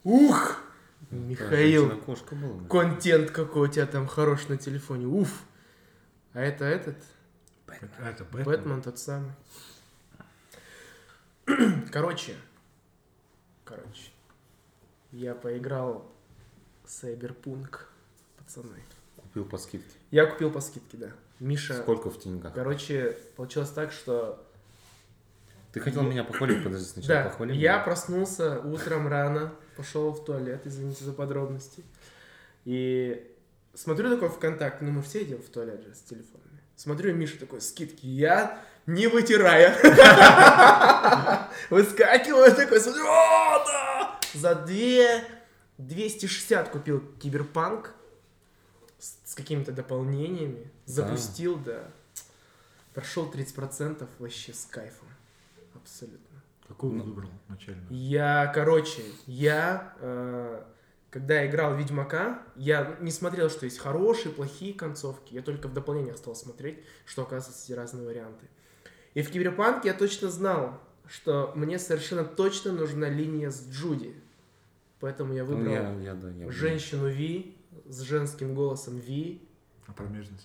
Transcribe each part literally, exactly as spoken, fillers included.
Ух! Михаил, была, контент какой у тебя там хорош на телефоне. Уф! А это этот? Бэтмен. Это Бэтмен. Бэтмен тот самый. Короче. Короче. Я поиграл в Cyberpunk, пацаны. Купил по скидке. Я купил по скидке, да. Миша... Сколько в деньгах? Короче, получилось так, что... Ты хотел меня похвалить, подожди, сначала Да, похвали. я меня. проснулся утром рано, пошел в туалет, извините за подробности. И смотрю такой ВКонтакте, ну мы все идем в туалет же с телефонами. Смотрю, Миша такой, скидки, я не вытирая. Выскакиваю такой, смотрю, о, да! За две двести шестьдесят купил Киберпанк с какими-то дополнениями. Запустил, да. Прошел тридцать процентов вообще с кайфом. Абсолютно. Какую ну, выбрал начально? Я, короче, я, э, когда играл в Ведьмака, я не смотрел, что есть хорошие, плохие концовки. Я только в дополнениях стал смотреть, что оказывается эти разные варианты. И в Киберпанке я точно знал, что мне совершенно точно нужна линия с Джуди. Поэтому я выбрал я, я, да, я женщину Ви с женским голосом Ви. А промежность?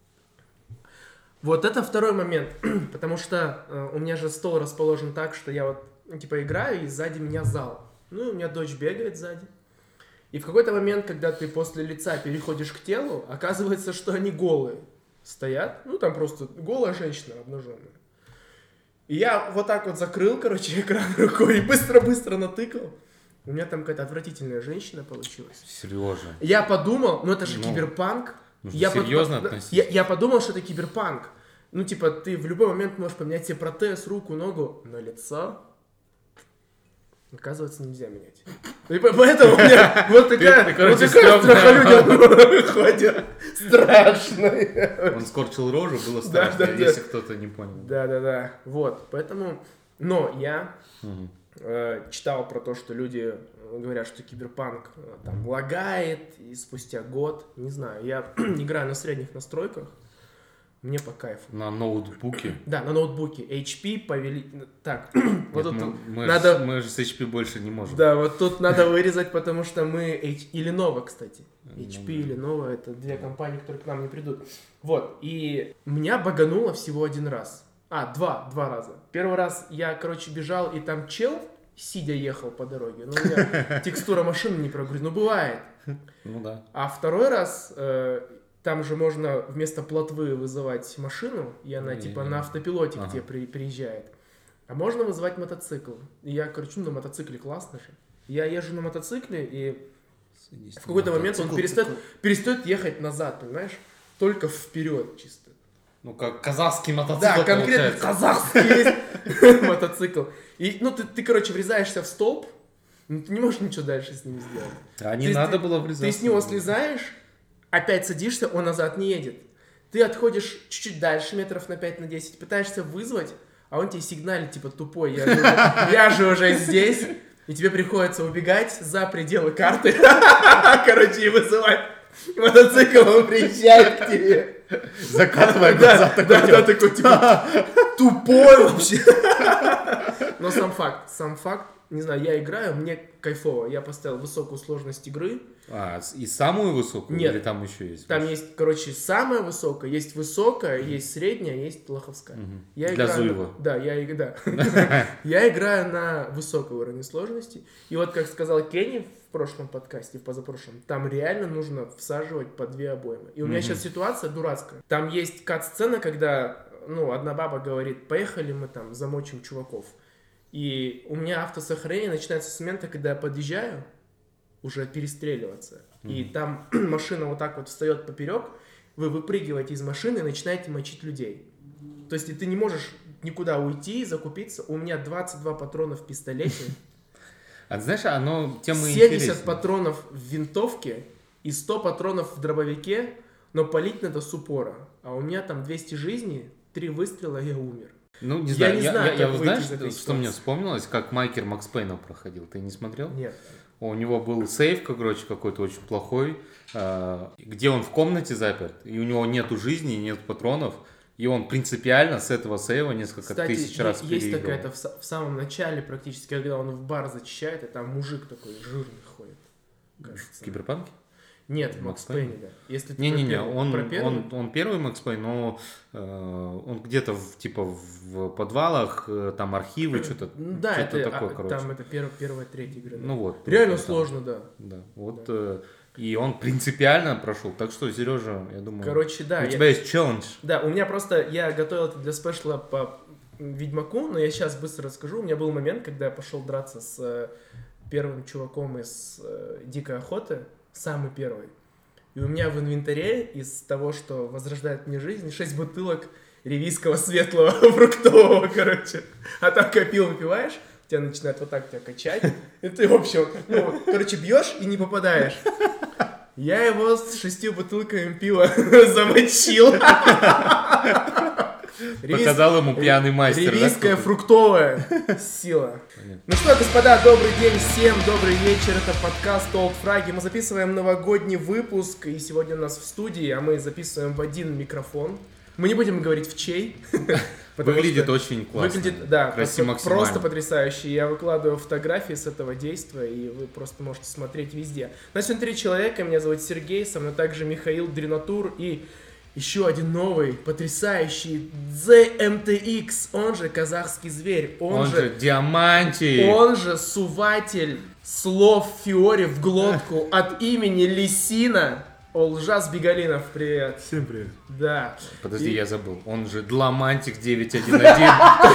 Вот это второй момент, потому что э, у меня же стол расположен так, что я вот, ну, типа, играю, и сзади меня зал. Ну, и у меня дочь бегает сзади. И в какой-то момент, когда ты после лица переходишь к телу, оказывается, что они голые стоят. Ну, там просто голая женщина обнаженная. И я вот так вот закрыл, короче, экран рукой и быстро-быстро натыкал. У меня там какая-то отвратительная женщина получилась. Серьезно? Я подумал, ну это же ну... киберпанк. Нужно я серьезно под... относиться. Я, я подумал, что это киберпанк. Ну, типа, ты в любой момент можешь поменять себе протез, руку, ногу, но лицо, оказывается, нельзя менять. И поэтому у меня вот такая, вот такая страхолюдя выходит. Страшная. Он скорчил рожу, было страшно, если кто-то не понял. Да-да-да. Вот, поэтому... Но я читал про то, что люди говорят, что киберпанк там лагает, и спустя год, не знаю, я играю на средних настройках, мне по кайфу. На ноутбуке? Да, на ноутбуке. эйч пи повели... Так, вот тут мы, мы, надо... Же, мы же с эйч пи больше не можем. Да, вот тут надо вырезать, потому что мы... H... И Lenovo, кстати. эйч пи и Lenovo — это две компании, которые к нам не придут. Вот, и меня багануло всего один раз. А, два, два раза. Первый раз я, короче, бежал, и там чел, сидя, ехал по дороге. Ну, у меня текстура машины не прогрузилась. Ну, бывает. Ну, да. А второй раз... Э, там же можно вместо плотвы вызывать машину, и она и, типа и, на автопилоте ага. к тебе при, приезжает. А можно вызывать мотоцикл. И я, короче, ну, на мотоцикле классно же. Я езжу на мотоцикле, и Садись в какой-то момент он перестает, перестает ехать назад, понимаешь? Только вперед чисто. Ну, как казахский мотоцикл. Да, конкретно казахский есть мотоцикл. И, ну, ты, ты, короче, врезаешься в столб, ну, ты не можешь ничего дальше с ним сделать. А не надо было врезаться. Ты с него слезаешь, опять садишься, он назад не едет. Ты отходишь чуть-чуть дальше, метров на пять на десять, пытаешься вызвать, а он тебе сигналит, типа, тупой, я же, я же уже здесь, и тебе приходится убегать за пределы карты, короче, и вызывать мотоцикл, он приезжает к тебе. Закатывая глаза, да, такой, типа, тупой вообще. Но сам факт, сам факт, не знаю, я играю, мне кайфово, я поставил высокую сложность игры. А, и самую высокую? Нет. Или там еще есть? Там есть, короче, самая высокая, есть высокая, mm-hmm. есть средняя, есть лоховская. Mm-hmm. Я Для играю, Зуева. Да, я, да. я играю на высокой уровне сложности. И вот, как сказал Кенни в прошлом подкасте, в позапрошлом, там реально нужно всаживать по две обоймы. И у меня mm-hmm. сейчас ситуация дурацкая. Там есть кат-сцена, когда, ну, одна баба говорит, поехали мы там замочим чуваков. И у меня автосохранение начинается с момента, когда я подъезжаю, уже перестреливаться. Mm-hmm. И там машина вот так вот встает поперек, вы выпрыгиваете из машины и начинаете мочить людей. То есть ты не можешь никуда уйти, закупиться. У меня двадцать два патрона в пистолете. А знаешь, оно тем и семьдесят патронов в винтовке и сто патронов в дробовике, но палить надо с упора. А у меня там двести жизней, три выстрела, я умер. Ну, не я знаю, не я, знаю, я, я знаешь, что, что мне вспомнилось, как Майкер Макс Пейна проходил, ты не смотрел? Нет. У него был сейф, короче, какой-то очень плохой, где он в комнате заперт, и у него нету жизни, нет патронов, И он принципиально с этого сейва несколько Кстати, тысяч раз есть переигрывал. такая-то в, в самом начале практически, когда он в бар зачищает, и там мужик такой жирный ходит. В Киберпанке? Нет, в Макс Пейне, да. Если ты Не-не-не, про, он, про первый... он, он первый Макс Пейн, но э, он где-то в, типа в подвалах, э, там архивы, что-то, да, что-то это, такое, а, короче. там это первая, первая треть игры. Да. Ну вот. Реально там, сложно, да. Да, вот. Да. Э, и он принципиально прошел. Так что, Сережа, я думаю, Короче, да. у я... тебя есть челлендж. Да, у меня просто, я готовил это для спешла по Ведьмаку, но я сейчас быстро расскажу. У меня был момент, когда я пошел драться с э, первым чуваком из э, Дикой Охоты, самый первый. И у меня в инвентаре из того, что возрождает мне жизнь, шесть бутылок ревийского светлого фруктового, короче. А так как пиво выпиваешь, тебя начинает вот так тебя качать. И ты, в общем, ну, короче, бьешь и не попадаешь. Я его с шестью бутылками пива замочил. Показал ему пьяный мастер. Ревийская да, фруктовая сила. Понятно. Ну что, господа, добрый день всем, добрый вечер. Это подкаст Old Fragi. Мы записываем новогодний выпуск, и сегодня у нас в студии, а мы записываем в один микрофон. Мы не будем говорить в чей. Выглядит очень классно. Выглядит, да, красиво просто, просто потрясающе. Я выкладываю фотографии с этого действия, и вы просто можете смотреть везде. У нас сегодня три человека. Меня зовут Сергей, со мной также Михаил Дренатур и еще один новый, потрясающий зет эм тэ икс, он же казахский зверь, он, Он же, же Диамантий. он же суватель слов Фиори в глотку от имени Лисина. Олжас Бегалинов, привет. Всем привет. Да. Подожди, И- я забыл. Он же Дламантик девять один один.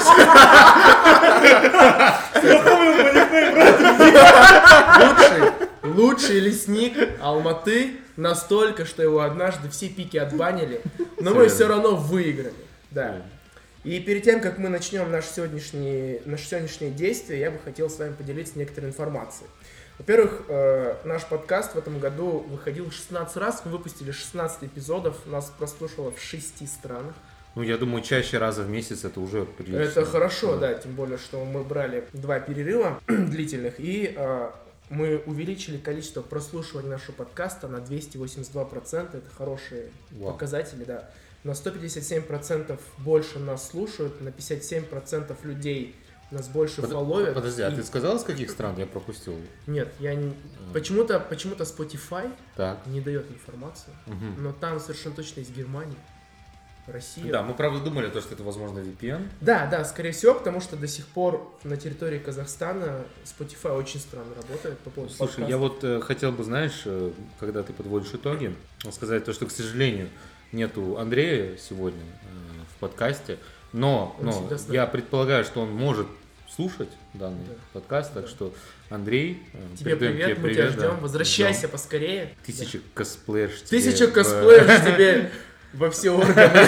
Лучший, лучший лесник Алматы настолько, что его однажды все пики отбанили, но мы Серьезно? все равно выиграли. Да. И перед тем, как мы начнем наше сегодняшнее, наше сегодняшнее действие, я бы хотел с вами поделиться некоторой информацией. Во-первых, э, наш подкаст в этом году выходил шестнадцать раз, мы выпустили шестнадцать эпизодов, нас прослушало в шести странах. Ну, я думаю, чаще раза в месяц это уже прилично. Это хорошо, да, тем более, что мы брали два перерыва длительных, и э, мы увеличили количество прослушиваний нашего подкаста на двести восемьдесят два процента, это хорошие Вау. показатели, да. На сто пятьдесят семь процентов больше нас слушают, на пятьдесят семь процентов людей нас больше Под- фолловят. Подожди, а И- ты сказал, с каких стран? Я пропустил. Нет, я не... Почему-то, почему-то Spotify Так. не дает информацию, Мгм. но там совершенно точно есть Германия, Россия. Да, мы правда думали, то, что это, возможно, ви пи эн. Да, да, скорее всего, потому что до сих пор на территории Казахстана Spotify очень странно работает по поводу Слушай, подкаста. я вот э, хотел бы, знаешь, э, когда ты подводишь итоги, сказать то, что, к сожалению, нету Андрея сегодня э, в подкасте, но, Он но всегда с нами. я предполагаю, что он может слушать данный Да. подкаст, так Да. что, Андрей, э, Тебе передаем привет, тебе мы тебя привет, ждем, да. возвращайся Ждем. поскорее. Тысячи косплеерш Да. тебе Тысяча в- косплеерш тебе во все органы.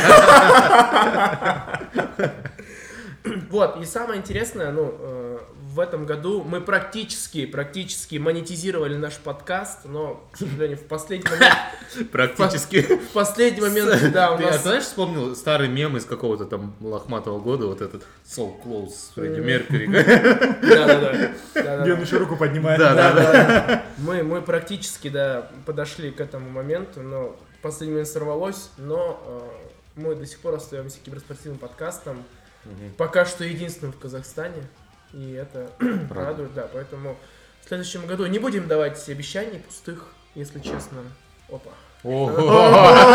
Вот, и самое интересное, ну, э, в этом году мы практически, практически монетизировали наш подкаст, но, к сожалению, в последний момент, Практически. в последний момент, да, у Ты, а нас... знаешь, вспомнил старый мем из какого-то там лохматого года, вот этот So Close с Фредди Мгм. Меркьюри. Да-да-да. Да-да-да. Где он еще руку поднимает. Да, Да, да. Мы, мы практически, да, подошли к этому моменту, но в последний момент сорвалось, но э, мы до сих пор остаемся киберспортивным подкастом, пока что единственным в Казахстане, и это радует, да, поэтому в следующем году не будем давать обещаний пустых, если честно. Опа. Ого!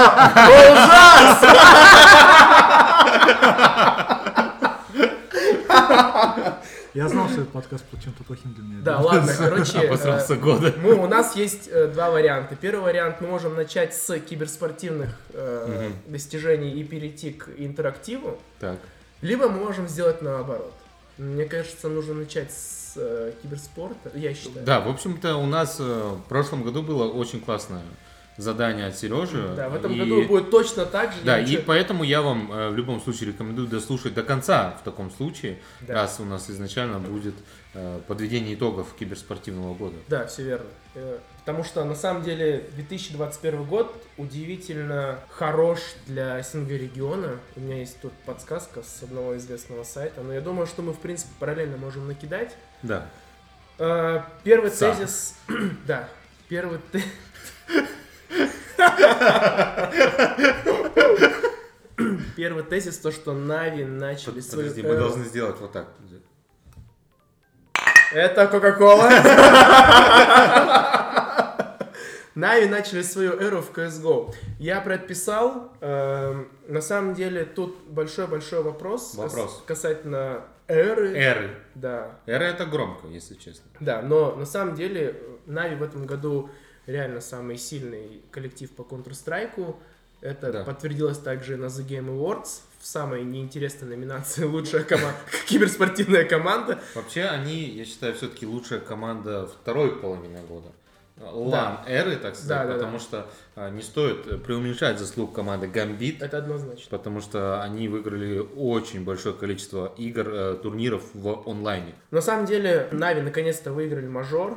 Я знал, что этот подкаст был чем-то плохим для меня. Да, ладно, короче, э, Обосрался года. мы, у нас есть э, два варианта. Первый вариант, мы можем начать с киберспортивных э, Мгм. достижений и перейти к интерактиву. Так. Либо мы можем сделать наоборот. Мне кажется, нужно начать с э, киберспорта, я считаю. Да, в общем-то, у нас э, в прошлом году было очень классное задание от Сережи. Да, в этом и- году будет точно так же. Да, я и ничего- поэтому я вам э, в любом случае рекомендую дослушать до конца в таком случае, Да. раз у нас изначально будет э, подведение итогов киберспортивного года. Да, все верно. Э, Потому что на самом деле две тысячи двадцать первый год удивительно хорош для СНГ-региона. У меня есть тут подсказка с одного известного сайта, но я думаю, что мы в принципе параллельно можем накидать. Да. Э, Первый Сам. тезис... Да, первый те- Первый тезис, то, что Нави начали Под- свою Подожди, мы эру. должны сделать вот так. Это Кока-Кола. Нави начали свою эру в си эс го. Я предписал. эм, на самом деле, тут большой-большой вопрос. Вопрос. кас- Касательно эры. Эры. Да. Эра это громко, если честно. Да, но на самом деле Нави в этом году реально самый сильный коллектив по Counter-Strike. Это Да. подтвердилось также на The Game Awards в самой неинтересной номинации «Лучшая команда», киберспортивная команда. Вообще, они, я считаю, все-таки лучшая команда второй половины года. Лан эры, так сказать, Да, да, потому да. что а, не стоит преуменьшать заслуг команды Gambit, Это однозначно. потому что они выиграли очень большое количество игр, э, турниров в онлайне. На самом деле, Нави наконец-то выиграли мажор,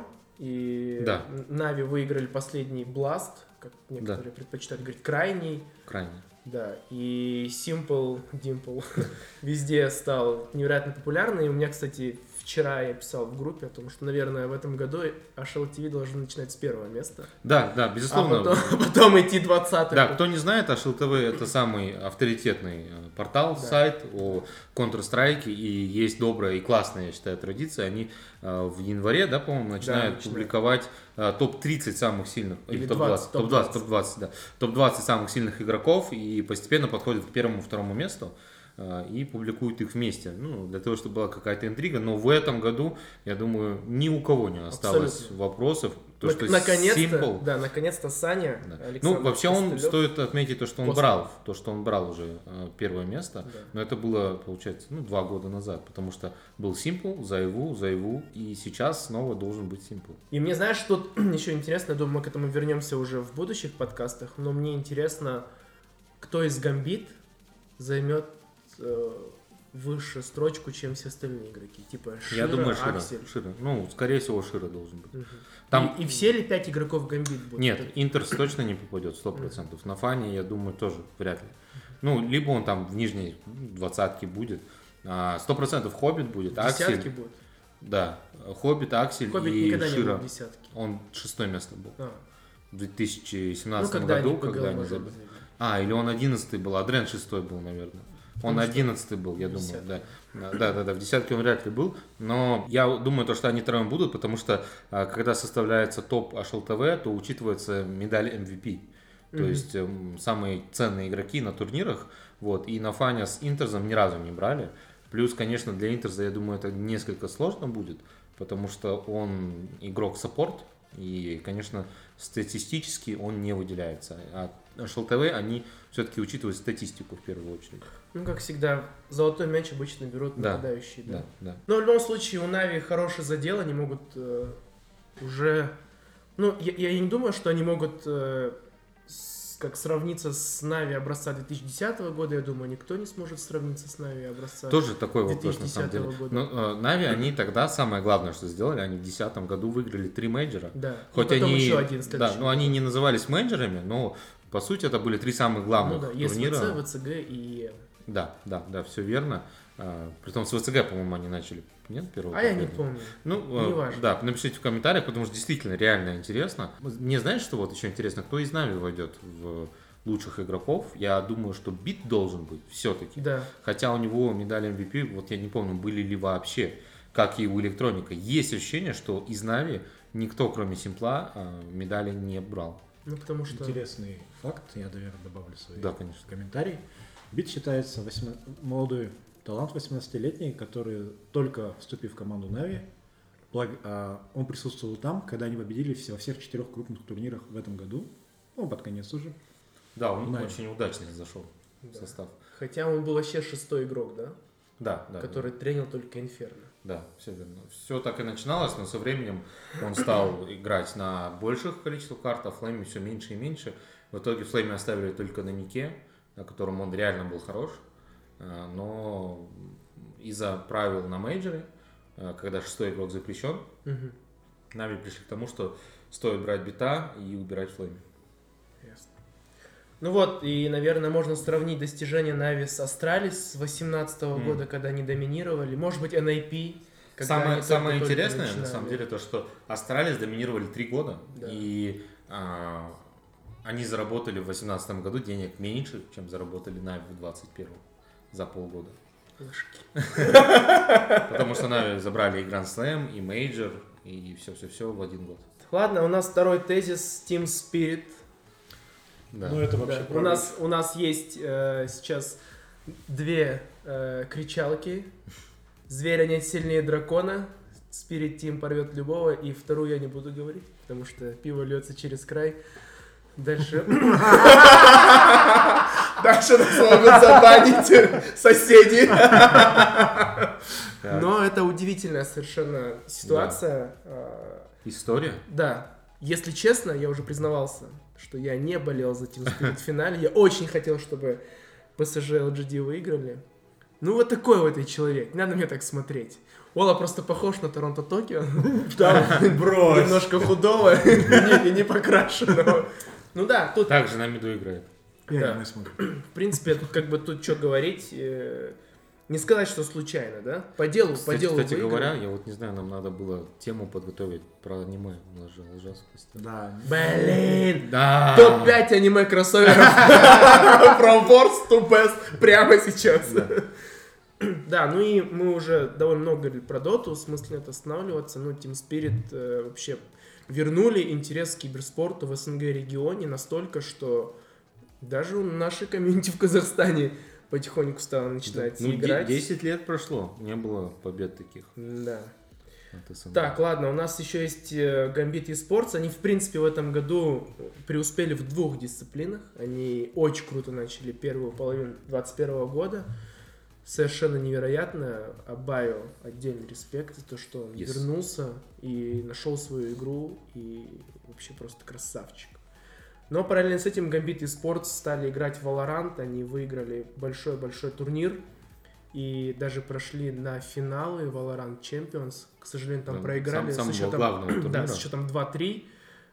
и Да. Нави выиграли последний Blast, как некоторые предпочитают говорить, крайний. Крайне. Да, и Simple, Dimple везде стал невероятно популярный. И у меня, кстати, вчера я писал в группе о том, что, наверное, в этом году эйч эл ти ви должен начинать с первого места, Да, да, безусловно. а потом, потом идти двадцатым. Да, кто не знает, эйч эл ти ви это самый авторитетный э, портал, Да. сайт о Counter-Strike, и есть добрая и классная, я считаю, традиция. Они э, в январе, да, по-моему, начинают начинают. публиковать э, топ тридцать самых сильных, Или или топ двадцать, топ двадцать, двадцать, топ двадцать, да, топ двадцать самых сильных игроков, и постепенно подходят к первому-второму месту э, и публикуют их вместе, ну, для того, чтобы была какая-то интрига. Но в этом году, я думаю, ни у кого не осталось Абсолютно. вопросов. То, Нак- что наконец-то, Simple, да, наконец-то Саня, да. Александр Ну, вообще он, Костылев. стоит отметить то, что он После. брал, то, что он брал уже э, первое место, Да. но это было, получается, ну, два года назад, потому что был Simple, Зайву, Зайву, и сейчас снова должен быть Simple. И мне, знаешь, тут еще интересно, я думаю, мы к этому вернемся уже в будущих подкастах, но мне интересно, кто из Гамбит займет э, выше строчку, чем все остальные игроки. Типа Шира, Я думаю, Шира, Аксель. Шира. Ну, скорее всего, Шира должен быть. Мгм. Там- И, и все ли пять игроков Гамбит будут? Нет, Это- Интерс точно не попадет, сто процентов. На Фане, я думаю, тоже вряд ли. Ну, либо он там в нижней двадцатке будет, а, сто процентов Хоббит будет, в десятке Аксель. будут. Да, Хоббит, Аксель Хоббит и никогда не был Шира. в десятке. Он шестое место был. А, В две тысячи ну, семнадцатом когда году, они ПГЛ когда они мажор забили. заиграли. А, или он одиннадцатый был, а Дрен шестой был, наверное. Он Он что? одиннадцатый был, я думаю, Десятый. да. Да, да, да, в десятке он вряд ли был. Но я думаю, то, что они втроем будут, потому что а, когда составляется топ эйч эл ти ви, то учитывается медаль эм ви пи. То Мгм. есть эм, самые ценные игроки на турнирах. Вот, и на Фане с Интерзом ни разу не брали. Плюс, конечно, для Интерза, я думаю, это несколько сложно будет, потому что он игрок-саппорт. И, конечно, статистически он не выделяется. А эйч эл ти ви, они все-таки учитывают статистику в первую очередь. Ну, как всегда, золотой мяч обычно берут Да, нападающие. Да. Да, да. Но в любом случае у Нави хороший задел, они могут э, уже... Ну, я, я не думаю, что они могут э, с- как сравниться с Нави образца две тысячи десятого года. Я думаю, никто не сможет сравниться с Нави образца. Тоже такой вопрос на самом деле. две тысячи десятого года. Но э, Нави, они тогда самое главное, что сделали, они в две тысячи десятом году выиграли три мейджора. Да. Хоть И потом они, еще один да, следующий. ну они не назывались менеджерами, но по сути это были три самых Ну главных да, есть турнира. ВЦ, ВЦГ и... Да, да, да, все верно. А, притом с ВЦГ, по-моему, они начали. Нет, первого? А я не победу? помню. Ну, э, Неважно. да, напишите в комментариях, потому что действительно реально интересно. Мне знаешь, что вот еще интересно, кто из Нави войдет в лучших игроков? Я думаю, что Бит должен быть все-таки. Да. Хотя у него медали эм ви пи, вот я не помню, были ли вообще, как и у Электроника. Есть ощущение, что из Нави никто, кроме Симпла, а, медали не брал. Ну, потому что... Интересный факт, я, наверное, добавлю свой Да, конечно. комментарий. Бит считается восемна- молодой талант восемнадцатилетний, который, только вступив в команду Нави, благ- а, он присутствовал там, когда они победили все- во всех четырех крупных турнирах в этом году, ну, под конец уже. Да, у них Нави. очень удачно зашел в Да. состав. Хотя он был вообще шестой игрок, да? Да, да. Который тренил только Инферно. Да, все верно. Все так и начиналось, но со временем он стал играть на больших количествах карт, а Флейме все меньше и меньше. В итоге Флейме оставили только на Нике, на котором он реально был хорош. А, Но из-за правил на мейджоре, а, когда шестой игрок запрещен, Мгм. Нави пришли к тому, что стоит брать бита и убирать Флейме. Ясно. Ну вот, и, наверное, можно сравнить достижения Нави с Астралис с восемнадцатого М. года, когда они доминировали. Может быть, эн эй пи. когда Самое, они самое только-только интересное, на начинали. самом деле, то, что Астралис доминировали три года, Да. и а, Они заработали в восемнадцатом году денег меньше, чем заработали Нави в двадцать первом за полгода. Потому что Нави забрали и Grand Slam, и Мейджор, и все-все-все в один год. Ладно, у нас второй тезис Team Spirit. Да. Ну это вообще Да. У нас, у нас есть э, сейчас две э, кричалки. Зверя нет сильнее дракона. Spirit Team порвет любого. И вторую я не буду говорить, потому что пиво льется через край. Дальше... Дальше нас могут забанить соседи. Но это удивительная совершенно ситуация. История? Да. Если честно, я уже признавался, что я не болел за Team Spirit в финале. Я очень хотел, чтобы пэ эс жэ эл джи ди выиграли. Ну вот такой вот и человек. Не надо мне так смотреть. Ола просто похож на Торонто Токио. Там немножко худого и не покрашенного. Ну да, тут... Также на миду играет. Я не смотрю. В принципе, тут как бы тут что говорить... Не сказать, что случайно, да? По делу, Кстати, по делу кстати выиграл. говоря, я вот не знаю, нам надо было тему подготовить про аниме. У нас же ужасно. Да. Блин! Да. топ пять аниме кроссоверов from worst to best прямо сейчас. Да. Да, ну и мы уже довольно много говорили про доту, смысл это останавливаться. Ну, Team Spirit э, вообще вернули интерес к киберспорту в СНГ регионе настолько, что даже у нашей комьюнити в Казахстане потихоньку стало начинать Ну, играть. десять лет прошло, не было побед таких. Да. от СНГ. Так, ладно, у нас еще есть Gambit eSports. Они, в принципе, в этом году преуспели в двух дисциплинах. Они очень круто начали первую половину двадцать первого года. Совершенно невероятно. Абаю отдельный респект за то, что он yes. вернулся и нашел свою игру. И вообще просто красавчик. Но параллельно с этим Gambit eSports стали играть в Valorant. Они выиграли большой-большой турнир. И даже прошли на финалы Valorant Champions. К сожалению, там да, проиграли сам, с, счетом, да, с счетом два-три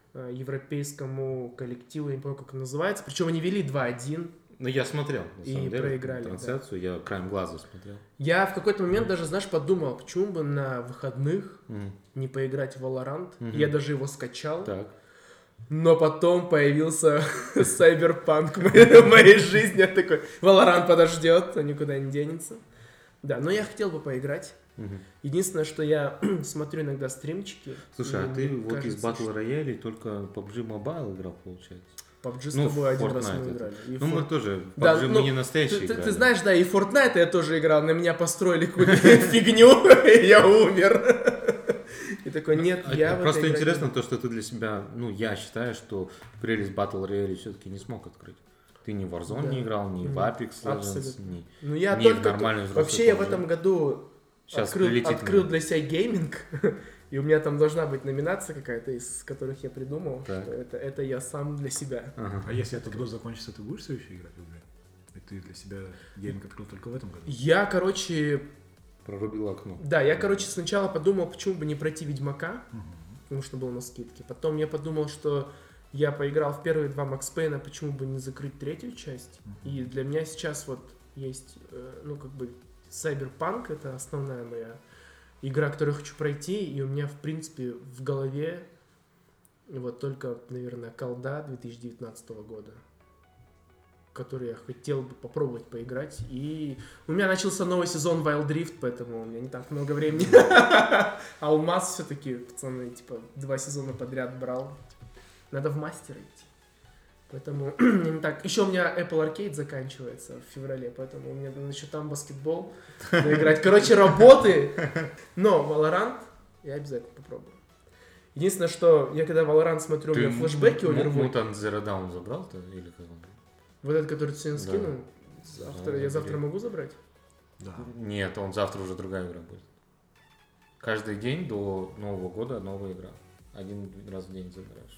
европейскому коллективу, я не помню, как он называется. Причем они вели два-один. Ну, я смотрел, на и самом деле, проиграли, трансляцию, да. Я краем глаза смотрел. Я в какой-то момент даже, знаешь, подумал, почему бы на выходных mm. не поиграть в Valorant. Mm-hmm. Я даже его скачал. Так. Но потом появился Cyberpunk в моей жизни. Я такой, Valorant подождет, он никуда не денется. Да, но я хотел бы поиграть. Угу. Единственное, что я смотрю иногда стримчики. Слушай, а ты вот кажется, из Battle Royale только пабг Mobile играл, получается? пабг с ну, тобой один Fortnite раз мы играли. И ну, Fort... мы тоже. Да, пабг ну, мы не настоящие ты, играли. Ты знаешь, да, и Fortnite я тоже играл. На меня построили какую-то фигню, и я умер. И такой, нет, а, я... Просто интересно то, что ты для себя... Ну, я считаю, что прелесть Battle Royale все-таки не смог открыть. Ты ни в Warzone да. не играл, ни в Apex Legends, ни, ну, я ни только в нормальный взрослый. Вообще я в этом году Сейчас открыл, открыл мне. для себя гейминг, и у меня там должна быть номинация какая-то, из которых я придумал, так. что это, это я сам для себя. Ага. А если этот год закончится, ты будешь все еще играть в игры? И ты для себя гейминг открыл только в этом году? Я, короче... Прорубил окно. Да, я, короче, сначала подумал, почему бы не пройти Ведьмака, угу. потому что был на скидке. Потом я подумал, что я поиграл в первые два Макс Пейна, почему бы не закрыть третью часть. Uh-huh. И для меня сейчас вот есть, ну, как бы, Cyberpunk, это основная моя игра, которую я хочу пройти, и у меня, в принципе, в голове вот только, наверное, колда две тысячи девятнадцатого года, который я хотел бы попробовать поиграть. И у меня начался новый сезон Wild Rift, поэтому у меня не так много времени. Алмаз все-таки, пацаны, типа, два сезона подряд брал. Надо в мастер идти. Поэтому не так. Еще у меня Apple Arcade заканчивается в феврале, поэтому у меня еще там баскетбол играть. Короче, работы. Но Valorant я обязательно попробую. Единственное, что я когда Valorant смотрю, ты у меня флешбеки Overwatch. Mutant Zero Dawn забрал-то? Или как он? Вот этот, который ты сегодня да. скинул? Завтра, да, я завтра могу забрать? Да. Нет, он завтра уже другая игра будет. Каждый день до Нового года новая игра. Один раз в день забираешь.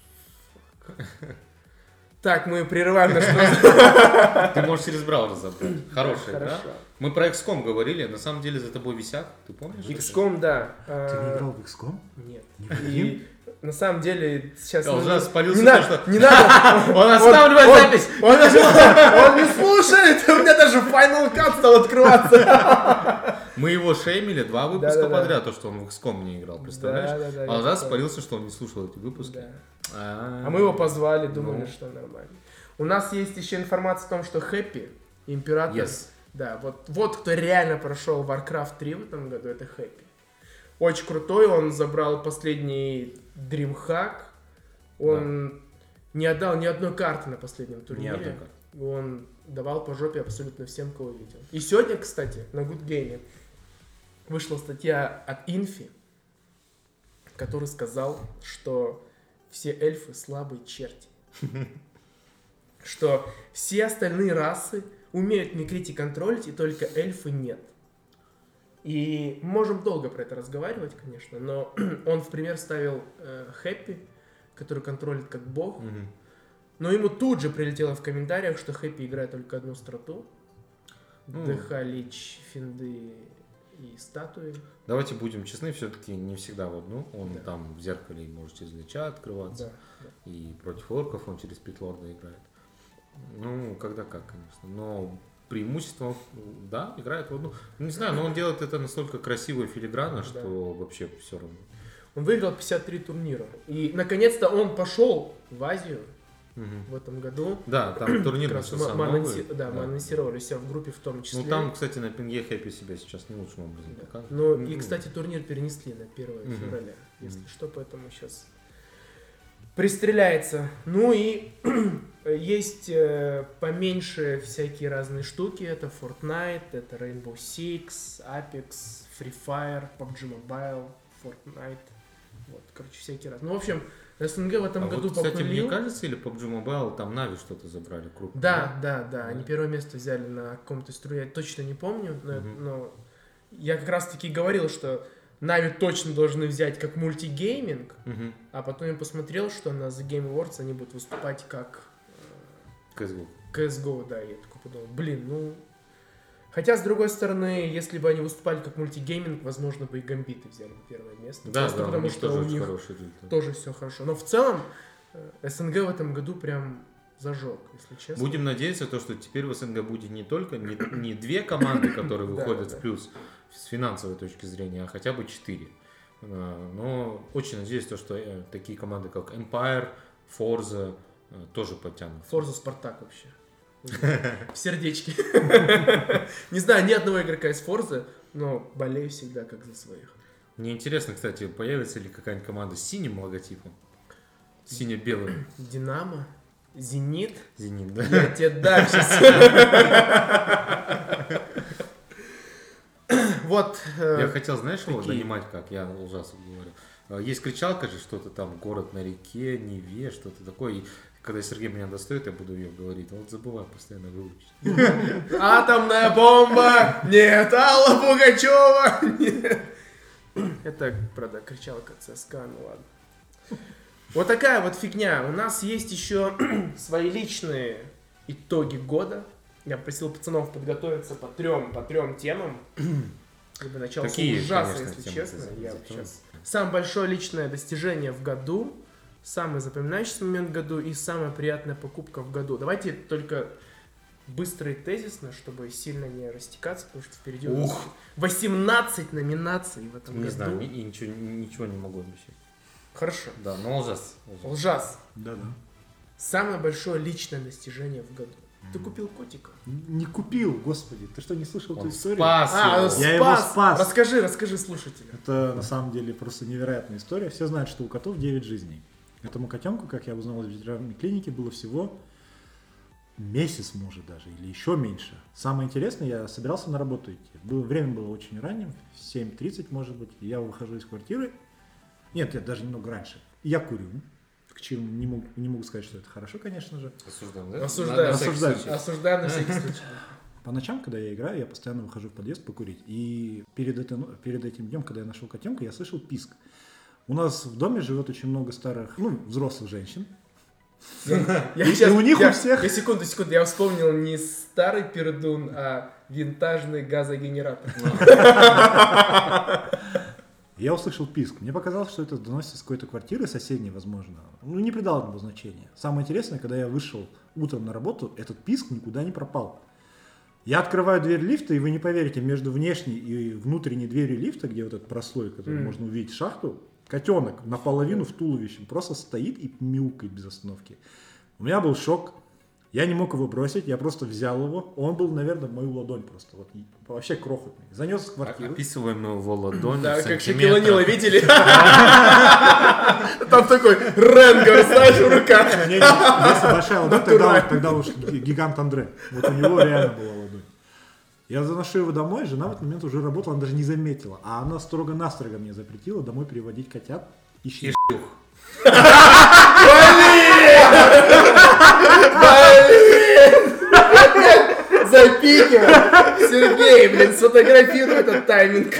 Так, мы прерываем наш... Ты можешь через браузер забрать. Хорошая игра. Хорошо. Мы про икс ком говорили, на самом деле за тобой висят, ты помнишь? икс ком, да. Ты не играл в икс ком? Нет. И на самом деле сейчас... Я уже спалился не то, надо, что... Не надо! Он останавливает он, запись! Он, он, он не слушает! У меня даже Final Cut стал открываться! Мы его шеймили два выпуска да, да, подряд, да. то, что он в икс ком не играл, представляешь? Да, да, да, а уже спалился, что он не слушал эти выпуски. Да. А мы его позвали, думали, Ну. что нормально. У нас есть еще информация о том, что Хэппи, император... Yes. Да, вот, вот кто реально прошел Warcraft три в этом году, это Хэппи. Очень крутой, он забрал последний DreamHack. Он не отдал ни одной карты на последнем Не турнире. одной карты. Он давал по жопе абсолютно всем, кого видел. И сегодня, кстати, на Good Game вышла статья от Инфи, который сказал, что все эльфы слабые черти. Что все остальные расы умеют микрить и контролить, и только эльфы нет. И можем долго про это разговаривать, конечно, но он в пример ставил э, Хэппи, который контролит как бог. Мгм. Но ему тут же прилетело в комментариях, что Хэппи играет только одну страту. Ну. ДХ, Лич, Финды и статуи. Давайте будем честны, все-таки не всегда в одну. Он Да. там в зеркале может из Лича открываться. Да, да. И против орков он через Питлорда играет. Ну, когда как, конечно. Но преимущество, да, играет в одну. Ну, не знаю, но он делает это настолько красиво и филигранно, Да. что вообще все равно. Он выиграл пятьдесят три турнира. И наконец-то он пошел в Азию Мгм. в этом году. Да, там турнир Как раз начался мы, мы новый. анонси- да, мы анонсировали себя в группе в том числе. Ну там, кстати, на пинге Хэппи себя сейчас не лучшим образом Да. показывает. Ну и, кстати, турнир перенесли на первое Мгм. февраля, если Мгм. что, поэтому сейчас пристреляется. Ну и есть э, поменьше всякие разные штуки. Это Fortnite, это Rainbow Six, Apex, Free Fire, пабг Mobile, Fortnite. Вот, короче, всякие разные. Ну, в общем, СНГ в этом А году вот, кстати, попылил. мне кажется, или пабг Mobile, там Нави что-то забрали крупно. Да, да, да, они Да. первое место взяли на каком-то струе, я точно не помню, но, Мгм. но я как раз таки говорил, что Нави точно должны взять как мультигейминг, Мгм. а потом я посмотрел, что на The Game Awards они будут выступать как си эс го. си эс го, да, и я такой подумал, блин, ну... Хотя, с другой стороны, если бы они выступали как мультигейминг, возможно, бы и Гамбиты взяли бы первое место. Да, Просто да, потому у них что тоже у очень них хороший результат. тоже все хорошо. Но в целом э, СНГ в этом году прям зажег, если честно. Будем надеяться, то, что теперь в СНГ будет не только не, не две команды, которые Да, выходят да. в плюс с финансовой точки зрения, а хотя бы четыре. А, Но очень надеюсь, то, что э, такие команды, как Empire, Forza, э, тоже подтянутся. Форза Спартак вообще. В сердечке. Не знаю ни одного игрока из Форзы, но болею всегда как за своих. Мне интересно, кстати, появится ли какая-нибудь команда с синим логотипом? Сине-белым. Динамо, Зенит. Зенит, да? Я тебе дам сейчас. Вот. э, Я хотел, знаешь, его какие? донимать как? Я ужасно говорю. А, Есть кричалка же, что-то там, город на реке, Неве, что-то такое. И когда Сергей меня достает, я буду ее говорить. А вот забываю постоянно выучить. Атомная бомба! Нет, Алла Пугачева! Нет. Это, правда, кричалка ЦСКА, ну ладно. Вот такая вот фигня. У нас есть еще свои личные итоги года. Я просил пацанов подготовиться по трем, по трем темам. Чтобы начался Какие, ужасно, конечно, если темы честно. ты Я затронул? сейчас... Самое большое личное достижение в году, самый запоминающийся момент в году и самая приятная покупка в году. Давайте только быстро и тезисно, чтобы сильно не растекаться, потому что впереди у нас Ух. восемнадцать номинаций в этом Не году. знаю, и и ничего, ничего не могу обещать. Хорошо. Да, но ужас. ужас. Лжас. Да-да. Самое большое личное достижение в году. Ты купил котика? Не купил, господи. Ты что, не слышал эту Он историю? спас А, его. спас. Я его спас. Расскажи, расскажи слушателям. Это на самом деле просто невероятная история. Все знают, что у котов девять жизней. Этому котенку, как я узнал из ветеринарной клиники, было всего месяц, может даже, или еще меньше. Самое интересное, я собирался на работу идти. Было, время было очень ранним, в семь тридцать, может быть. И я выхожу из квартиры. Нет, я даже немного раньше. И я курю. К чему не могу, не могу сказать, что это хорошо, конечно же. Осуждаем, да? Осуждаем. На- на всякий Осуждаем. случай. Осуждаем на всякий случай. По ночам, когда я играю, я постоянно выхожу в подъезд покурить. И перед, это, перед этим днем, когда я нашел котенка, я слышал писк. У нас в доме живет очень много старых, ну, взрослых женщин. Я И щас- у них я- у всех- Я секунду, секунду, я вспомнил не старый пердун, а винтажный газогенератор. Я услышал писк. Мне показалось, что это доносится с какой-то квартиры соседней, возможно. Ну, не придал этому значения. Самое интересное, когда я вышел утром на работу, этот писк никуда не пропал. Я открываю дверь лифта, и вы не поверите, между внешней и внутренней дверью лифта, где вот этот прослой, который Mm. можно увидеть шахту, котенок наполовину в туловище просто стоит и мяукает без остановки. У меня был шок. Я не мог его бросить, я просто взял его. Он был, наверное, в мою ладонь просто. Вот, вообще крохотный. Занес в квартиру. Описываем его ладонь. Да, как Шакил О'Нила видели? Там такой Ренгар, знаешь, в руках. Если большая ладонь, тогда уж гигант Андре. Вот у него реально была ладонь. Я заношу его домой, жена в этот момент уже работала, она даже не заметила. А она строго-настрого мне запретила домой приводить котят и щенят. Запикивай! Сергей, блин, сфотографируй этот тайминг.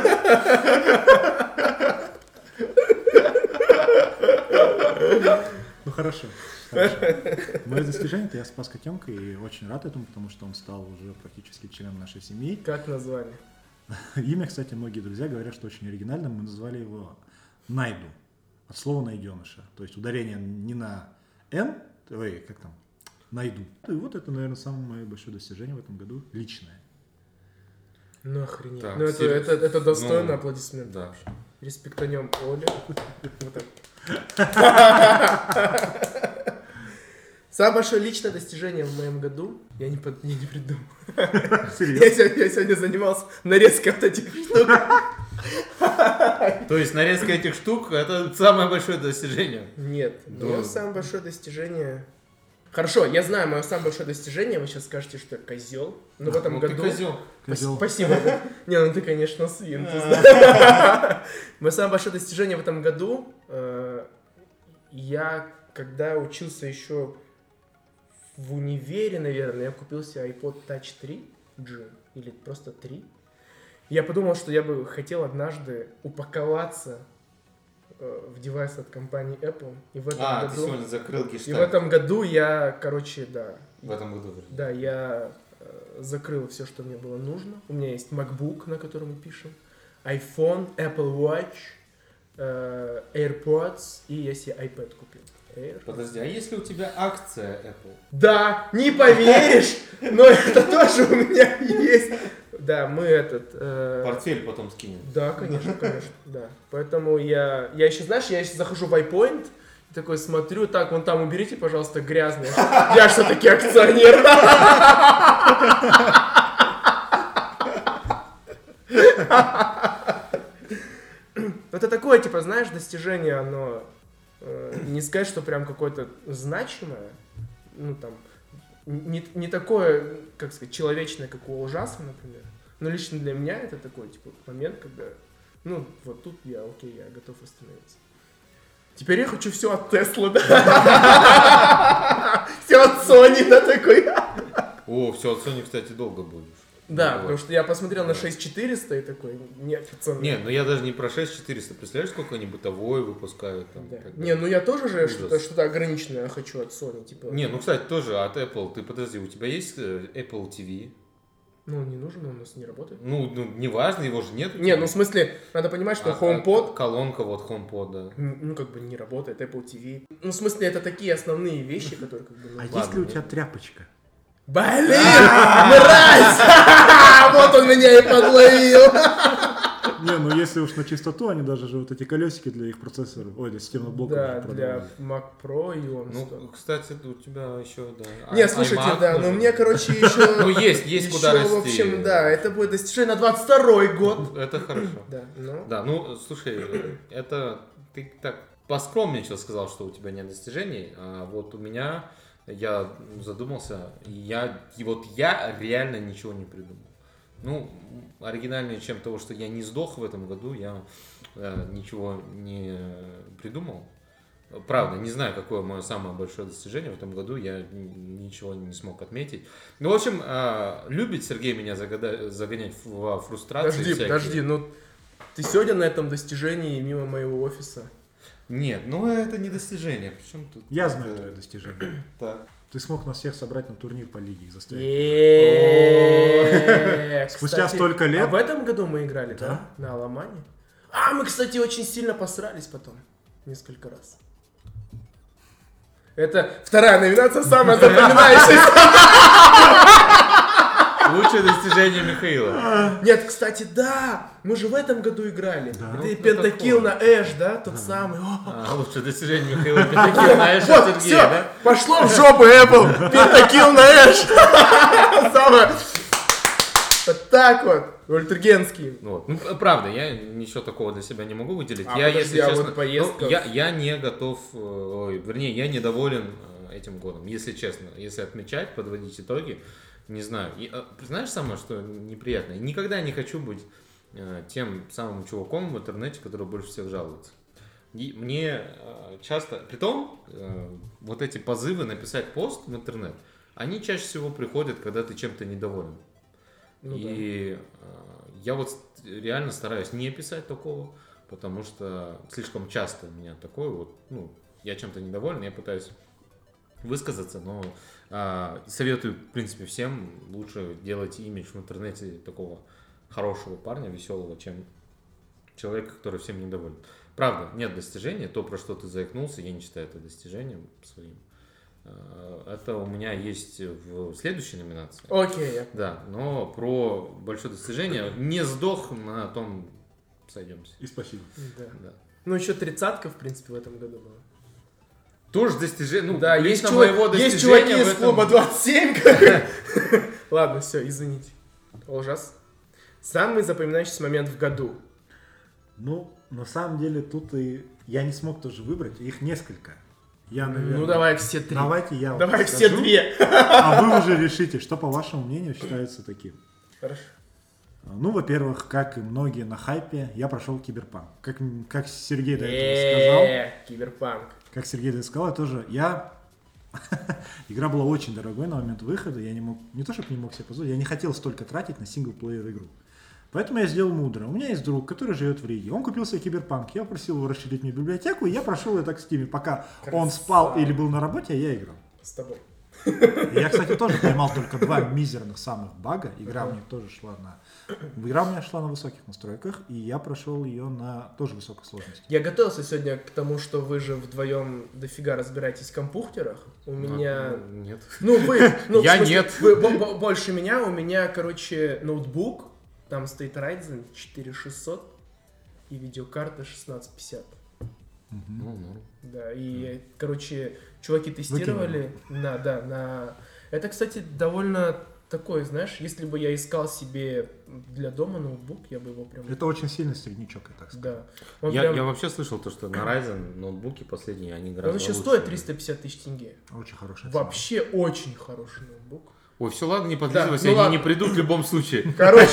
Ну хорошо. Хорошо. Мое достижение-то я спас котенка и очень рад этому, потому что он стал уже практически членом нашей семьи. Как назвали? Имя, кстати, многие друзья говорят, что очень оригинально. Мы назвали его Найду. От слова найденыша. То есть ударение не на Н, ой, как там, найду. И вот это, наверное, самое мое большое достижение в этом году. Личное. Ну охренеть. Так, ну это, серьез... это, это достойно ну, аплодисментов. Да. Респектанем Оле. Вот так. Самое большое личное достижение в моем году я не, под, я не придумал. Я сегодня, я сегодня занимался нарезкой вот этих штук. То есть нарезка этих штук — это самое большое достижение? Нет, да. Мое самое большое достижение... Хорошо, я знаю, мое самое большое достижение, вы сейчас скажете, что я козел, но в этом ну, году... Ты козел. Козел. Спасибо. Не, ну ты, конечно, свин. Мое самое большое достижение в этом году, я, когда учился еще в универе, наверное, я купил себе iPod Touch три джи, или просто три. Я подумал, что я бы хотел однажды упаковаться э, в девайс от компании Apple. И в этом а, году, ты сегодня закрыл гештальт. И в этом году я, короче, да. В этом году. Да, я э, закрыл все, что мне было нужно. У меня есть MacBook, на котором мы пишем, iPhone, Apple Watch, э, AirPods, и я себе iPad купил. Air. Подожди, а если у тебя акция Apple? Да, не поверишь, но это тоже у меня есть. Да, мы этот... Э... Портфель потом скинем. Да, конечно, конечно, да. Поэтому я, я еще, знаешь, я еще захожу в iPoint, такой смотрю, так, вон там уберите, пожалуйста, грязные. Я все-таки акционер. Это такое, типа, знаешь, достижение, оно э, не сказать, что прям какое-то значимое, ну там, не, не такое, как сказать, человечное, как у ужаса, например. Но лично для меня это такой, типа, момент, когда, ну, вот тут я, окей, я готов остановиться. Теперь я хочу все от Tesla, да. Все от Sony, да, такой. О, все от Sony, кстати, долго будешь. Да, вот. Потому что я посмотрел на шесть четыреста и такой, нет, пацаны. Не, ну я даже не про шесть четыреста. Представляешь, сколько они бытовое выпускают? Там, да. когда... Не, ну я тоже же Ужас. что-то, что-то ограниченное хочу от Sony. Типа... Не, ну, кстати, тоже от Apple. Ты подожди, у тебя есть Apple ти ви? Ну, не нужен, он у нас не работает. Ну, ну неважно, его же нет. Не, ну в смысле, надо понимать, что а, HomePod... А, колонка вот HomePod, да. Ну, как бы не работает, Apple ти ви. Ну, в смысле, это такие основные вещи, которые как бы... Ну, а ладно, есть ли у нет. тебя тряпочка? Блин, мразь! Вот он меня и подловил. Не, ну если уж на чистоту, они даже же вот эти колесики для их процессоров, ой, для системного блока. Да, для Mac Pro и он. Ну, кстати, у тебя еще, да. Не, слушайте, да, ну мне, короче, еще... Ну есть, есть куда расти. В общем, да, это будет достижение на двадцать второй год. Это хорошо. Да, ну... Да, ну, слушай, это ты так поскромнее сейчас сказал, что у тебя нет достижений, а вот у меня... Я задумался, и я, и вот я реально ничего не придумал. Ну, оригинальнее, чем того, что я не сдох в этом году, я э, ничего не придумал. Правда, не знаю, какое мое самое большое достижение в этом году, я ничего не смог отметить. Ну, в общем, э, любит Сергей меня загада- загонять во фрустрацию. Подожди, всякие. подожди, ну ты сегодня на этом достижении мимо моего офиса? Нет, ну это не достижение. Причем тут... Я знаю твое достижение. Так. Ты смог нас всех собрать на турнир по лиге и заставить. Спустя столько лет. А в этом году мы играли, да? Да. На Аламане. А, мы, кстати, очень сильно посрались потом. Несколько раз. Это вторая номинация, самая запоминающаяся. Лучшее достижение Михаила. Нет, кстати, да! Мы же в этом году играли. Да. Это Ну, пентакил такое. на Эш, да? Тот самый. О, А, лучшее достижение Михаила Пентакил на Эша вот, Сергея, все, да? пошло в жопу, Apple! Пентакил на Эш! Самое. Вот так вот. Ультергенский. Вот. Ну, правда, я ничего такого для себя не могу выделить. А, я, подожди, если а честно, вот поездка? ну, я, я не готов, э, ой, вернее, я недоволен э, этим годом, если честно. Если отмечать, подводить итоги, не знаю. И, э, знаешь самое, что неприятно? Никогда не хочу быть э, тем самым чуваком в интернете, который больше всех жалуется. И мне э, часто, притом, э, вот эти позывы написать пост в интернет, они чаще всего приходят, когда ты чем-то недоволен. Ну, И э, я вот реально стараюсь не писать такого, потому что слишком часто у меня такое вот, ну, я чем-то недоволен, я пытаюсь высказаться, но э, советую, в принципе, всем лучше делать имидж в интернете такого хорошего парня, веселого, чем человека, который всем недоволен. Правда, нет достижения, то, про что ты заикнулся, я не считаю это достижением своим. Это у меня есть в следующей номинации. Окей. Да, но про большое достижение не сдох, на том сойдемся. И спасибо. Да. Да. Ну, еще тридцатка, в принципе, в этом году была. Тоже достижение. Ну, Да, есть, лично чувак, моего есть достижения чуваки в из этом- клуба двадцать семь. Ладно, все, извините. Ужас. Самый запоминающийся момент в году. Ну, на самом деле, тут и я не смог тоже выбрать. Их несколько. Я, наверное... Ну, давай все три. Давайте я вот Давай скажу, все две. а вы уже решите, что, по вашему мнению, считается таким. Хорошо. Ну, во-первых, как и многие на хайпе, я прошел Киберпанк. Как, как Сергей до этого сказал, Эээ, Киберпанк. как Сергей до этого сказал, я тоже, я... Игра была очень дорогой на момент выхода, я не мог, не то чтобы не мог себе позволить, я не хотел столько тратить на синглплеер игру. Поэтому я сделал мудро. У меня есть друг, который живет в Риге. Он купил себе Киберпанк. Я попросил его расширить мне библиотеку, и я прошел ее так в Стиме, пока он спал или был на работе, а я играл. С тобой. И я, кстати, тоже поймал только два мизерных самых бага. Игра у меня тоже шла на... Игра у меня шла на высоких настройках, и я прошел ее на тоже высокой сложности. Я готовился сегодня к тому, что вы же вдвоем дофига разбираетесь в компьютерах. У меня... А, нет. Ну, вы... Ну, в Я смысле, нет. Вы бо- бо- больше меня. У меня, короче, ноутбук. Там стоит Ryzen четыре шестьсот и видеокарта шестнадцать пятьдесят. Ну, ну. Да, и, короче, чуваки тестировали на, да, на... Это, кстати, довольно такой, знаешь, если бы я искал себе для дома ноутбук, я бы его прям... Это очень сильный среднячок, я так скажу. Да. Он, Я, прям- я вообще слышал то, что на Ryzen ноутбуки последние, они гораздо он еще лучше. стоит триста пятьдесят тысяч тенге. Очень хорошая цена. Вообще очень хороший ноутбук. Ой, все, ладно, не подлизывайся, Да, ну они ладно. не придут в любом случае. Короче,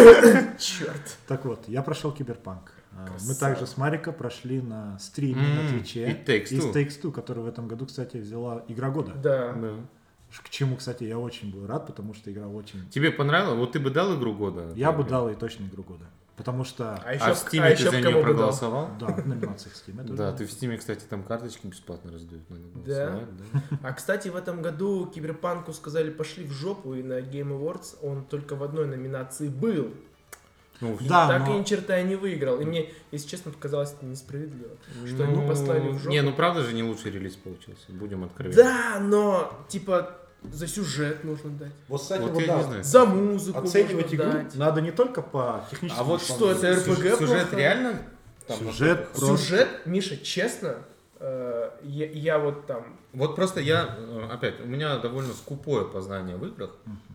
черт. Так вот, я прошел Киберпанк. А, Мы Красава. также с Марика прошли на стриме М, на Твиче. It Takes из Two. Takes Two, который в этом году, кстати, взяла Игра года. Да. Да. К чему, кстати, я очень был рад, потому что игра очень... Тебе понравилось? Вот ты бы дал игру года? Я бы дал ей точно Игру года. Потому что... А еще, А в Стиме а ты еще за б нее кому бы дал? проголосовал? Да, в номинациях Steam. это Да, уже- ты в Стиме, кстати, там карточки бесплатно раздают. Надо Да? голосовать, да. А, кстати, в этом году Киберпанку сказали, пошли в жопу, и на Game Awards он только в одной номинации был. Ну, И Да, так но- и ни черта и не выиграл. И мне, если честно, показалось это несправедливо. Что ну, они послали в жопу. Не, ну правда же не лучший релиз получился, будем откровенны. Да, но, типа, за сюжет нужно дать. Вот, кстати, Вот вот я да, не знаю. За музыку оценивать нужно игру дать. надо не только по техническому... А вот Что, это исполнению. эр пи джи Сюжет просто? реально? Там Сюжет насколько- просто- Сюжет, Миша, честно, э, я, я вот там... Вот просто я, э, опять, у меня довольно скупое познание в играх,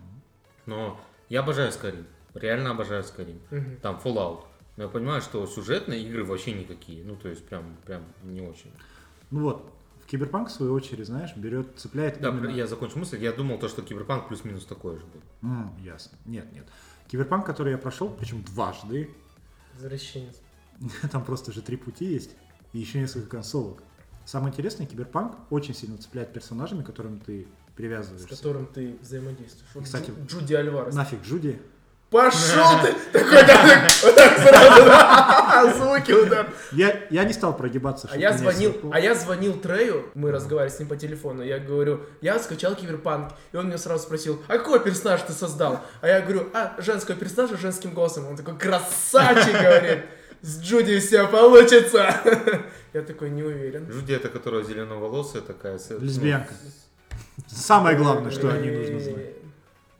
но я обожаю Skyrim, реально обожаю Skyrim. Мгм. Там Fallout. Но я понимаю, что сюжетные игры вообще никакие, ну то есть прям, прям не очень. Ну вот, в Киберпанк, в свою очередь, знаешь, берет, цепляет Да, именно- я закончу мысль, я думал то, что Киберпанк плюс-минус такой же будет. М, ясно. Нет, нет. Киберпанк, который я прошел, причем дважды, Возвращенец. там просто же три пути есть, и еще несколько концовок. Самое интересное, Киберпанк очень сильно цепляет персонажами, к которым ты С привязываешься. которым ты взаимодействуешь. Вот Кстати, Джу- Джуди Альварес. Нафиг, Джуди. Пошел ты! Такой, да, вот так сразу, да, звуки удар. Я, я не стал прогибаться. А чтобы я понять звонил, ссылку. а я звонил Трею, мы разговаривали с ним по телефону, я говорю, я скачал Киберпанк, и он меня сразу спросил, а какой персонаж ты создал? А я говорю, а, женского персонажа женским голосом. Он такой, красавчик, говорит, с Джуди все получится. Я такой, не уверен. Джуди, это которая зеленоволосая такая. с- Лесбиянка. Самое главное, что о ней нужно знать.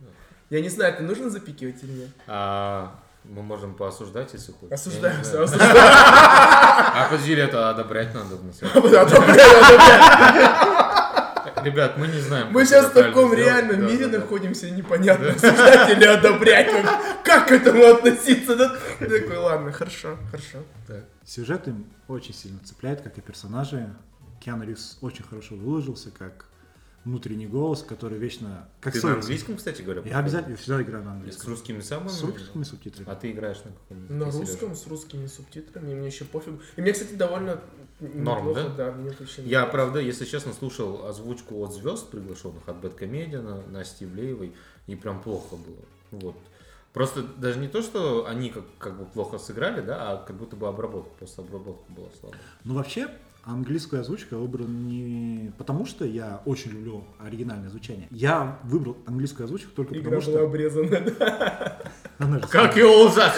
Я не знаю, это нужно запикивать или нет? А, мы можем поосуждать, если хочешь. Осуждаю, Я не все, знаю. осуждаю. А подожди, это одобрять надо на самом деле. Одобряю, одобряю. Ребят, мы не знаем. Мы как сейчас в это правильно таком сделать. реальном Да, мире да, да. находимся, непонятно, осуждать или одобрять. Как- Как к этому относиться? Да? Такой, ладно, хорошо, хорошо. Так. Сюжет им очень сильно цепляет, как и персонажи. Киану Ривз очень хорошо выложился, как внутренний голос, который вечно... Как Ты на совесть. английском, кстати говоря? Я обязательно всегда играю на С английском. русскими самыми? С русскими субтитрами. А ты играешь на каком? На Сережа? русском, с русскими субтитрами, мне еще пофиг. И мне, кстати, довольно Норм, неплохо, да? мне вообще Я, нравится. правда, если честно, слушал озвучку от звезд приглашенных, от Бэткомедиана, Насти Ивлеевой, и прям плохо было. Вот. Просто даже не то, что они как, как бы плохо сыграли, да, а как будто бы обработка, просто обработка была слабая. Ну, вообще, английская озвучка выбрана не потому, что я очень люблю оригинальное звучание. Я выбрал английскую озвучку только Игра потому, была что... обрезана, да. Она же Как его ужас!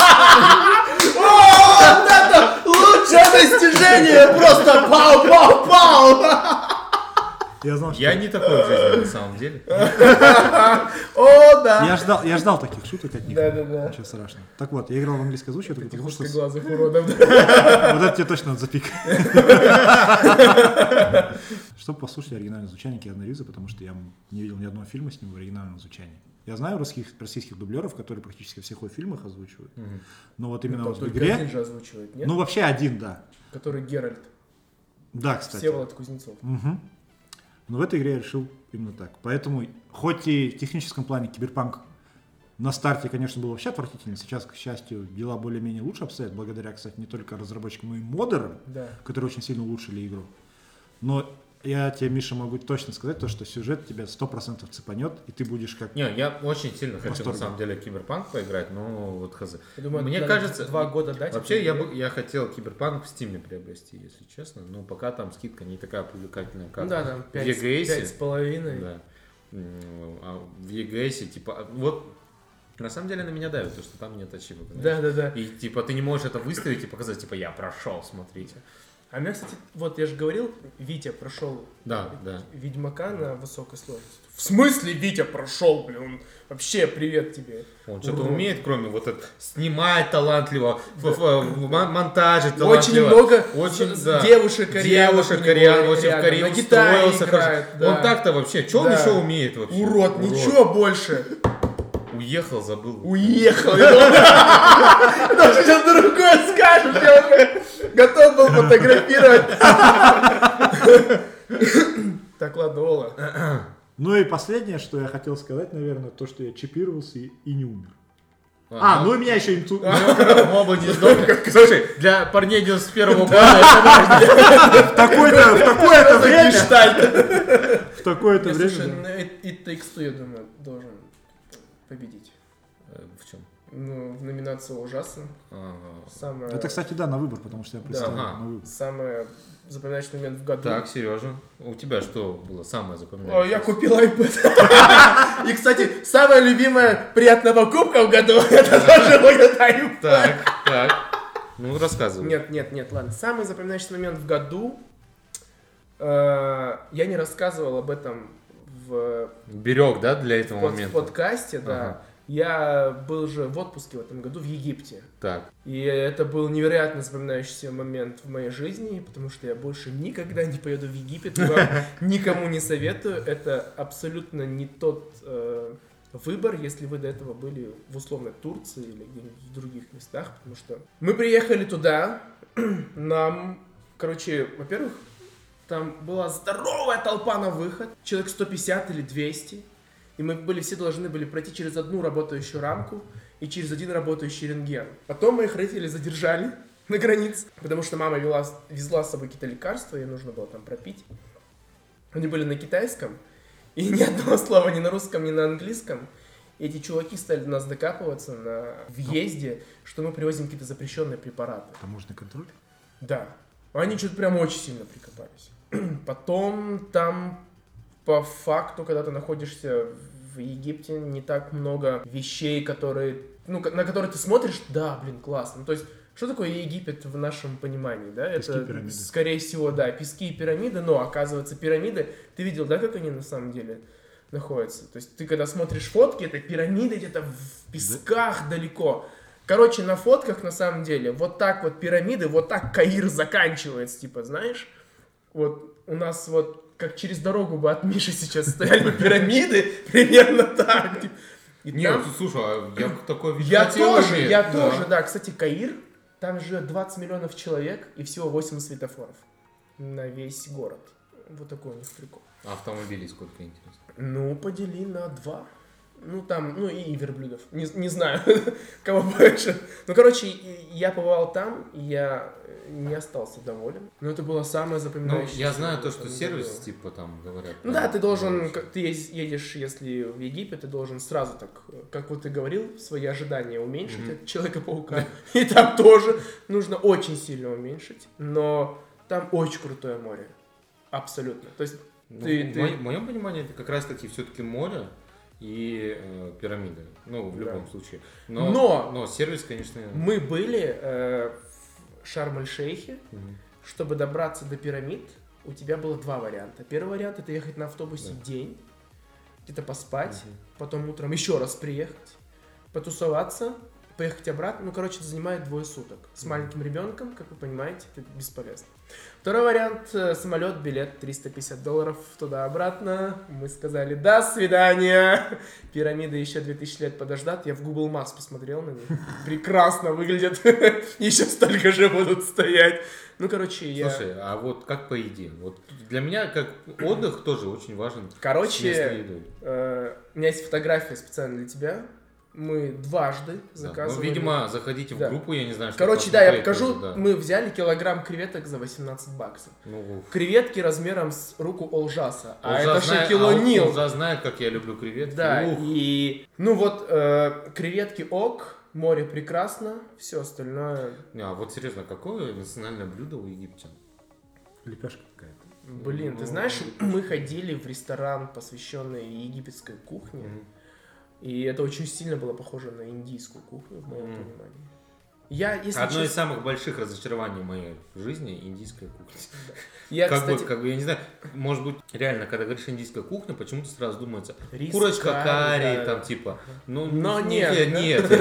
Вот это лучшее достижение! Просто пау-пау-пау! Я знал, что... Я не такой в жизни, на самом деле. О, да! Я ждал, я ждал таких шуток от них. Да-да-да. Ничего страшного. Так вот, я играл в английской озвучке только потому, что... Узкоглазых уродов, да. Вот это тебе точно надо запикать. Чтобы послушать оригинальное звучание Киану Ривза, потому что я не видел ни одного фильма с ним в оригинальном звучании. Я знаю русских, российских дублеров, которые практически всех его фильмах озвучивают. Но вот именно вот в Только игре... один же озвучивает, нет? Ну, вообще один, да. Который Геральт. Да, кстати. Всеволод Кузнецов. Мгм. Но в этой игре я решил именно так. Поэтому, хоть и в техническом плане Киберпанк на старте, конечно, был вообще отвратительный, сейчас, к счастью, дела более-менее лучше обстоят, благодаря, кстати, не только разработчикам, но и модерам, Да. которые очень сильно улучшили игру. Но я тебе, Миша, могу точно сказать, то, что сюжет тебя сто процентов цепанет, и ты будешь как... Не, я очень сильно хочу, Восторге. на самом деле, Киберпанк поиграть, но вот хз. Я думаю, Мне надо кажется, два года дать. вообще этой я, игре. бы, я хотел Киберпанк в Стиме приобрести, если честно, но пока там скидка не такая привлекательная, как Ну да, там в пять, и джи эс. пять с половиной. Да. М, А в и джи эс, типа, вот на самом деле на меня давит, то, что там нет ачивок. знаешь. Да, да, да. И типа ты не можешь это выставить и показать, типа, я прошел, смотрите. А у меня, кстати, вот я же говорил, Витя прошел Да, да. Ведьмака на высокой сложности. В смысле Витя прошел, блин? Он... Вообще, привет тебе. Он что-то Урод. умеет, кроме вот это, снимать талантливо, в, в- в мон- монтаже Очень талантливо. много Очень, с- да. девушек кореянок Девушек у него кореян, очень в рядом. Корее На гитаре устроился. играет, хорошо. да. Он так-то вообще, что он Да. еще умеет вообще? Урод, ничего больше. Уехал, забыл. Уехал. Я думал, потому что сейчас другое скажешь. Я уже готов был фотографировать. Так, ладно, Ола. Ну и последнее, что я хотел сказать, наверное, то, что я чипировался и, и не умер. А, ну и меня еще инту... Мы оба не сдохли. Слушай, для парней девяносто первого года это важно. В такое-то, в такое-то время... Гештальт. В такое-то Не, время... Слушай, да. ну, It It Takes Two, я думаю, должен победить. В чем? Ну, в номинации ужасно. Самое, Это, кстати, да, на выбор, потому что я представил Ага. на выбор. самый запоминающий момент в году. Так, Сережа, у тебя что было самое О, запоминающееся? я купил iPad. И, кстати, самая любимая приятная покупка в году, это тоже будет iPad. Так, так. Ну, рассказывай. Нет, нет, нет, ладно. Самый запоминающийся момент в году, э, я не рассказывал об этом в, Берег, да, для этого под- в момента? подкасте, да. Ага. Я был же в отпуске в этом году в Египте. Так. И это был невероятно запоминающийся момент в моей жизни, потому что я больше никогда не поеду в Египет, и вам никому не советую. Это абсолютно не тот э, выбор, если вы до этого были в условной Турции или где-нибудь в других местах, потому что мы приехали туда, нам, короче, во-первых, там была здоровая толпа на выход, человек сто пятьдесят или двести. И мы были, все должны были пройти через одну работающую рамку и через один работающий рентген. Потом моих родителей задержали на границе, потому что мама вела, везла с собой какие-то лекарства, ей нужно было там пропить. Они были на китайском, и ни одного слова ни на русском, ни на английском. И эти чуваки стали до нас докапываться на въезде, что мы привозим какие-то запрещенные препараты. Таможенный контроль? Да. Они что-то прям очень сильно прикопались. Потом там по факту, когда ты находишься в Египте, не так много вещей, которые, ну, на которые ты смотришь, да, блин, классно. Ну, то есть, что такое Египет в нашем понимании, да? Пески Это, и пирамиды. скорее всего, да, пески и пирамиды, но, оказывается, пирамиды, ты видел, да, как они на самом деле находится. То есть ты когда смотришь фотки, это пирамиды где-то в песках далеко. Короче, на фотках на самом деле вот так вот пирамиды, вот так Каир заканчивается, типа, знаешь? Вот у нас вот как через дорогу бы от Миши сейчас стояли пирамиды, примерно так. И Нет, там... слушай, а я такой видел. Я тоже, иметь. я да. тоже, да. Кстати, Каир, там живет двадцать миллионов человек и всего восемь светофоров на весь город. Вот такой у них прикол. А автомобилей сколько, интересно? Ну, подели на два. Ну, там, ну и верблюдов. Не, не знаю, кого больше. Ну, короче, я побывал там, и я не остался доволен. Но это было самое запоминающееся. Ну, я знаю то, что сервис, было. Типа, там, говорят. Ну, да, ты должен, ты едешь, если в Египет, ты должен сразу так, как вот ты говорил, свои ожидания уменьшить mm-hmm. от Человека-паука. И там тоже нужно очень сильно уменьшить. Но там очень крутое море. Абсолютно. То есть, ну, ты, в, ты... в моем понимании, это как раз-таки все-таки море и э, пирамиды, ну, в любом да. случае. Но, но, но сервис, конечно... Мы были э, в Шарм-эль-Шейхе, угу. чтобы добраться до пирамид, у тебя было два варианта. Первый вариант — это ехать на автобусе да. день, где-то поспать, угу. потом утром еще раз приехать, потусоваться, поехать обратно. Ну, короче, это занимает двое суток. С угу. маленьким ребенком, как вы понимаете, это бесполезно. Второй вариант — самолет, билет, триста пятьдесят долларов туда-обратно. Мы сказали: до свидания. Пирамиды еще две тысячи лет подождат. Я в Google Maps посмотрел на них. Прекрасно выглядят. Еще столько же будут стоять. Ну, короче, я... Слушай, а вот как по еде? Вот для меня как отдых тоже очень важен. Короче, э, у меня есть фотография специально для тебя. Мы дважды заказывали. Да. Ну, видимо, заходите в да. группу, я не знаю, что Короче, да, я покажу. Тоже, да. Мы взяли килограмм креветок за восемнадцать баксов. Ну, креветки размером с руку Олжаса. А Олжа это знает, же кило а Нил. Олжа знает, как я люблю креветки. Да, Ух. и... Ну вот, э, креветки ок, море прекрасно, все остальное... Не, а вот серьезно, какое национальное блюдо у египтян? Лепешка какая-то. Блин, ну, ты знаешь, мы ходили в ресторан, посвященный египетской кухне. Mm-hmm. И это очень сильно было похоже на индийскую кухню, в моем mm. понимании. Я, если Одно честно... из самых больших разочарований в моей жизни — индийская кухня. Да. Я, как кстати... бы, как бы, я не знаю, может быть, реально, когда говоришь индийская кухня, почему-то сразу думается рис, курочка, карри, карри, да. там типа. Ну, но нет. Нет, нет.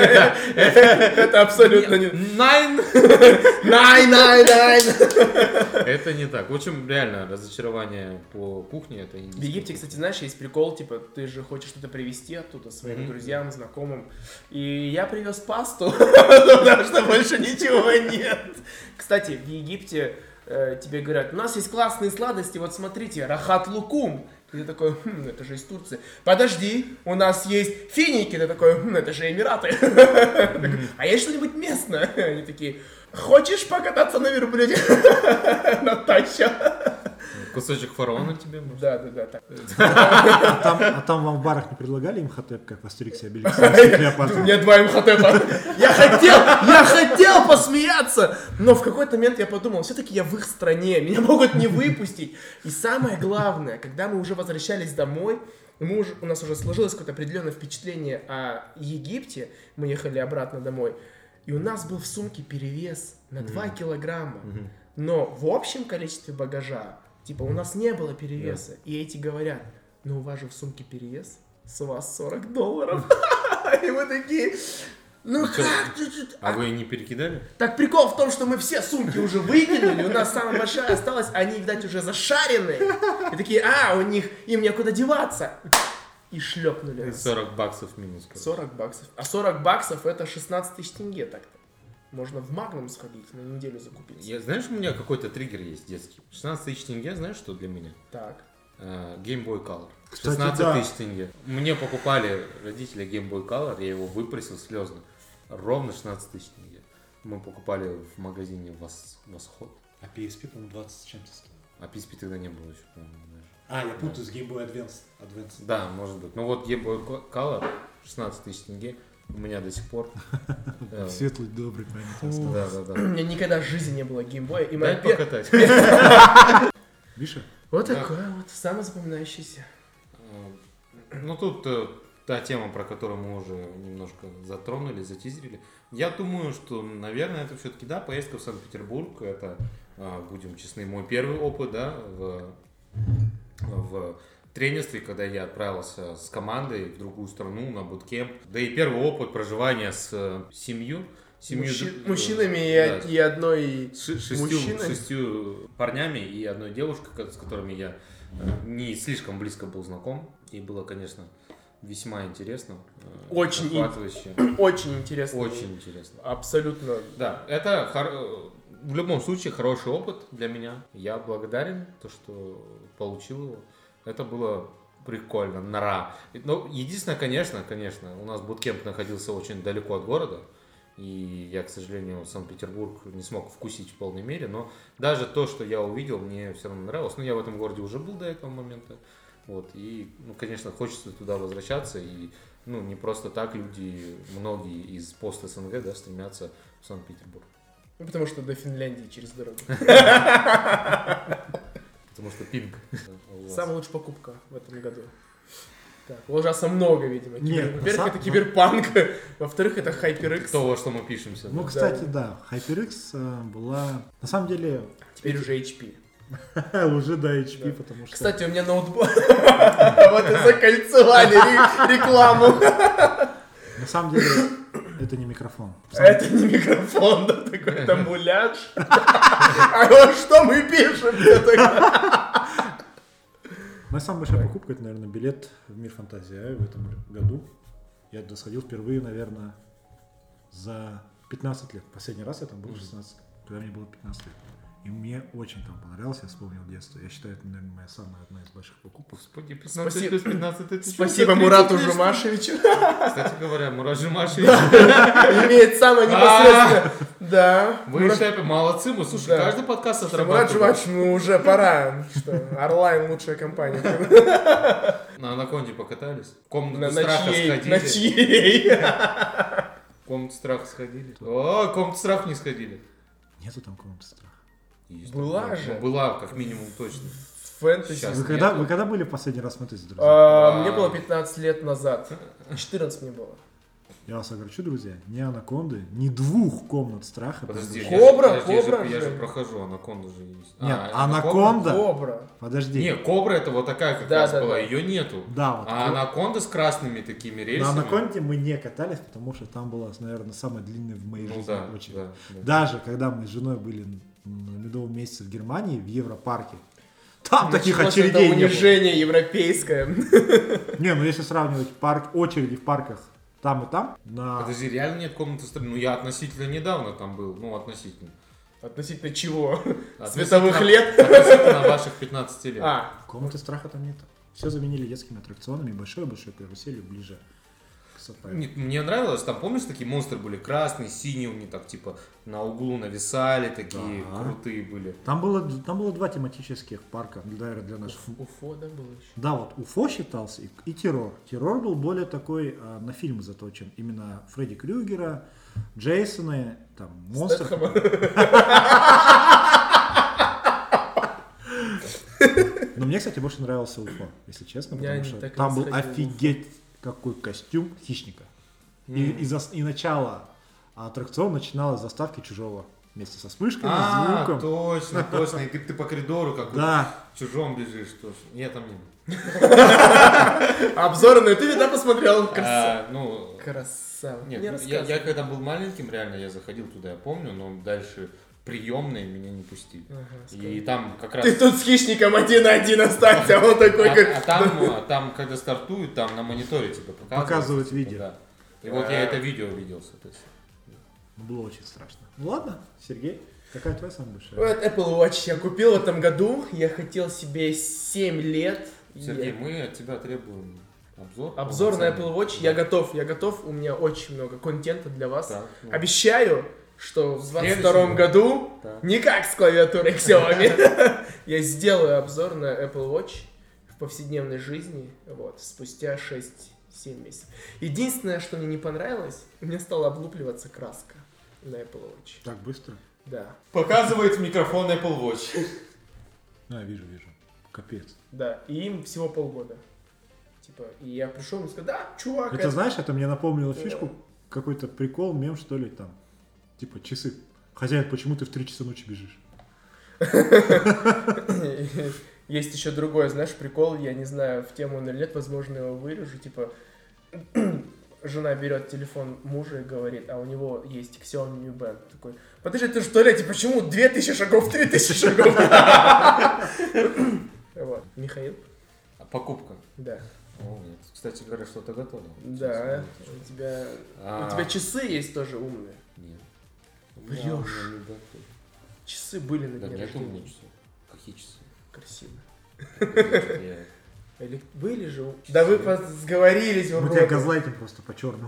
Это абсолютно не... Найн! Найн, найн, найн! Это не так. В общем, реально, разочарование по кухне — это индийская. В Египте, кстати, знаешь, есть прикол, типа, ты же хочешь что-то привезти оттуда своим mm-hmm. друзьям, знакомым. И я привез пасту, потому что больше ничего нет. Кстати, в Египте э, тебе говорят: у нас есть классные сладости, вот смотрите, рахат лукум. И ты такой: хм, это же из Турции. Подожди, у нас есть финики. Ты такой: хм, это же Эмираты. Mm-hmm. А есть что-нибудь местное? Они такие: хочешь покататься на верблюде? Натаща. Кусочек фараона тебе, может? Да, да, да. Так. А, там, а там вам в барах не предлагали имхотеп, как в Астериксе и Обеликсе? У меня два имхотепа. Я хотел, я хотел посмеяться, но в какой-то момент я подумал: все-таки я в их стране, меня могут не выпустить. И самое главное, когда мы уже возвращались домой, мы уже, у нас уже сложилось какое-то определенное впечатление о Египте, мы ехали обратно домой, и у нас был в сумке перевес на два килограмма, но в общем количестве багажа, типа, у нас не было перевеса. Yeah. И эти говорят: ну у вас же в сумке перевес, с вас сорок долларов. И мы такие: ну как? А вы не перекидали? Так прикол в том, что мы все сумки уже выкинули, у нас самая большая осталась, они, видать, уже зашаренные. И такие: а, у них, им некуда деваться. И шлепнули нас. сорок баксов минус. сорок баксов. А сорок баксов это шестнадцать тысяч тенге так-то. Можно в Магнум сходить, на неделю закупиться. Я, знаешь, у меня какой-то триггер есть детский. шестнадцать тысяч тенге, знаешь, что для меня? Так. Uh, Game Boy Color. Кстати, шестнадцать да. тысяч тенге. Мне покупали родители Game Boy Color, я его выпросил слезно. Ровно шестнадцать тысяч тенге. Мы покупали в магазине Вос... Восход. А пи эс пи, по-моему, двадцать с чем-то стоил. А пи эс пи тогда не было еще, по-моему, даже. А, я путаю да. с Game Boy Advance. Advance. Да, может быть. Ну вот Game Boy Color, шестнадцать тысяч тенге. У меня до сих пор. Светлый, добрый память. Да, да, да. У меня никогда в жизни не было геймбоя. И дай моя покатать. Миша? Вот такое вот, самое запоминающееся. Ну тут э, та тема, про которую мы уже немножко затронули, затизерили. Я думаю, что, наверное, это все-таки, да, поездка в Санкт-Петербург. Это, э, будем честны, мой первый опыт, да, в, в тренерстве, когда я отправился с командой в другую страну на буткемп, да и первый опыт проживания с семью, семью Мужчи- д- мужчинами да, и, и одной с шестью, мужчиной. шестью парнями и одной девушкой, с которыми я не слишком близко был знаком, и было, конечно, весьма интересно, Очень захватывающе. Очень интересно. Очень интересно. Абсолютно. Да, это хор- в любом случае хороший опыт для меня. Я благодарен, то, что получил его. Это было прикольно, нора. Но единственное, конечно, конечно, у нас буткемп находился очень далеко от города. И я, к сожалению, Санкт-Петербург не смог вкусить в полной мере. Но даже то, что я увидел, мне все равно нравилось. Но я в этом городе уже был до этого момента. Вот, и, ну, конечно, хочется туда возвращаться, и, ну, не просто так люди, многие из пост-СНГ, да, стремятся в Санкт-Петербург. Ну, потому что до Финляндии через дорогу. Потому что пинг. Самая лучшая покупка в этом году. Так, ужасно много, видимо. Кибер- Нет, Во-первых, на это сам- киберпанк, во-вторых, это HyperX. То, во что мы пишемся. Ну, да. кстати, да, HyperX э, была... На самом деле, Теперь уже эйч пи. уже до эйч пи, Да. потому что... Кстати, у меня ноутбук. Вот и закольцевали ре- рекламу. На самом деле, это не микрофон. Это не микрофон, да, такой, это муляж. А вот что мы пишем? Моя самая большая покупка, это, наверное, билет в мир фантазии Ай в этом году. Я туда сходил впервые, наверное, за пятнадцать лет. Последний раз я там был шестнадцать, когда мне было пятнадцать лет. И мне очень там понравилось, я вспомнил детство. Я считаю, это, наверное, моя самая одна из больших покупок. Господи, пятнадцать Спасибо. плюс пятнадцать, это Спасибо что, Мурату тридцать лет, Жумашевичу. что ли? Кстати говоря, Мурат Жумашевич, Имеет самое непосредственное. Да. вы Мурат- шляпе молодцы, мы, слушай, Да. каждый подкаст Мурат отрабатываем. Жумашевич, ну уже пора. Что, Орлайн лучшая компания. На Анаконде покатались, в комнату На на страха чьей? сходили. На чьей? В комнату страха сходили. О, в комнату страха не сходили. Нету там комнаты страха. Есть Была такое. же. Ну, была, как минимум, точно. Фэнтези. Сейчас. Вы когда, вы когда были в последний раз в фэнтези, друзья? А, Мне было пятнадцать лет назад. четырнадцать мне было. Я вас огорчу, друзья, ни анаконды, ни двух комнат страха. Подожди, потому я что- же- Кобра, подожди, я же- кобра я же же. прохожу, анаконда же есть. Нет, А, анаконда. Кобра. Подожди. Не, кобра это вот такая как Да, раз да, была, да. ее нету. Да, вот. А ко- анаконда с красными такими На рельсами. анаконде мы не катались, потому что там была, наверное, самая длинная в моей Ну жизни да, очередь. да, да. Даже когда мы с женой были на медовом месяце в Германии, в Европарке, там таких Началось очередей это не было. унижение европейское. Не, ну если сравнивать парк, очереди в парках там и там, на... Подожди, реально нет комнаты страны? Ну я относительно недавно там был, ну относительно. Относительно чего? Относительно- Световых лет? Относительно ваших пятнадцати лет. А, Комнаты страха там нет. Все заменили детскими аттракционами, и большое-большое каруселью ближе к сафари. Мне, мне нравилось, там, помнишь, такие монстры были красные, синие, у них так, типа, на углу нависали, такие Да. крутые были. Там было, там было два тематических парка для, для наших. Уфо, да, было еще? Да, вот Уфо считался и, и Террор. Террор был более такой а, на фильмы заточен. Именно Фредди Крюгера, Джейсона, там, монстров. Стэтхэма. Но мне, кстати, больше нравился Уфо, если честно, Я потому не что так и там не был сходил в Уфу. офигеть какой костюм хищника. И, и, зас- и начало аттракциона начиналось с заставки Чужого. Вместе со вспышками, А, звуком. точно, точно. И ты, ты по коридору как Да. в чужом бежишь, точно. Нет, там не было. Обзоры на ютубе, да, посмотрел? Красава. А, ну, Красава. нет, Не я, рассказывай. я когда был маленьким, реально, я заходил туда, я помню, но дальше приемные меня не пустили. Ага, И там как раз... Ты тут с хищником один на один остался, а он такой, А, как... а там, а, там, когда стартуют, там на мониторе тебе показывают. Показывают видео. Да. И вот я это видео видел, соответственно. Ну, было очень страшно. Ну ладно, Сергей, какая твоя самая большая? Вот Apple Watch я купил в этом году. Я хотел себе семь лет. Сергей, Я- мы от тебя требуем обзор. Обзор на полноценный. Apple Watch. Я готов, я готов. У меня очень много контента для вас. Так, ну. Обещаю, что в двадцать Следующий втором год. году, Так. не как с клавиатурой Xiaomi, я сделаю обзор на Apple Watch в повседневной жизни, вот, спустя шесть-семь месяцев. Единственное, что мне не понравилось, у меня стала облупливаться краска на Apple Watch. Так быстро? Да, Показывает в микрофон Apple Watch. А, вижу, вижу. Капец. да, и им всего полгода. Типа, и я пришел и сказал, да, чувак, Это знаешь, это мне напомнило фишку, какой-то прикол, мем, что ли, там. Типа часы. Хозяин, почему ты в три часа ночи бежишь? Есть еще другой, знаешь, прикол, я не знаю, в тему он или нет, возможно, его вырежу, типа, жена берет телефон мужа и говорит, а у него есть Xiaomi Mi Band. Такой, подожди, ты же в туалете, почему две тысячи шагов, три тысячи шагов? Вот. Михаил? Покупка. Да. О, нет. Кстати говоря, что-то готово. Да, у тебя, А. у тебя часы есть тоже умные. Нет. Врешь. Да, у меня не готово. Часы были на Да дне нет у меня рождения. часов. Какие часы? Красиво. Я- Или были же? у- Да вы по- сговорились, Мы уроды. тебя газлайтим просто по-черному.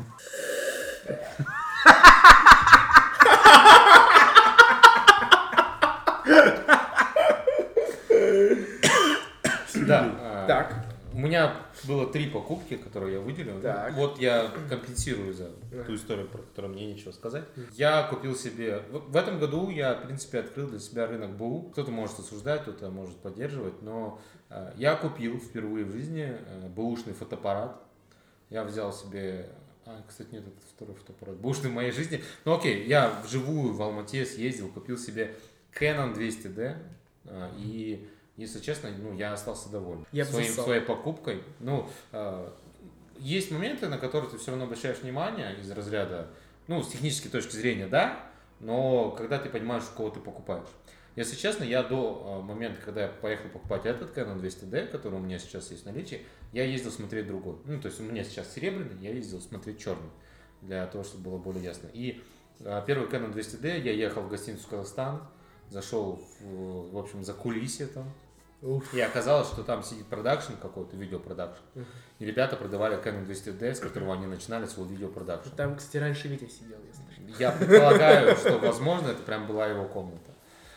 Да. а, Так. У меня было три покупки, которые я выделил. Так. Вот я компенсирую за ту историю, про которую мне нечего сказать. Я купил себе... В в этом году я, в принципе, открыл для себя рынок БУ. Кто-то может осуждать, кто-то может поддерживать, но э, я купил впервые в жизни э, бэушный фотоаппарат. Я взял себе... А, кстати, нет, это второй фотоаппарат. Бэушный в моей жизни. Ну окей, я вживую в Алмате съездил, купил себе Canon двести ди. э, и... Если честно, ну, я остался доволен Я бы своим, засал. своей покупкой. Ну, э, есть моменты, на которые ты все равно обращаешь внимание из разряда, ну, с технической точки зрения, да, но когда ты понимаешь, кого ты покупаешь. Если честно, я до э, момента, когда я поехал покупать этот Canon двести ди, который у меня сейчас есть в наличии, я ездил смотреть другой. Ну, то есть у меня сейчас серебряный, я ездил смотреть черный, для того, чтобы было более ясно. И э, первый Canon двести ди, я ехал в гостиницу «Казахстан», зашел, в, в общем, за кулисье там. Уф. И оказалось, что там сидит продакшн какой-то, видеопродакшн. Угу. И ребята продавали Canon двести ди, с которого они начинали свой видеопродакшн. Там, кстати, раньше Витя сидел, если что. Я предполагаю, что, возможно, это прям была его комната.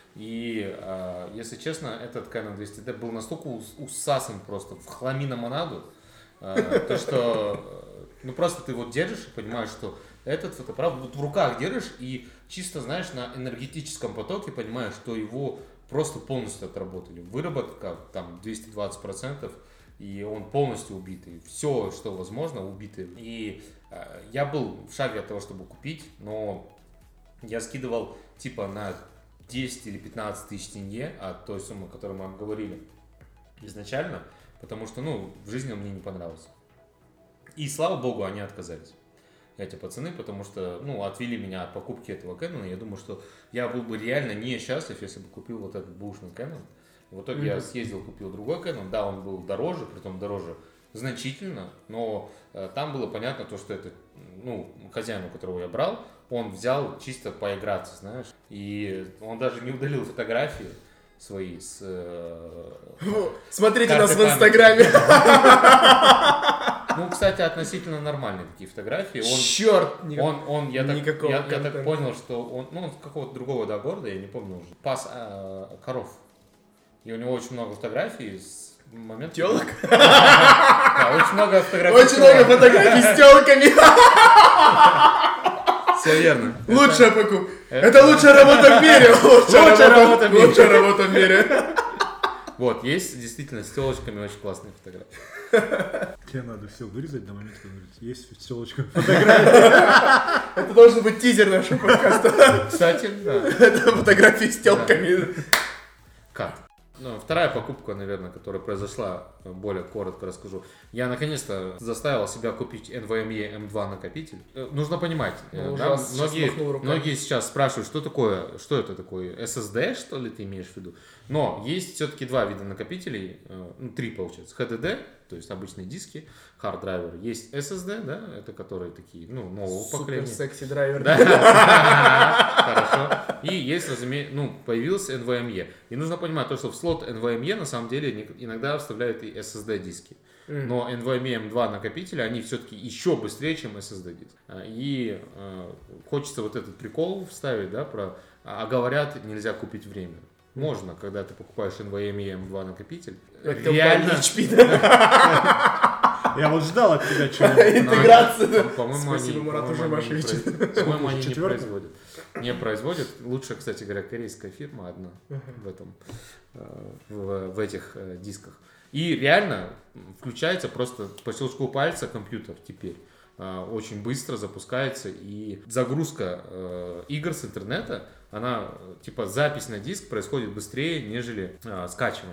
И, э, если честно, этот Canon двести ди был настолько ус- усасан просто в хламиномонаду, э, то что, э, ну просто ты вот держишь и понимаешь, что этот фотоаппарат вот в руках держишь и чисто, знаешь, на энергетическом потоке понимаешь, что его просто полностью отработали. Выработка там двести двадцать процентов, и он полностью убитый. Все, что возможно, убитый. И э, я был в шаге от того, чтобы купить, но я скидывал типа на десять или пятнадцать тысяч тенге от той суммы, о которой мы вам говорили изначально, потому что, ну, в жизни он мне не понравился. И слава богу, они отказались, эти пацаны, потому что, ну, отвели меня от покупки этого Canon. Я думаю, что я был бы реально несчастлив, если бы купил вот этот бэушный Canon. В итоге mm-hmm. я съездил, купил другой Canon. Да, он был дороже, притом дороже значительно, но э, там было понятно то, что это, ну, хозяин, у которого я брал, он взял чисто поиграться, знаешь. И он даже не удалил фотографии свои с... Э, Смотрите карты нас в памяти. Инстаграме. Ну, кстати, относительно нормальные такие фотографии. Он, Черт! Он, он, я, так, Никакого я, я так контента. понял, что он, ну, он с какого-то другого, да, города, я не помню уже, пас э, коров. И у него очень много фотографий с момента... Телок? Да, очень много фотографий. Очень много фотографий с телками. Все верно. Лучшая покупка. это- Это лучшая работа в мире. Лучшая работа в мире. Лучшая работа в мире. Вот, есть действительно с телочками очень классные фотографии. Тебе надо все вырезать до момента, когда говорит, есть с телочкой. Это должен быть тизер нашего подкаста. Кстати, да. Это фотографии с телками. Кат. Ну, вторая покупка, наверное, которая произошла, более коротко расскажу. Я наконец-то заставил себя купить эн ви эм и эм два накопитель. Э, Нужно понимать, э, Ну, да, ужас, сейчас многие, махнул руками. многие сейчас спрашивают, что такое, что это такое, эс эс ди, что ли, ты имеешь в виду? Но есть все-таки два вида накопителей, э, ну, три получается, эйч ди ди, то есть обычные диски, hard driver, есть эс эс ди, да, это которые такие, ну, нового Супер поколения. секси драйвер. Да, хорошо. И есть, разумеется, ну, появился эн ви эм и. И нужно понимать то, что в слот эн ви эм и на самом деле не- иногда вставляют и эс эс ди диски. Но эн ви эм и эм два накопители, они все-таки еще быстрее, чем эс эс ди диск. И э, хочется вот этот прикол вставить, да, про, а говорят, нельзя купить время. Можно, когда ты покупаешь эн ви эм и эм два накопитель. Это Реально. эйч пи, да? Я вот ждал от тебя чего-нибудь. Интеграция. Ну, По-моему, Спасибо, они, Мурат по-моему, они не Ужимашевич. произ- по-моему, они не Четвертый? производят. Не производят. Лучше, кстати говоря, корейская фирма одна в этом, э, в, в этих э, дисках. И реально включается просто по щелчку пальца компьютер теперь. Э, Очень быстро запускается, и загрузка э, игр с интернета, она, э, типа, запись на диск происходит быстрее, нежели э, скачивание.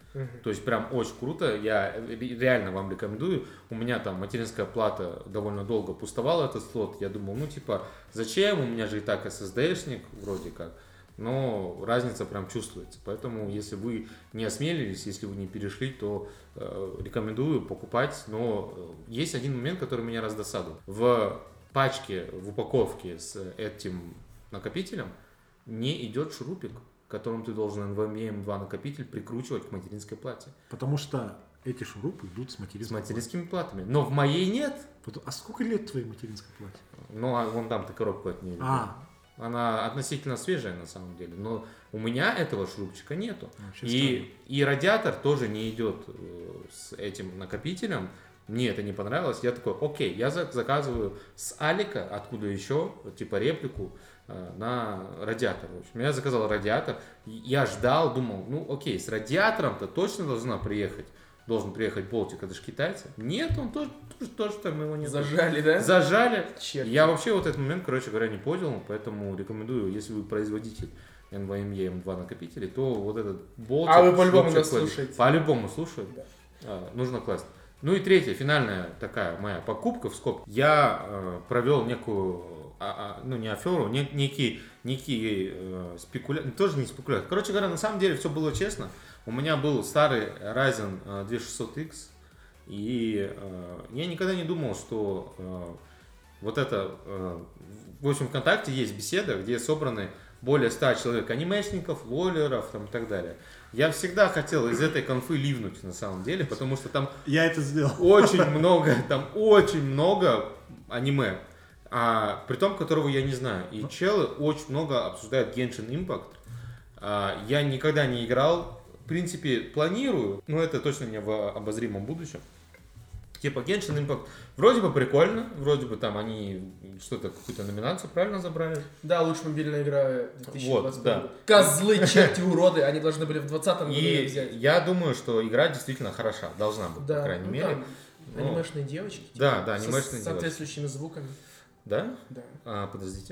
Мгм. То есть прям очень круто, я ре- реально вам рекомендую. У меня там материнская плата довольно долго пустовала этот слот. Я думал, ну типа, зачем? У меня же и так эс эс ди-шник вроде как. Но разница прям чувствуется. Поэтому, если вы не осмелились, если вы не перешли, то э, рекомендую покупать. Но э, есть один момент, который меня раздосадовал. В пачке, в упаковке с этим накопителем не идет шурупик, которым ты должен эн ви эм и эм два накопитель прикручивать к материнской плате. Потому что эти шурупы идут с С материнской материнскими платами. Но в моей нет. платы. А сколько лет твоей материнской плате? Ну, а вон там ты коробку от нее. А, Она относительно свежая на самом деле, но у меня этого шурупчика нету. вообще И, и радиатор тоже не идет э, с этим накопителем. Мне это не понравилось. Я такой, окей, я за- заказываю с Алика, откуда еще, типа реплику э, на радиатор. В общем, я заказал радиатор. И Я ждал, думал, ну окей, с радиатором-то точно должна приехать. Должен приехать болтик, это же китайцы. Нет, он тоже, тоже, тоже там его не Зажали, да? Зажали. Черт. Я вообще вот этот момент, короче говоря, не понял, поэтому рекомендую, если вы производитель эн ви эм и эм два накопителей, то вот этот болтик... А вы по-любому шурупчик нас кладите. слушаете. По-любому слушают. Да. А, нужно класть. Ну и третья, финальная такая моя покупка в скобке. Я э, провел некую, а, а, ну не аферу, не, некий, некий э, спекуляцию, тоже не спекуляцию. Короче говоря, на самом деле все было честно. У меня был старый Ryzen э, две тысячи шестьсот икс, и э, я никогда не думал, что э, вот это, э, в общем, ВКонтакте есть беседа, где собраны более ста человек, анимешников, лолеров там, и так далее. Я всегда хотел из этой конфы ливнуть на самом деле, потому что там я это сделал. очень много, там очень много аниме, а, при том, которого я не знаю. И челы очень много обсуждают Genshin Impact. А, я никогда не играл. В принципе, планирую, но это точно не в обозримом будущем. Типа Genshin Impact вроде бы прикольно, вроде бы там они что-то, какую-то номинацию правильно забрали. Да, лучшая мобильная игра две тысячи двадцатого Вот, да. года. Козлы, черти, уроды, они должны были в двадцатом году её И взять. я думаю, что игра действительно хороша, должна быть, Да, по крайней ну мере. там Ну, анимешные девочки. типа, Да, да, со анимешные девочки. соответствующими звуками. Да? Да. А, подождите.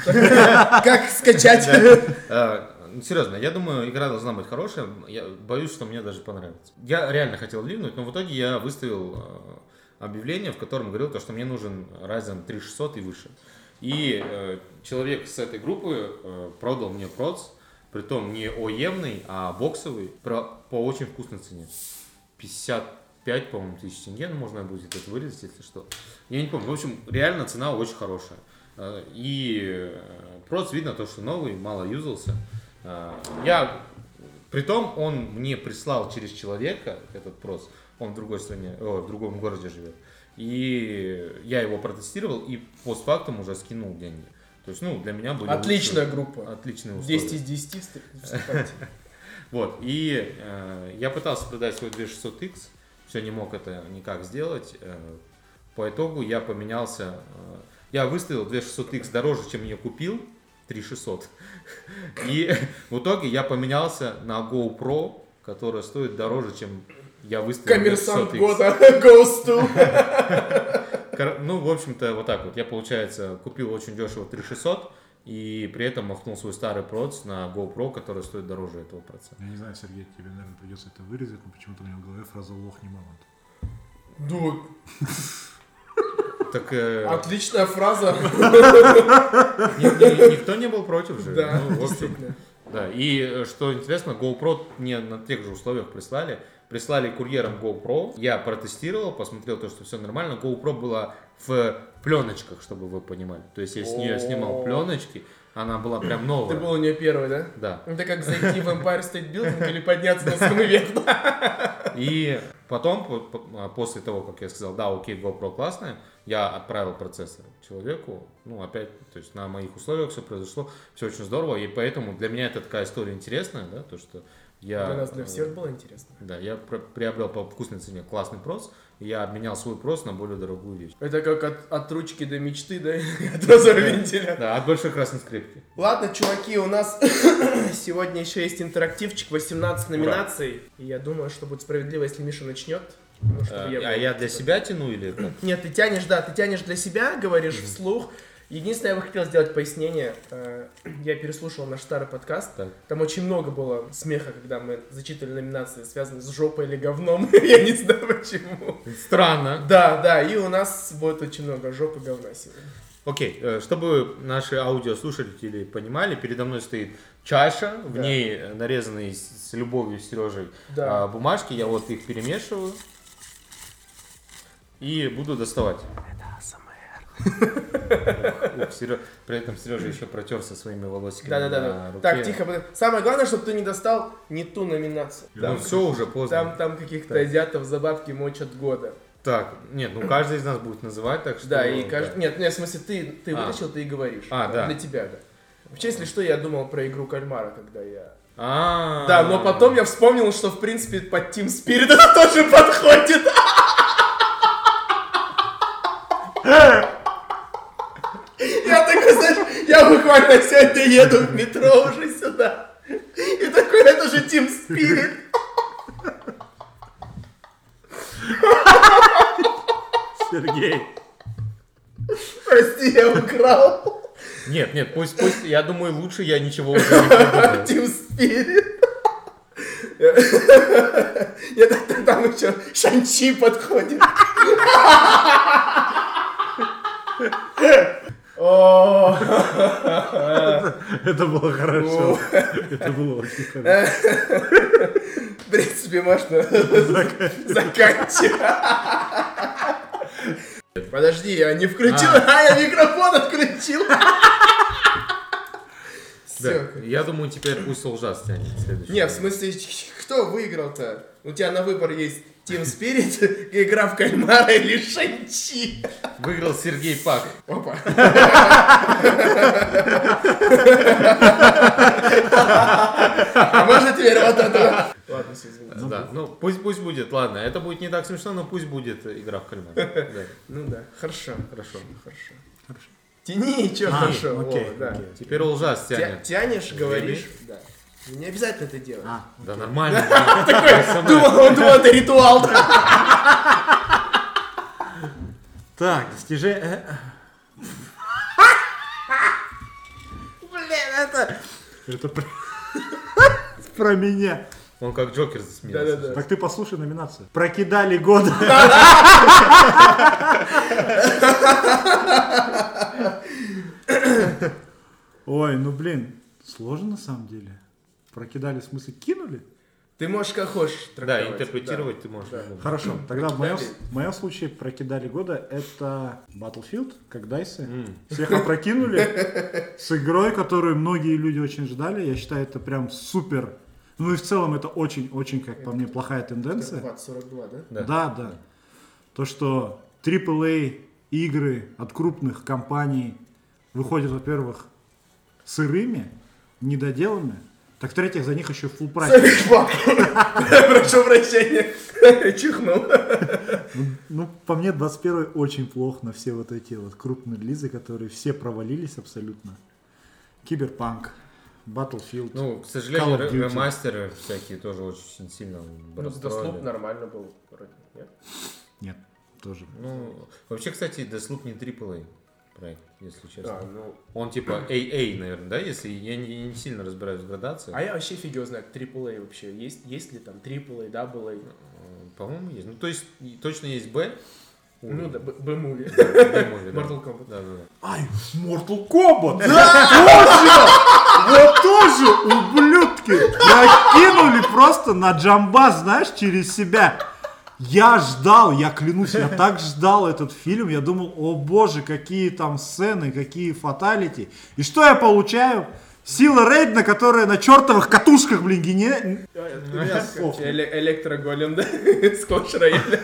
Как скачать? А, серьезно, я думаю, игра должна быть хорошая. Я боюсь, что мне даже понравится. Я реально хотел ливнуть, но в итоге я выставил э, объявление, в котором говорил, то, что мне нужен Ryzen три шестьсот и выше. И э, человек с этой группы э, продал мне проц, притом не ОЕМный, а боксовый, про- по очень вкусной цене. пятьдесят пять, по-моему, тысяч тенге, ну, можно будет это вырезать, если что. Я не помню. В общем, реально цена очень хорошая. Э, И э, проц видно то, что новый, мало юзался. Э, Я, притом он мне прислал через человека этот проц, он в другой стране, о, в другом городе живет. И я его протестировал и постфактум уже скинул деньги. То есть, ну, для меня были Отличная лучшие- группа. отличные условия. десять из десяти вступайте. Вот, и э, я пытался продать свой две тысячи шестьсот икс, все не мог это никак сделать. Э, по итогу я поменялся, э, я выставил две тысячи шестьсот икс дороже, чем я купил, три тысячи шестьсот. И в итоге я поменялся на GoPro, которая стоит дороже, чем я выставил две тысячи шестьсот Коммерсант икс. года goes to. Кор- Ну, в общем-то, вот так вот. Я, получается, купил очень дешево три тысячи шестьсот и при этом махнул свой старый проц на GoPro, который стоит дороже этого процента. Я не знаю, Сергей, тебе, наверное, придется это вырезать, но почему-то у меня в голове фраза «лох не мамонт». Да, Так э, отличная фраза. ни- ни- никто не был против же. Да, Ну, в общем, действительно. да. И э, что интересно, GoPro мне на тех же условиях прислали. Прислали курьером GoPro. Я протестировал, посмотрел то, что все нормально. GoPro была в пленочках, чтобы вы понимали. То есть я с нее снимал О. пленочки, она была прям Ты новая. был у нее первый, да? Да. Это как зайти в Empire State Building или подняться на самый верх. И потом, по- по- после того, как я сказал, да, окей, GoPro классная, я отправил процессор человеку. Ну, опять, то есть на моих условиях все произошло, все очень здорово. И поэтому для меня это такая история интересная, да, то, что я... Для нас, для э, всех было интересно. Да, я про- приобрел по вкусной цене классный прос, и я обменял свой прос на более дорогую вещь. Это как от, от ручки до мечты, да? От раза вентиля. Да, от большой красной скрипки. Ладно, чуваки, у нас сегодня еще есть интерактивчик, восемнадцать номинаций. И я думаю, что будет справедливо, если Миша начнет. Ну, чтобы Э, я А был, я для типа- себя тяну или как? Нет, ты тянешь, да, ты тянешь для себя, говоришь вслух. Единственное, я бы хотел сделать пояснение. Я переслушал наш старый подкаст. Так. Там очень много было смеха, когда мы зачитывали номинации, связанные с жопой или говном. Я не знаю почему. Странно. Да, да, и у нас будет очень много жоп и говна сегодня. Окей, okay. Чтобы наши аудиослушатели понимали, передо мной стоит чаша, в да. ней нарезанные с любовью с Сережей да. бумажки. Я вот их перемешиваю и буду доставать. При этом Сережа еще протерся своими волосиками. Да-да-да. Так, тихо. Самое главное, чтобы ты не достал не ту номинацию. Ну все уже поздно. Там, там каких-то азиатов за бабки мочат года. Так, нет, ну каждый из нас будет называть, так что... Да, и каждый... Нет, нет, в смысле, ты, ты а. вытащил, ты и говоришь. А, да. Для тебя, да. Вообще, если что, я думал про игру кальмара, когда я... А. Да, но потом я вспомнил, что, в принципе, под Team Spirit это тоже подходит. Я такой, знаешь, я буквально сегодня еду в метро уже сюда. И такой, это же Team Spirit. Сергей. Прости, я украл. Нет, нет, пусть, пусть, я думаю, лучше я ничего уже не придумал. Team Spirit. Нет, там еще Шанчи подходит. О, это было хорошо. Это было очень хорошо. В принципе, можно заканчивать. Подожди, я не включил, а я микрофон отключил. Да, я думаю, теперь пусть Лжас тянет следующий. Не, в смысле, кто выиграл-то? У тебя на выбор есть Team Spirit, игра в кальмара или Шанчи. Выиграл Сергей Пак. Опа. А можно теперь вот это? Ладно, все, извините. Да, ну пусть, пусть будет, ладно. Это будет не так смешно, но пусть будет игра в кальмара. Да. Ну да, хорошо. Хорошо. Хорошо. Хорошо. Тяни, что хорошо. Окей, О, да. окей. Теперь Лжас тянет. Тянешь, говоришь. Да. Не обязательно это делать. А, да нормально. Думал, он думал, это ритуал. Так, достижение... Блин, это... Это про... про меня. Он как Джокер засмеялся. Да-да-да. Так ты послушай номинацию. Прокидали года. Ой, ну блин, сложно на самом деле. Прокидали, в смысле, кинули? Ты можешь как хочешь трактовать. Да, интерпретировать да. ты можешь. Да. Хорошо, тогда в моем, в моем случае прокидали года это Battlefield, как дайсы. Mm. Всех опрокинули с игрой, которую многие люди очень ждали. Я считаю, это прям супер. Ну и в целом это очень-очень, как это, по мне, плохая тенденция. двадцать сорок два, да? Да, да. да. То, что трипл эй игры от крупных компаний выходят, во-первых, сырыми, недоделанными. Так, в-третьих, за них еще фулл прайс. Прошу прощения. Чихнул. Ну, по мне, двадцать первый очень плохо на все вот эти вот крупные релизы, которые все провалились абсолютно. Киберпанк, Battlefield. Ну, к сожалению, ремастеры всякие тоже очень сильно расстроили. Deathloop нормально был, вроде, нет? Нет, тоже. Ну, вообще, кстати, Deathloop не трипл эй проект, если честно. А, ну... Он типа эй эй, наверное, да, если я не, я не сильно разбираюсь в градации. А я вообще фиг его знает, трипл эй вообще. Есть, есть ли там трипл эй, дабл эй? По-моему, есть. Ну, то есть, точно есть B. Ну да, B-movie. Mortal Kombat. Да, да, да. Ай, Mortal Kombat! Да, тоже! Вот тоже, ублюдки! Прокинули просто на джамбас, знаешь, через себя. Я ждал, я клянусь, я так ждал этот фильм, я думал, о боже, какие там сцены, какие фаталити. И что я получаю? Сила Рейдна, которая на чертовых катушках, блин, гене... Электроголем, да? Скотч рояль.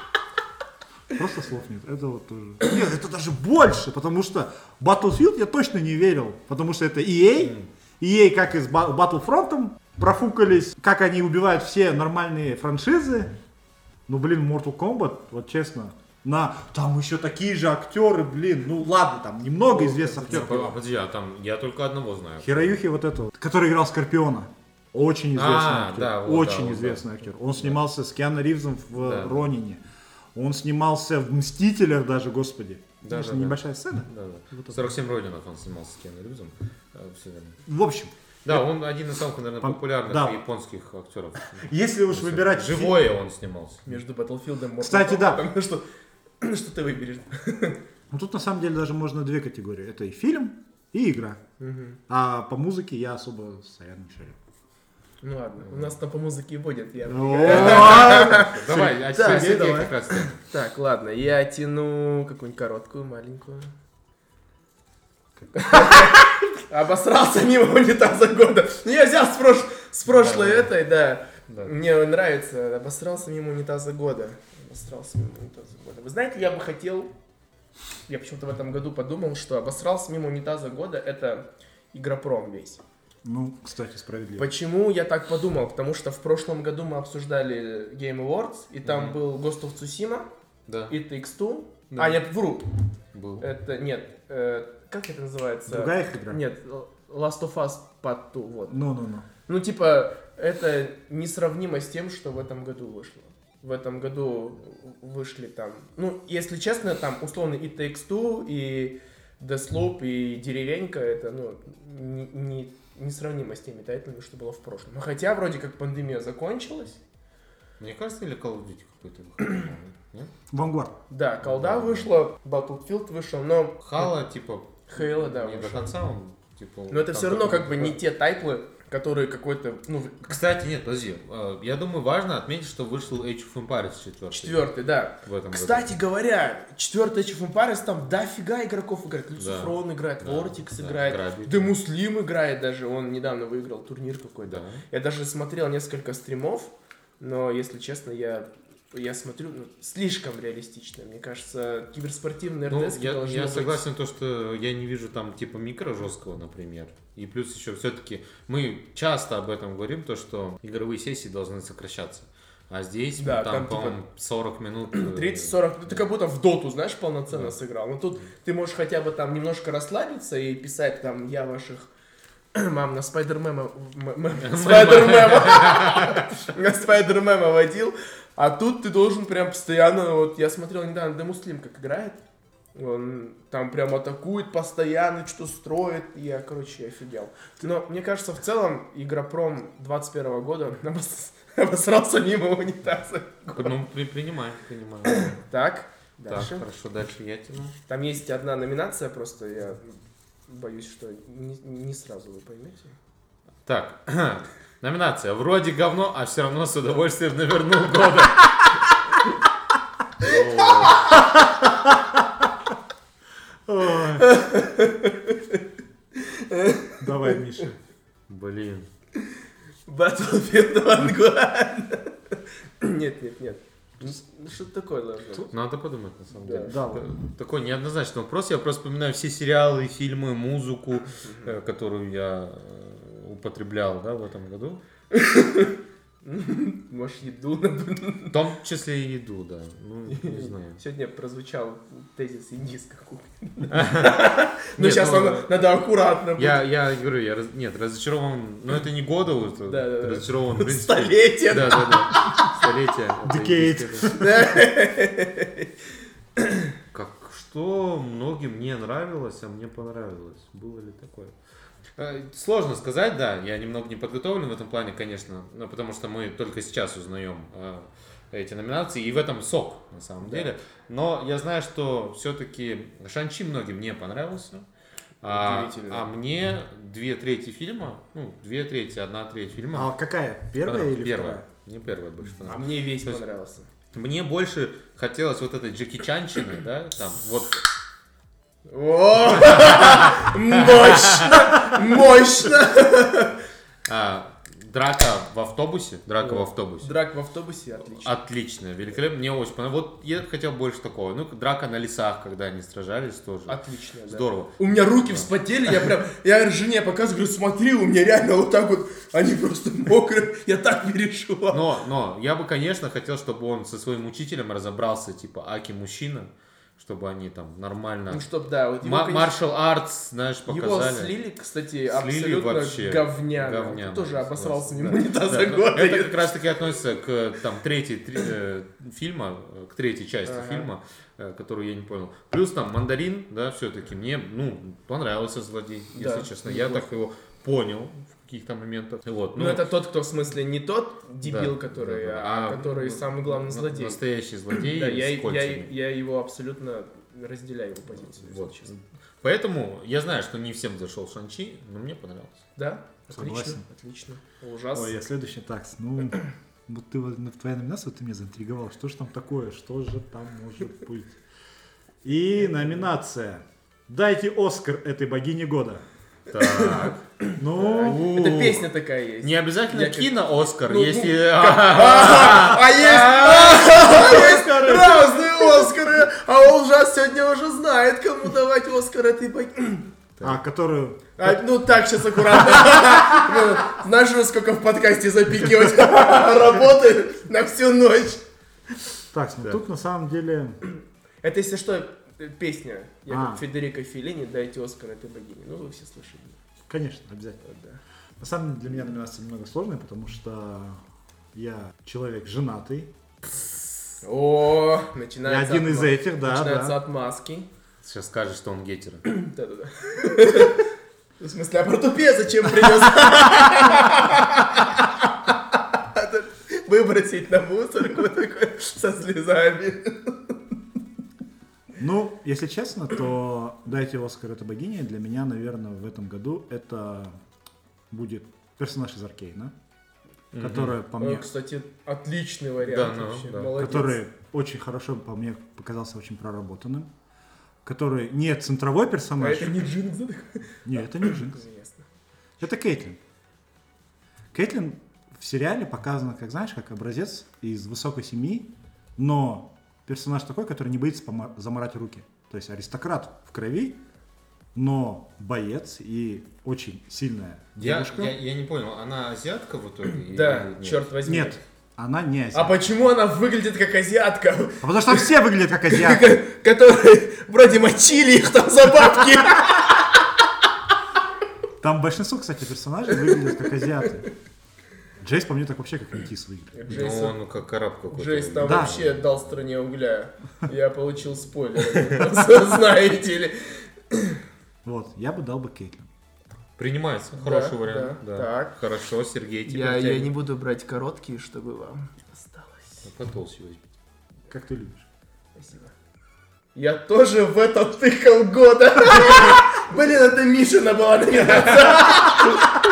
Просто слов нет, это вот тоже. Нет, это даже больше, потому что Battlefield я точно не верил, потому что это и эй. и эй, как и с Battlefront, профукались, как они убивают все нормальные франшизы. Ну, блин, Mortal Kombat, вот честно, на... Там еще такие же актеры, блин, ну ладно, там немного известных актеров. Подожди, а там я только одного знаю. Хироюхи вот этого, который играл Скорпиона. Очень известный а, актер. Да, вот, очень да, известный да. актер. Он снимался с Киану Ривзом в да. Ронине. Он снимался в Мстителях даже, господи. Да, Конечно, да, да. небольшая сцена. Да, да. Вот это. сорок семь родинов он снимался с Киану Ривзом. Э, все верно. В общем, Да, он один из самых, наверное, Пом- популярных да. японских актеров. если уж выбирать... фи- Живое он снимался. Между Battlefield и Mortal Кстати, Kombat, да. там, что, что ты выберешь? Ну, тут на самом деле даже можно две категории. Это и фильм, и игра. Мгм. А по музыке я особо сорян не шарю. Ну ладно, у нас там по музыке и будет. Я... Давай, а Да, теперь Сергей давай. как раз. ты. Так, ладно, я тяну какую-нибудь короткую, маленькую. Обосрался мимо унитаза года. Ну, я взял с, прош- с прошлой Да, да. этой, да. Да. Мне нравится. Обосрался мимо унитаза года. Обосрался мимо унитаза года. Вы знаете, я бы хотел... Я почему-то в этом году подумал, что обосрался мимо унитаза года — это Игропром весь. Ну, кстати, справедливо. Почему я так подумал? Потому что в прошлом году мы обсуждали Game Awards, и там Мгм. был Ghost of Tsushima, Да, и Takes Two. Да. А, нет, вру. был. Это, нет, э, как это называется? Другая их игра? Нет, Last of Us Part два, вот. Ну-ну-ну. Ну, типа, это несравнимо с тем, что в этом году вышло. В этом году вышли там, ну, если честно, там, условно, и Takes Two, и Deathloop, и Деревенька, это, ну, не, не, несравнимо с теми тайтлами, что было в прошлом. Хотя, вроде как, пандемия закончилась. Мне кажется, или Call of Duty какой-то выходил, нет? Vanguard. Да, колда вышла, Battlefield вышел, но Хала, типа, Halo, да, не до вышел. конца он, типа... Но это там все равно такой- как бы не те тайтлы, которые какой-то, ну, Кстати, нет, подожди. э, Я думаю, важно отметить, что вышел Age of Empires четыре. четвертый, да. В этом Кстати году. говоря, четвертый Age of Empires, там дофига игроков играет. Люцифрон играет, Да, Вортикс да, играет, Грабитель. Демуслим играет даже, он недавно выиграл турнир какой-то. Да. Я даже смотрел несколько стримов, но, если честно, я, я смотрю, ну, слишком реалистично. Мне кажется, киберспортивные Ну, РТС я, должны я быть... согласен то, что я не вижу там типа микро жесткого, например. И плюс еще все-таки мы часто об этом говорим, то, что игровые сессии должны сокращаться. А здесь Да, там, там, по-моему, сорок минут. э, тридцать-сорок, ну, ты как будто в доту, знаешь, полноценно Да. сыграл. Но тут ты можешь хотя бы там немножко расслабиться и писать там, я ваших мам на Спайдермема Спайдермема на Спайдермема водил, а тут ты должен прям постоянно, вот я смотрел недавно Демуслим как играет, он там прям атакует постоянно, что строит, и я, короче, офигел. Но мне кажется, в целом Игропром двадцать первого года обос- обосрался мимо унитаза. Ну, при- принимаю, принимаю. Так, Так, дальше. хорошо, дальше я тяну. Там есть одна номинация, просто я боюсь, что не, не сразу вы поймете. Так, номинация. Вроде говно, а все равно с удовольствием навернул года. Давай, Миша. Блин. Battlefield Vanguard. Нет, нет, нет. Ну что такое должно быть? Надо подумать, на самом Да. деле. Да, Т- Такой неоднозначный вопрос. Я просто вспоминаю все сериалы, фильмы, музыку, э, которую я э, употреблял, да, в этом году. Может, еду надо? В том числе и еду, да. Ну, не знаю. Сегодня прозвучал тезис индийской кухни. Ну, Нет, сейчас ну, надо аккуратно быть. Я, я говорю, я раз- нет, разочарован, ну это не года, вот, Да, да, да. разочарован, в принципе. Столетие. Да, да, да. Столетие. Это Decade. индийское. Как что многим не нравилось, а мне понравилось. Было ли такое? Э, Сложно сказать, да. Я немного не подготовлен в этом плане, конечно, но потому что мы только сейчас узнаем э, эти номинации, и в этом сок, на самом Да. деле. Но я знаю, что все-таки Шан-Чи многим не понравился. А, Удивительно. а мне две трети фильма, ну, две трети, одна треть фильма. А какая? Первая понравилась. или Первая. вторая? Мне первая больше А понравилась. мне весь То есть- понравился. Мне больше хотелось вот этой Джеки Чанчины, да, там, вот. О, мощно, мощно. А, драка в автобусе, драка в О, автобусе. Драк в автобусе, отлично. Отлично, великолепно, мне очень понравилось. Вот я хотел больше такого. Ну, драка на лесах, когда они сражались, тоже. Отлично, да. Здорово. У меня руки вспотели, я прям, я жене показываю, говорю, смотри, у меня реально вот так вот, они просто мокрые, я так переживал. Но, но, я бы, конечно, хотел, чтобы он со своим учителем разобрался, типа, Аки мужчина, чтобы они там нормально... Ну, чтоб, да, вот его, Ма- конечно, Martial Arts, знаешь, показали. Его слили, кстати, Слили абсолютно вообще говняно. говняно, Ты тоже обосрался согласен, мимо да. унитаза Да, ну, года. это как раз таки относится к там третьей три- э, фильма, э, к третьей части Ага. фильма, э, которую я не понял. Плюс там Мандарин, да, все-таки мне, ну, понравился злодей, Да, если честно. Я неплохо. так его понял в каких-то моментах. Вот, Ну, это тот, кто, в смысле, не тот дебил, да, который, да, да. а, А, который ну, самый главный на- злодей. Настоящий злодей Да, с я, я, кольцами. я его абсолютно разделяю его позицию. если Вот. честно. Поэтому я знаю, что не всем зашел Шан-Чи, но мне понравилось. Да? Отлично. Согласен. Отлично. Ужасно. Ой, я следующий такс. Ну, вот ты вот в твоей номинации вот ты меня заинтриговал. Что же там такое? Что же там может быть? И номинация. Дайте Оскар этой богине года. Так. Ну, Это песня такая есть. Не обязательно Я как- кино-Оскар, Ну, если... А есть, а есть разные Оскары, а он же сегодня уже знает, кому давать Оскар этой богине. а которую... А, ну так, сейчас аккуратно. Ну, знаешь же, сколько в подкасте запикивать работает на всю ночь. Так, ну Да. тут на самом деле... Это, если что, песня А. Федерико Феллини «Дайте Оскар этой богине». Ну, вы все слышали. Конечно, обязательно. Вот, да. На самом деле для меня номинация немного сложная, потому что я человек женатый. О, Я начинается один из отма- этих, да, Начинается да. отмазки. Сейчас скажешь, что он гетеро. Да-да-да. В смысле, а про тупе зачем принес? Выбросить на мусорку такой со слезами. Ну, если честно, то «Дайте Оскар этой богине» для меня, наверное, в этом году это будет персонаж из Аркейна, которая по О, мне... кстати, отличный вариант Да, ну, вообще. да. Молодец. который очень хорошо, по мне, показался очень проработанным, который не центровой А персонаж. это не Джинкс, да, такой? Нет, это не Джинкс. Ясно. Это Кейтлин. Кейтлин в сериале показана, как знаешь, как образец из высокой семьи, но персонаж такой, который не боится пома- заморать руки. То есть аристократ в крови, но боец и очень сильная Я, девушка. я, я не понял, она азиатка в итоге? или Да, нет? черт возьми. Нет, она не А азиатка. почему она выглядит как азиатка? А потому что все выглядят как азиатки. Которые вроде мочили их там за бабки. Там большинство, кстати, персонажей выглядят как азиаты. Джейс по мне так вообще как метис выглядит. Ну, Джейсон- он как араб какой-то. Джейс там Да. вообще дал стране угля. Я получил спойлер. Знаете ли. Вот, я бы дал бы Кейтлин. Принимается, Да, хороший вариант. да. Да. Так. Хорошо, Сергей, тебе Я, я тянет. не буду брать короткие, чтобы вам осталось. Потолще возьми. Как ты любишь. Спасибо. Я тоже в это тыкал года. Блин, это Мишина была номинация.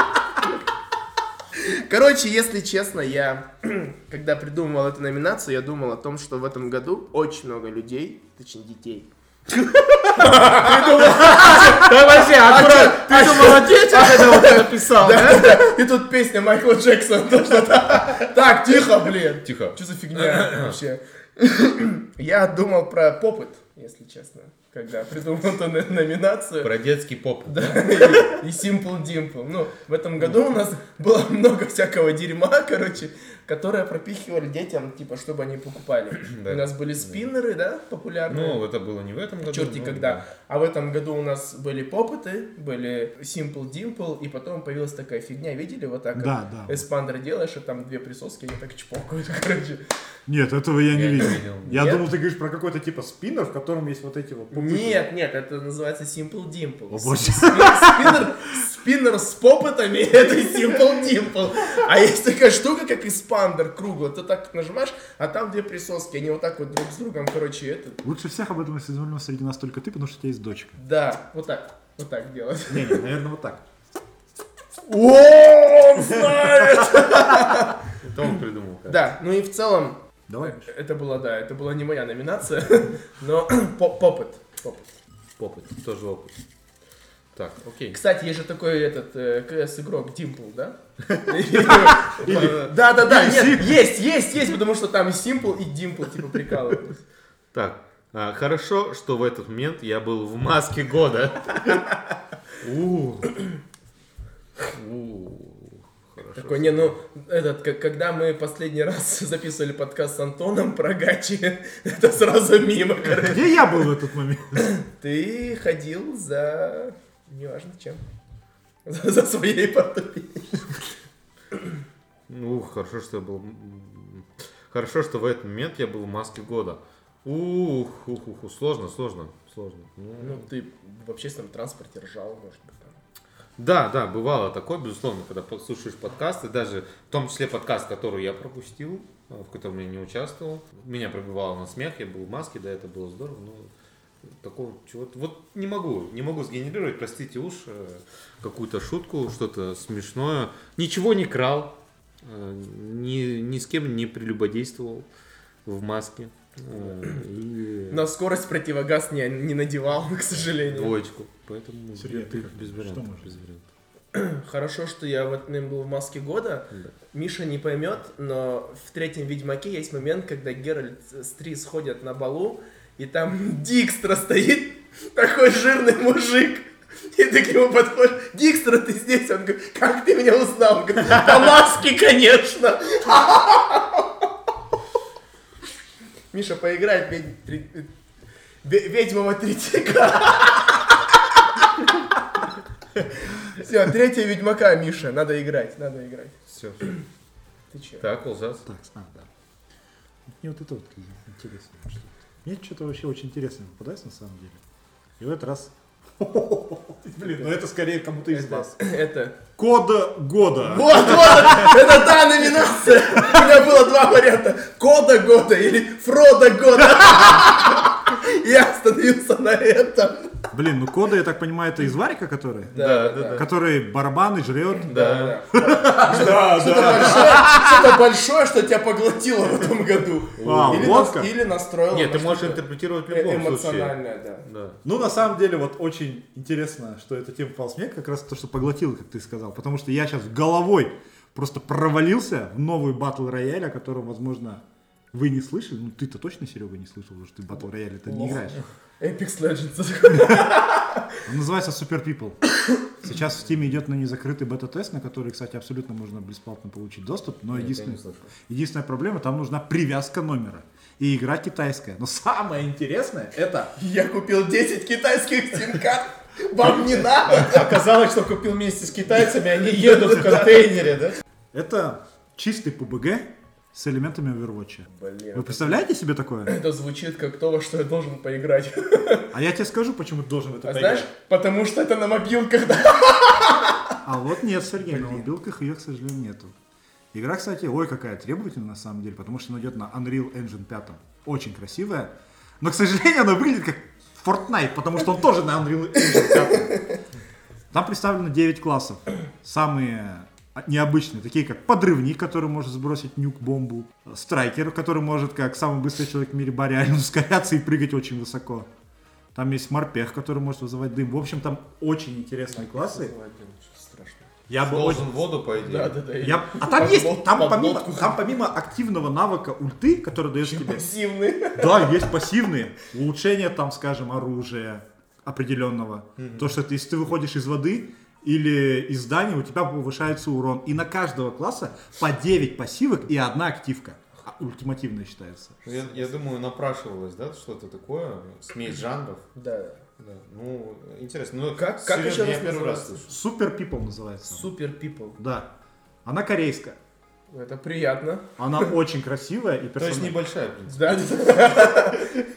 Короче, если честно, я, когда придумывал эту номинацию, я думал о том, что в этом году очень много людей, точнее детей. Подожди, аккурат, ты думал о детях, когда вот это писал, да? И тут песня Майкла Джексона. то что-то. Так, тихо, блин. Тихо. Что за фигня вообще? Я думал про попыт, если честно, когда придумал эту н- номинацию. Про детский поп. Да, и, и Simple Dimple. Ну, в этом году у нас было много всякого дерьма, короче, которое пропихивали детям, типа, чтобы они покупали. Да. У нас были спиннеры, да, популярные. Ну, это было не в этом году. Черти ну, когда. да. А в этом году у нас были попыты, были Simple Dimple, и потом появилась такая фигня, видели, вот так, Да, как да. эспандер делаешь, и там две присоски, они так чпокают, короче. Нет, этого я не Я не видел. видел. Я Нет? думал, ты говоришь про какой-то типа спиннер, в котором есть вот эти вот пупырки. Нет, нет, это называется Simple Dimple. О, боже. Спиннер, спиннер с попытами, это Simple Dimple. А есть такая штука, как эспандер круглый, ты так нажимаешь, а там две присоски, они вот так вот друг с другом, короче, это... Лучше всех об этом осведомлен среди нас только ты, потому что у тебя есть дочка. Да, вот так, вот так делать. Не, не, наверное, вот так. О, он знает! Это он придумал. как. Да, ну и в целом, Давай, Миша. это была, да, это была не моя номинация, но по- попыт. попыт. Опыт, тоже опыт. Так, окей. Кстати, есть же такой этот э, КС-игрок Dimple, да? Да-да-да, нет, есть, есть, есть, потому что там и Simple, и Dimple, типа, прикалывались. Так, а, хорошо, что в этот момент я был в маске года. У. У. хорошо. Такой, не, ну, этот, как, когда мы последний раз записывали подкаст с Антоном про гачи, это сразу мимо, короче. Где я был в этот момент? Ты ходил за... неважно чем. За, за своей портупеей. Ну, хорошо, что я был... Хорошо, что в этот момент я был в маске года. Ух, ух, ух, ух, сложно, сложно, сложно. Ну, Ну, ты в общественном транспорте ржал, может быть, там. Да, да, бывало такое, безусловно, когда слушаешь подкасты, даже в том числе подкаст, который я пропустил, в котором я не участвовал. Меня пробивало на смех, я был в маске, да, это было здорово, но такого чего-то... Вот не могу, не могу сгенерировать, простите уж, какую-то шутку, что-то смешное. Ничего не крал, ни, ни с кем не прелюбодействовал в маске. И... На скорость противогаз не, не надевал, к сожалению. Двоечку. Поэтому Сергей, ты ты без что вариантов. можешь? Без вариантов. Хорошо, что я в этот момент был в маске года. Да. Миша не поймет, но в третьем Ведьмаке есть момент, когда Геральт с Три сходят на балу, и там Дикстра стоит, такой жирный мужик. И ты к нему подходишь: Дикстра, ты здесь? Он говорит: как ты меня узнал? Он говорит: по маске, конечно. Миша, поиграет ведь- три- ве- ведьмого третьяка. Все, третья Ведьмака, Миша, надо играть, надо играть. Все. Ты че? Так, Улзас. Так, а, да. Мне вот это вот интересно. Что мне что-то вообще очень интересное попадается на самом деле. И в этот раз... Блин, ну это скорее кому-то из вас. Это... Кода года. Вот, вот, это та номинация. У меня было два варианта: Кода года или Фрода года. Я остановился на этом. Блин, ну Кода, я так понимаю, это из Варика, который? Да, да, да. Который барабаны жрет. Да. Да, Что-то большое, что-то большое, что тебя поглотило в этом году. А, Или, вот нас- как. или настроило. Нет, на ты можешь что-то интерпретировать в э- любом случае. эмоциональное, да. Да. Ну, на самом деле, вот очень интересно, что эта тема попалась мне, как раз то, что поглотил, как ты сказал. Потому что я сейчас головой просто провалился в новый батл рояль, о котором, возможно, вы не слышали. Ну, ты-то точно, Серега, не слышал, потому что ты в батл рояле это не Лох. играешь. Apex Legends. Он называется Super People. Сейчас в Steam идет на незакрытый бета-тест, на который, кстати, абсолютно можно бесплатно получить доступ. Но Нет, я единственная, не слышал. единственная проблема, там нужна привязка номера. И игра китайская. Но самое интересное, это... Я купил десять китайских сим-карт. Вам не надо. Оказалось, что купил вместе с китайцами, они едут в контейнере, да? Это чистый пэ бэ гэ с элементами Overwatch. Блин, Вы представляете себе такое? это звучит как то, во что я должен поиграть. А я тебе скажу, почему ты должен в это А поиграть. знаешь, потому что это на мобилках, да. А вот нет, Сергей, на мобилках ее, к сожалению, нету. Игра, кстати, ой, какая требовательная на самом деле, потому что она идет на Unreal Engine пять. Очень красивая. Но, к сожалению, она выглядит как Fortnite, потому что он тоже на Unreal Engine пять. Там представлено девять классов. Самые необычные, такие как подрывник, который может сбросить нюк-бомбу, страйкер, который может, как самый быстрый человек в мире, реально ускоряться и прыгать очень высоко. Там есть морпех, который может вызывать дым. В общем, там очень интересные классы. Страшно. Я бы Должен очень... в воду, по идее. Да, да, да. Я... А там Под есть, лод- там под помимо, лодку. там помимо активного навыка ульты, который дает тебе... Пассивный. Да, есть пассивные. Улучшение там, скажем, оружия определенного. То, что ты, если ты выходишь из воды или из здания, у тебя повышается урон. И на каждого класса по девять пассивок и одна активка. А, ультимативная считается. Я, я думаю, напрашивалось, да, что-то такое, смесь жанров. Да. Да. Ну, интересно. Ну, Как- как серьезно, еще я раз первый раз называется? слышу. Super People называется. Супер people. Да. Она корейская. Это приятно. Она очень красивая и То есть персонаж... небольшая, в принципе. Да.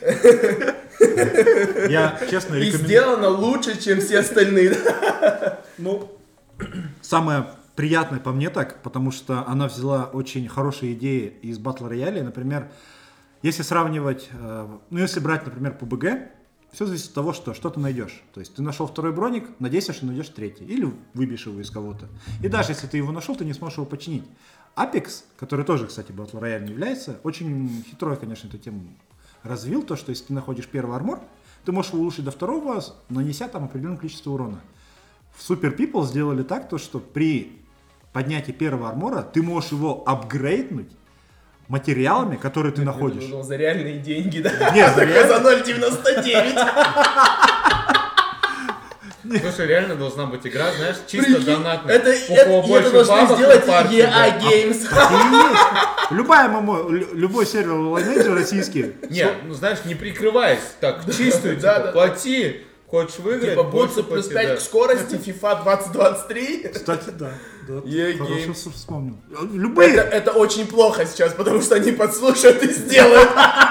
Я честно И рекомендую. сделано лучше, чем все остальные. Ну, самое приятное по мне так, потому что она взяла очень хорошие идеи из батл рояля. Например, если сравнивать, э, ну если брать, например, пэ бэ гэ, все зависит от того, что, что ты найдешь. То есть ты нашел второй броник, надейся, что найдешь третий. Или выбьешь его из кого-то. И даже если ты его нашел, ты не сможешь его починить. Apex, который тоже, кстати, батл рояль не является, очень хитро, конечно, эту тему развил. То, что если ты находишь первый армор, ты можешь его улучшить до второго, нанеся там определенное количество урона. В Super People сделали так, то, что при поднятии первого армора ты можешь его апгрейднуть материалами, которые ты находишь. Ну, за реальные деньги, да? Нет, за Только реальные. за ноль девяносто девять. Слушай, реально должна быть игра, знаешь, чисто Прикинь, донатная. Это, У это, кого это больше должны бабок, сделать у партии, и да. эй Games. Так и есть. Любая ММО, лю- любой сервер Lineage российский. Нет, ну знаешь, не прикрываясь, так, чистую, Да, типа, да. плати, хочешь выиграть, Типа больше бутсы плюс плати, пять да. к скорости, FIFA двадцать двадцать три. Кстати, да. да и эй хорошо Games. вспомнил. Любые. Это, это очень плохо сейчас, потому что они подслушают и сделают.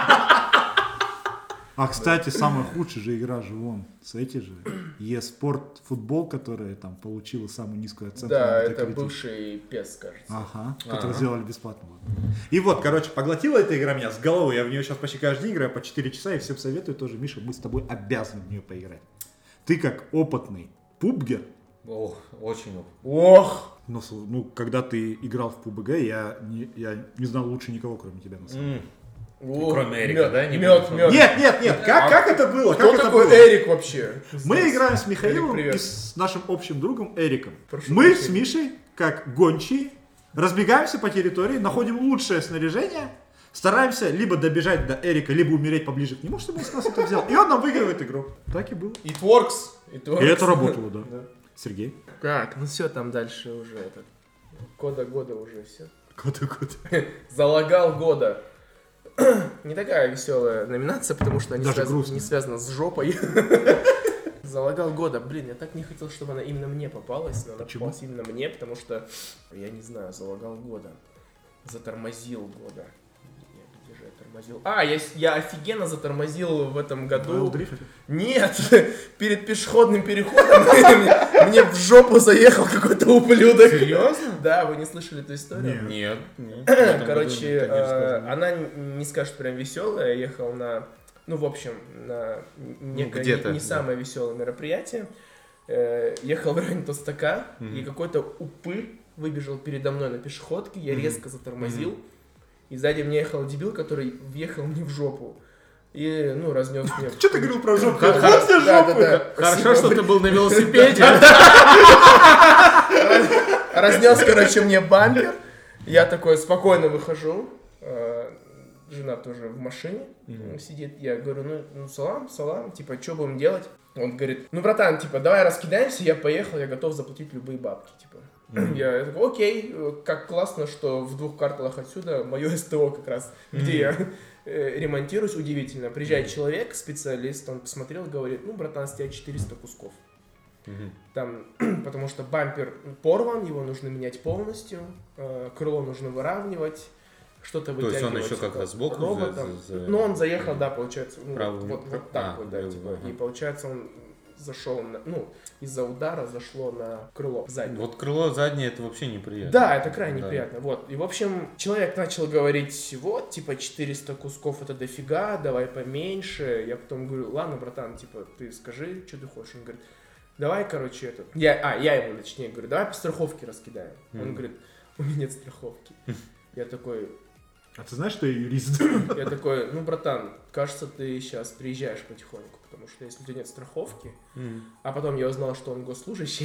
А, кстати, самая худшая же игра же вон, с эти же, eSport футбол, которая там получила самую низкую оценку. Да, на это Metacritic. бывший пес, кажется. Ага, который Ага. сделали бесплатно. И вот, короче, поглотила эта игра меня с головы. Я в нее сейчас почти каждый день играю по четыре часа, и всем советую тоже, Миша, мы с тобой обязаны в нее поиграть. Ты как опытный пубгер, Ох, очень опыт. Ох! но, с- ну, когда ты играл в пубг, я не, я не знал лучше никого, кроме тебя, на самом деле. Ох, Кроме Эрика, мед, да, не Мед, было? мед. Нет, нет, нет, как, как это было? Кто как это такой было? Эрик вообще? Мы играем с Михаилом Эрик, привет. и с нашим общим другом Эриком. Прошу Мы прощения. с Мишей, как гончие, разбегаемся по территории, находим лучшее снаряжение, стараемся либо добежать до Эрика, либо умереть поближе к нему, чтобы он с нас это взял. И он нам выигрывает игру. Так и было. It works. It works. И это работало, да. Да. Сергей? Так, ну все, там дальше уже этот. Кода года уже все. Кота-кота. Залагал года. Не такая веселая номинация, потому что не, Даже связ- грустно. не связана с жопой. Залагал года. Блин, я так не хотел, чтобы она именно мне попалась, но она Почему? попалась именно мне, потому что, я не знаю, залагал года. Затормозил года. Я- Где же я тормозил? А, я, с- я офигенно затормозил в этом году. Нет, перед пешеходным переходом мне- мне в жопу заехал какой-то ублюдок. Серьезно? Да, вы не слышали эту историю? Нет. Нет. нет. В этом году Короче, никто не э, рассказывал. она не скажет прям веселая. Я ехал на, ну, в общем, на некое где-то, не, не да. самое веселое мероприятие. Э, Ехал в районе Толстака, и какой-то упырь выбежал передо мной на пешеходке. Я резко затормозил. И сзади мне ехал дебил, который въехал мне в жопу. И, ну, разнес мне... Что ты говорил про жопу? Х- Вот тебе Да, жопу! да, да. Хорошо, что ты был на велосипеде. Разнес, короче, мне бампер. Я такой спокойно выхожу. э, Жена тоже в машине сидит. Я говорю, ну, ну салам, салам, типа, что будем делать? Он говорит, ну, братан, типа, давай раскидаемся, я поехал, я готов заплатить любые бабки, типа. Я, я такой, окей, э, как классно, что в двух кварталах отсюда мое СТО как раз, где я э, ремонтируюсь, удивительно. Приезжает человек, специалист, он посмотрел и говорит, ну, братан, с тебя четыреста кусков. Там, потому что бампер порван, его нужно менять полностью, э, крыло нужно выравнивать, что-то То есть он вытягивать. еще как это раз сбоку роботом. за- за- Ну, он заехал, да, получается, ну, Правый. вот, вот так А, вот, да, левый, типа, ага. и получается он зашел, на, ну, из-за удара зашло на крыло заднее. Вот крыло заднее это вообще неприятно. Да, это крайне Да. неприятно. Вот. И, в общем, человек начал говорить, вот, типа, четыреста кусков это дофига, давай поменьше. Я потом говорю, ладно, братан, типа, ты скажи, что ты хочешь. Он говорит, давай, короче, это... Я, а, я ему, точнее, говорю, давай по страховке раскидаем. Он Мгм. говорит, у меня нет страховки. Я такой, А ты знаешь, что я юрист? я такой, ну, братан, кажется, ты сейчас приезжаешь потихоньку, потому что если у тебя нет страховки, Мгм. а потом я узнал, что он госслужащий.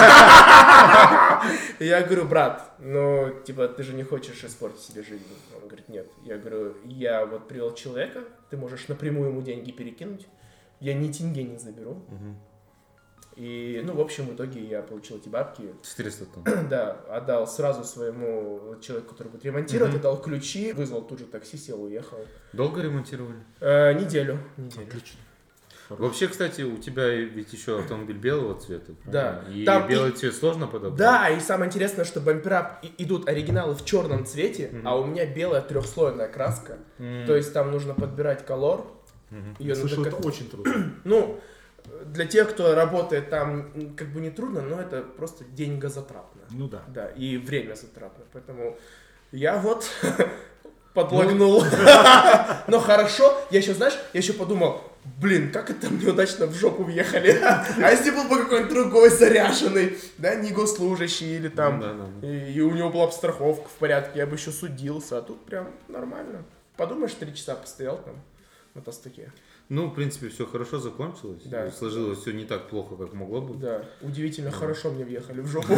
Я говорю, брат, ну, типа, ты же не хочешь испортить себе жизнь. Он говорит, нет. Я говорю, я вот привел человека, ты можешь напрямую ему деньги перекинуть, я ни тенге не заберу. Мгм. И, ну, в общем, в итоге я получил эти бабки. четыреста тонн. Да, отдал сразу своему человеку, который будет ремонтировать, Мгм. отдал ключи, вызвал тут же такси, сел, уехал. Долго ремонтировали? Э, неделю. Неделю. Отлично. Вообще, кстати, у тебя ведь еще автомобиль белого цвета. Да. правильно? И Там белый и- цвет сложно подобрать? Да, и самое интересное, что бампера и- идут оригиналы в черном цвете, Мгм. а у меня белая трехслойная краска. М. То есть там нужно подбирать колор. Мгм. Ее Слышал, нужно это как- очень трудно. Ну, для тех, кто работает там, м, как бы не трудно, но это просто деньгозатратно. Ну да. Да, и время затратно. Поэтому я вот подлагнул. Но хорошо, я еще, знаешь, я еще подумал, блин, как это неудачно в жопу въехали. А если был бы какой-нибудь другой заряженный, да, не госслужащий или там, Ну да, да, да. и, и у него была бы страховка в порядке, я бы еще судился, а тут прям нормально. Подумаешь, три часа постоял там на толстаке. Ну, в принципе, все хорошо закончилось. Да. Сложилось все не так плохо, как могло быть. Да, удивительно хорошо мне въехали в жопу.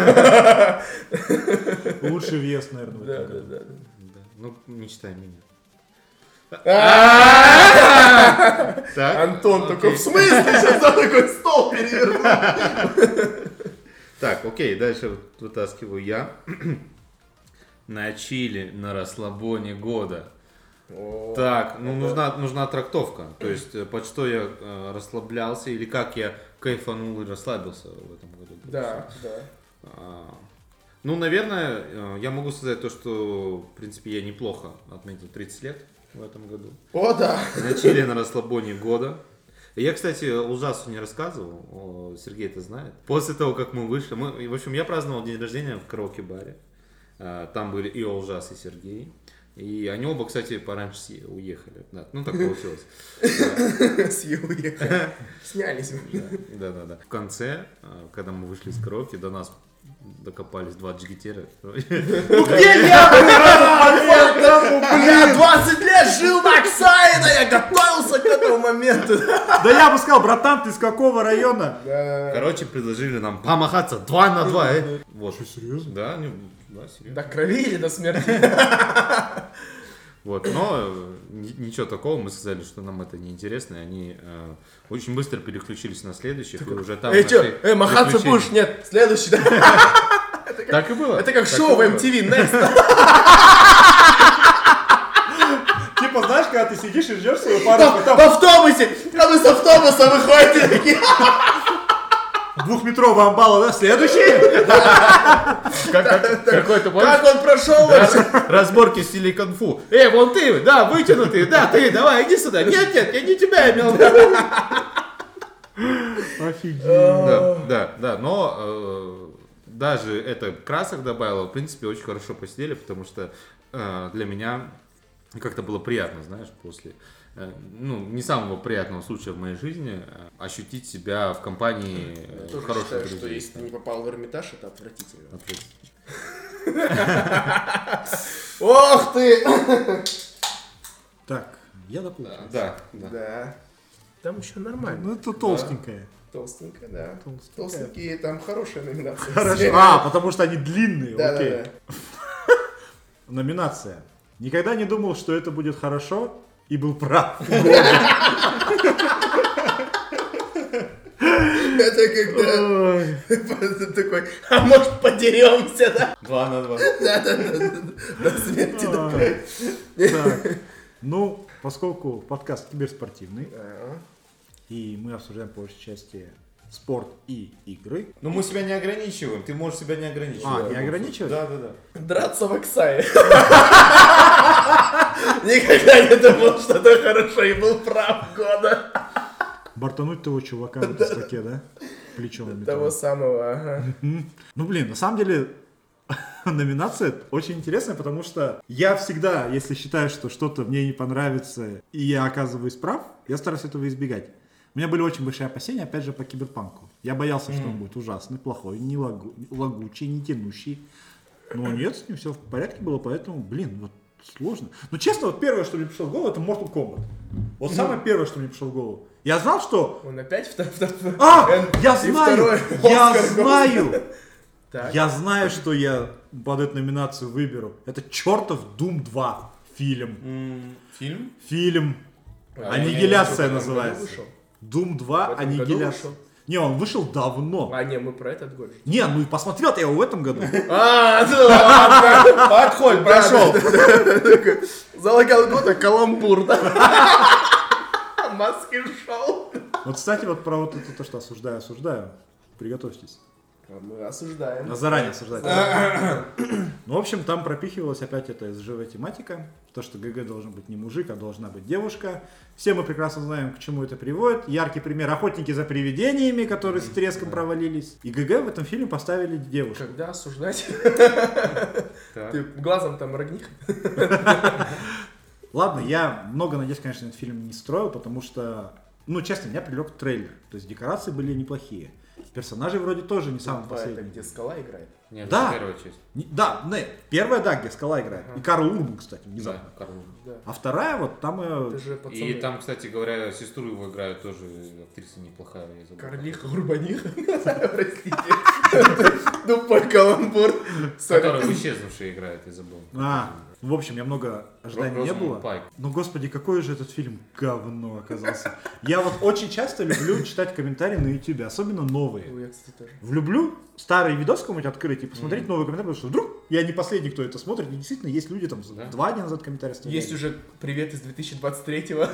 Лучший въезд, наверное, в Да, этом да, году. да. Да. Ну, не читай меня. А, Так? Антон такой, Окей. в смысле? Сейчас за такой стол. перевернул. Так, окей, дальше вытаскиваю я. На чили, на расслабоне года. О, Так, ну это- нужна, нужна трактовка. То есть, э, под что я э, расслаблялся или как я кайфанул и расслабился в этом году. Да, да. А, Ну, наверное, э, я могу сказать то, что, в принципе, я неплохо отметил тридцать лет в этом году. О, да. На чили, на расслабоне года. Я, кстати, ужасу не рассказывал, о, Сергей это знает. После того, как мы вышли, мы, в общем, я праздновал день рождения в караоке-баре. А, Там были и Олжас, и Сергей. И они оба, кстати, пораньше се- уехали. Да, ну, так получилось. Съел уехали. Снялись мы. Да, да, да. В конце, а, когда мы вышли из караоке, до нас докопались два джигитера. Ну где я был в этот момент? Я двадцать лет жил на Оксайна, я готовился к этому моменту. Да я бы сказал, братан, ты из какого района? Короче, предложили нам помахаться два на два. э. Вот. Что, серьезно? Да, не- да, серьезно. До крови или до смерти? Вот, но э, ни- ничего такого, мы сказали, что нам это неинтересно, и они э, очень быстро переключились на следующих, и уже там Эй, чё, нашли эй, махаться приключения. будешь? Нет, следующий. Так и было. Это как Так шоу и в было. эм ти ви Next. Типа, знаешь, когда ты сидишь и ждешь свою В пару, потом в автобусе, а вы с автобуса выходите такие. двухметровая амбала, да, следующий? Какой-то, помнишь, Как он прошел вообще? разборки в стиле кунг-фу. Эй, вон ты, да, вытянутый, да, ты, давай, иди сюда. Нет, нет, я не тебя имел в виду. Офигеть. Да, да, да, но э, даже это красок добавило, в принципе, очень хорошо посидели, потому что э, для меня как-то было приятно, знаешь, после, э, ну, не самого приятного случая в моей жизни, э, ощутить себя в компании э, Я тоже хороших считаю, что друзей. если ты не попал в Эрмитаж, это отвратительно. Ох ты! Так, я доплыл. Да, да. Да. Там еще нормально. Ну, это толстенькая. Толстенько, да. Толстенькая. Толстенькие, там хорошая номинация. Хорошо. А, потому что они длинные, Да, да, окей. да. Номинация. Никогда не думал, что это будет хорошо, и был прав. Это когда ты такой, а может подеремся, да? Два на два. Да, да, да, да. До смерти такой. Так, ну, поскольку подкаст киберспортивный, Ага. и мы обсуждаем по большей части спорт и игры. Но мы себя не ограничиваем, ты можешь себя не ограничивать. А, не ограничивать? Да, да, да. Драться в Оксае. Никогда не думал, что это хорошо, и был прав года. Бортануть того чувака в диске, да? Плечом. на Того металл. самого, ага. Ну, блин, на самом деле, номинация очень интересная, потому что я всегда, если считаю, что что-то мне не понравится, и я оказываюсь прав, я стараюсь этого избегать. У меня были очень большие опасения, опять же, по киберпанку. Я боялся, что он будет ужасный, плохой, не лагу- лагучий, не тянущий. Но нет, с ним все в порядке было, поэтому, блин, вот сложно. Но честно, вот первое, что мне пришло в голову, это Mortal Kombat. Вот самое первое, что мне пришло в голову. Я знал, что... Он опять второй. А, я знаю, я Оскар знаю. Так. Я знаю, что я под эту номинацию выберу. Это чертов Doom два фильм. М, Фильм? Фильм. А, Аннигиляция он в этом называется. году вышел? Doom два В этом году Аннигиляция. вышел? Не, он вышел давно. А, не, мы про этот год же. Не, ну и посмотрел-то я его в этом году. А, ну ладно. Подходь, прошел. Залагал год, а каламбур, да? Маски шоу. Вот, кстати, вот про вот это то, что осуждаю, осуждаю. Приготовьтесь. Мы осуждаем. А заранее осуждать. Ну, в общем, там пропихивалась опять эта эс жэ вэ тематика. То, что ГГ должен быть не мужик, а должна быть девушка. Все мы прекрасно знаем, к чему это приводит. Яркий пример — охотники за привидениями, которые с треском провалились. И ГГ в этом фильме поставили девушку. Когда осуждать? Так. Ты глазом там моргни. Ладно, я много надеюсь, конечно, на этот фильм не строил, потому что, ну, честно, меня привлек трейлер. То есть декорации были неплохие. Персонажи вроде тоже не самые Это последние. где скала играет. Нет, Да. это первая часть. Не- Да, не, первая, да, где Скала играет. И Карл Урбан, кстати, Да, внезапно. Карл. Да. А вторая, вот там э, Это же пацаны. И там, кстати говоря, сестру его играет тоже актриса неплохая. я забыл. Карлиха Урбаниха. Простите. Тупой каламбур. Сори. Которая в исчезнувшей играет, я забыл. А, В общем, у меня много ожиданий не было. Пайк. Но, господи, какой же этот фильм говно оказался. Я вот очень часто люблю читать комментарии на ютубе, особенно новые. Ой, я, кстати, тоже. Влюблю старый видос какой-нибудь открыть и посмотреть новые комментарии, потому что вдруг я не последний, кто это смотрит, и действительно есть люди там Да. два дня назад комментарии оставляли. Есть уже привет из две тысячи двадцать третьего.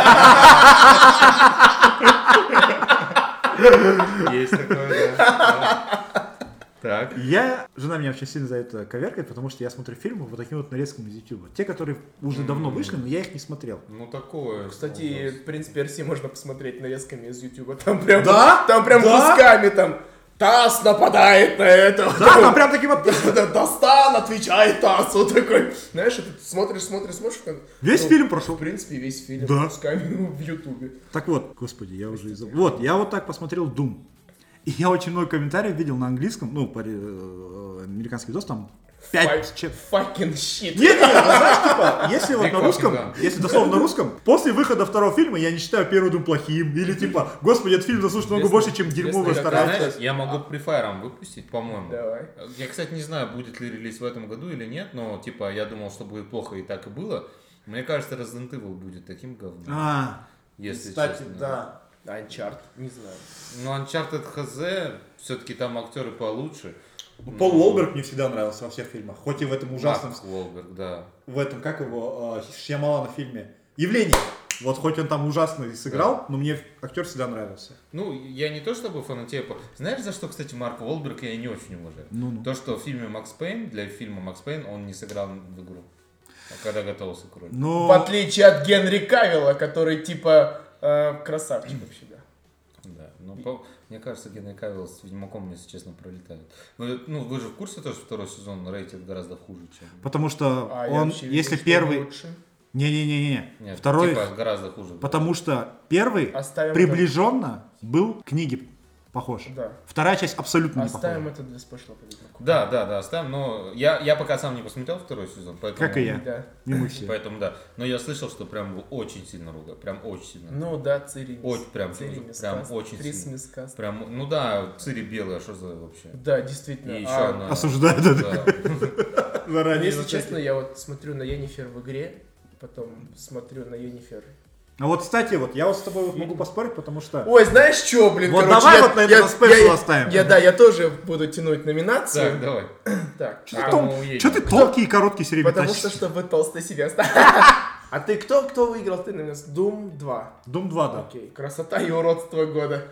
Есть такое, да. Так. Я, жена меня очень сильно за это коверкает, потому что я смотрю фильмы вот таким вот нарезками из YouTube. Те, которые уже давно вышли, но я их не смотрел. Ну такое. Кстати, в принципе, эр си можно посмотреть нарезками из Ютуба. Там прям, Да? там прям Да? кусками там. Тасс нападает на этого. Да, там прям такие вот... Достан, отвечает Тасс. Вот такой. Знаешь, и ты смотришь, смотришь, смотришь. как- Весь ну, фильм прошел. В принципе, весь фильм Да. кусками в Ютубе. Так вот, господи, я уже из... Вот, я вот так посмотрел Doom. И я очень много комментариев видел на английском, ну, по, э, американский видос, там пять... че- Fucking shit. Нет, нет, ну, знаешь, типа, если вот Big на fucking русском, gun. если дословно на русском, после выхода второго фильма я не считаю первый Doom плохим, или типа, господи, этот фильм заслуживает много Если- больше, чем если дерьмовая как старая Знаешь, часть. я могу префайром выпустить, по-моему. Давай. Я, кстати, не знаю, будет ли релиз в этом году или нет, но, типа, я думал, что будет плохо, и так и было. Мне кажется, Resident Evil будет таким говном, А, если Кстати, честно. да. Uncharted, не знаю. Ну, Uncharted хз, все-таки там актеры получше. ну, Пол Уолберг мне всегда нравился во всех фильмах, хоть и в этом ужасном, Марк Уолберг, да. в этом, как его, э, Шьямалана фильме, «Явление». Вот хоть он там ужасно и сыграл, но мне актер всегда нравился. Ну, я не то чтобы фанатею. по- Знаешь, за что, кстати, Марка Уолберга я не очень уважаю? Ну-ну. То, что в фильме Макс Пейн, для фильма Макс Пейн, он не сыграл в игру, когда готовился к роли. Но... В отличие от Генри Кавилла, который типа э, красавчик вообще, да. Да, ну, по- мне кажется, Генри Кавилл с Ведьмаком, если честно, пролетает. Вы, ну, вы же в курсе тоже, что второй сезон рейтинг гораздо хуже, чем... Потому что А, я он, вообще видел, если что первый... лучше. Не-не-не-не. Нет, Второй... типа, гораздо хуже. Потому что первый Оставим приближенно был к книге похож. Да. Вторая часть абсолютно не Оставим похожа. это для спешла по Ведьмаку. Да, да, да, оставим, но я, я пока сам не посмотрел второй сезон, поэтому... Как и я. Да. И мы все. Поэтому да. Но я слышал, что прям его очень сильно ругают. Прям очень сильно. Ну да, Цири. Очень прям, Цири прям очень Трис сильно. Мискаст. Прям, ну да, Цири белая, что за вообще? Да, действительно. И еще А, она... Осуждаю, да, да. Да. Заранее. Если честно, я вот смотрю на Йеннифер в игре, потом смотрю на Йеннифер. А вот, кстати, вот я вот с тобой вот могу поспорить, потому что... Ой, знаешь что, блин, Вот короче, давай я, вот на это я, на спешл я- оставим. Я, да, я тоже буду тянуть номинацию. Так, давай. Так, Что а, ты, мы тол- уедем. чё ты тонкий и короткий все время потому что, тащишь? чтобы толсто себя оставить. А ты кто, кто выиграл? Ты номинацию? Doom два. Doom два, да. Окей, красота и уродство года.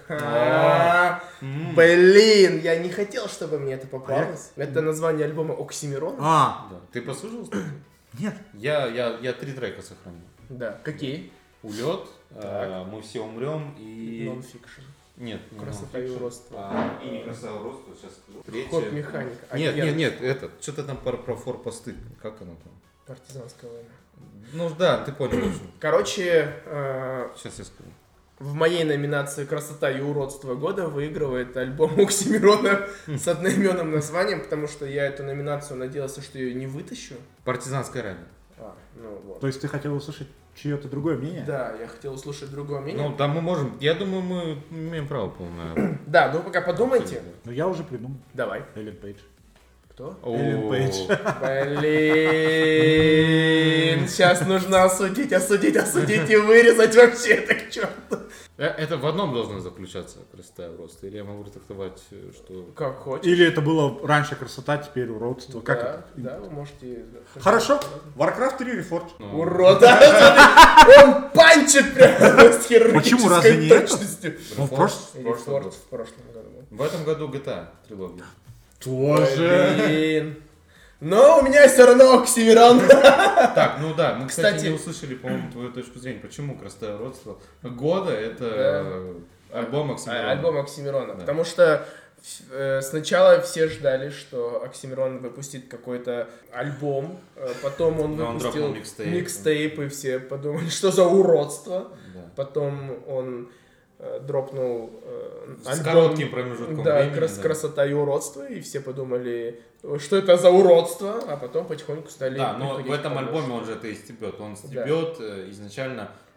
А. А, Блин, я не хотел, чтобы мне это попалось. Это название альбома Оксимирон. А, Да. Ты послушал? нет. Я, я, я три трека сохранил. Да, какие? Улет, э, мы все умрем и... Нонфикшн. Нет, не Красота и нонфикшн. уродство. А, и не красота и уродство, сейчас скажу. Третье. Ход механика. Нет, Агент. нет, нет, это, что-то там про, про форпосты, как оно там? Партизанская война. Ну да, ты понял, в общем. Короче, э, Сейчас я скажу. в моей номинации «Красота и уродство года» выигрывает альбом Оксимирона с одноименным названием, потому что я эту номинацию надеялся, что я ее не вытащу. Партизанская ралли. А, ну вот. То есть ты хотел услышать чье-то другое мнение? Да, я хотел услышать другое мнение. Ну, да, мы можем, я думаю, мы имеем право полное. Да, ну пока подумайте. Ну я уже придумал. Давай. Эллен Пейдж. Кто? Эллен О, Пейдж. Блин, сейчас нужно осудить, осудить, осудить и вырезать вообще это к черту. э, Это в одном должно заключаться красота и уродство. Или я могу трактовать, э, что... Как хочешь. Или это было раньше красота, теперь уродство. Как да, это? да, вы можете... Хорошо. Warcraft три Reforged. Ну, Урод, да, он панчит прямо с Почему, разве не хирургической это? точностью. Ну, в прошлом- в прошлом Reforged году. в прошлом году. В этом году джи ти эй трилогия. Тоже. Блин. Но у меня все равно Оксимирон. Так, ну да, мы, кстати, Кстати- не услышали, по-моему, твою точку зрения. Почему красота и уродство года это э, альбом Оксимирона. Альбом Оксимирона. Да. Потому что э, сначала все ждали, что Оксимирон выпустит какой-то альбом, э, потом он Но он выпустил дропнул микстейп. микстейп, и все подумали, что за уродство. Да. Потом он э, дропнул э, С альбом, коротким промежутком да, времени, крас- да. красота и уродство, и все подумали, что это за уродство, а потом потихоньку стали Да, но в приходить этом к тому, альбоме что- он же это и стебет. Он стебет э, изначально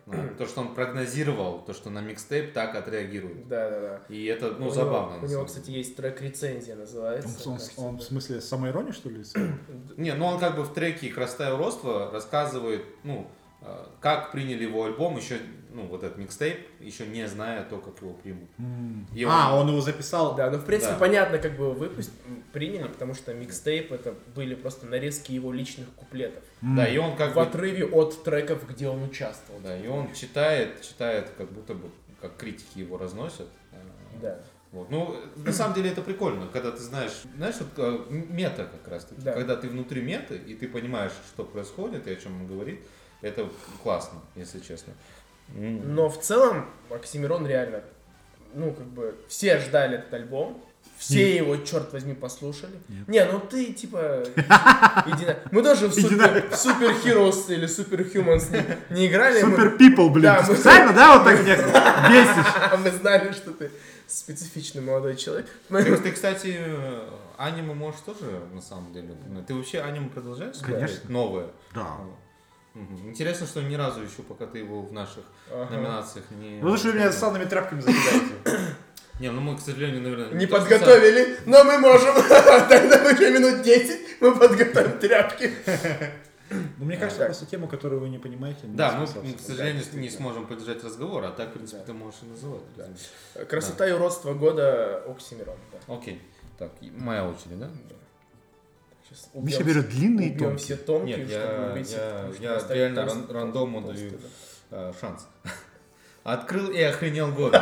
То, что он прогнозировал, то, что на микстейп так отреагирует. Да, да, да. И это, ну, у забавно. Него, у него, кстати, есть трек-рецензия, называется. Он, он, кажется, он да. в смысле самоиронии, что ли? Не, ну он как бы в треке «Красота и уродство» рассказывает, ну, э, как приняли его альбом, еще, ну, вот этот микстейп, еще не зная то, как его примут. И А, он его записал. Да, ну в принципе Да. понятно, как бы его выпуск приняли, потому что микстейп это были просто нарезки его личных куплетов. Да, и он как В бы... отрыве от треков, где он участвовал. Да, и он читает, читает, как будто бы, как критики его разносят. Э, Да. Вот. Ну, на самом деле это прикольно, когда ты знаешь, знаешь, вот э, мета как раз таки, Да. когда ты внутри меты, и ты понимаешь, что происходит и о чем он говорит, это классно, если честно. М. Но в целом Оксимирон реально, ну как бы все ждали этот альбом, все его, черт возьми, послушали. Нет. Не, ну ты типа иди на... Мы тоже в супер, в Super Heroes или Super Humans не, не играли. мы- Супер People, блин. Да, Ты мы- специально, да, вот так меня бесишь? А мы знали, что ты специфичный молодой человек. Мы- Ты, кстати, э, аниме можешь тоже, на самом деле. ну, Ты вообще аниме продолжаешь смотреть? Конечно. Новое? Да. Мгм. Интересно, что ни разу еще, пока ты его в наших Ага. номинациях не... Ну, потому что вы меня санными тряпками закидаете. Не, ну мы, к сожалению, наверное... Не то, что подготовили, но мы можем. Тогда уже минут десять мы подготовим тряпки. Ну, мне кажется, Так. просто тему, которую вы не понимаете. сам- не Да, мы, смысла к обсуждать. сожалению, не действительно. сможем поддержать разговор, а так, в принципе, Да. ты можешь и называть. Да. Красота и уродство года Оксимирон. Да. Окей. Так, и моя очередь, да? Сейчас Миша берет длинные убьем тонкие. все тонкие, Нет, чтобы я, убить их, я, потому что я оставить реально толст- ран- рандому толстый, даю да. э, шанс. Открыл и охренел год.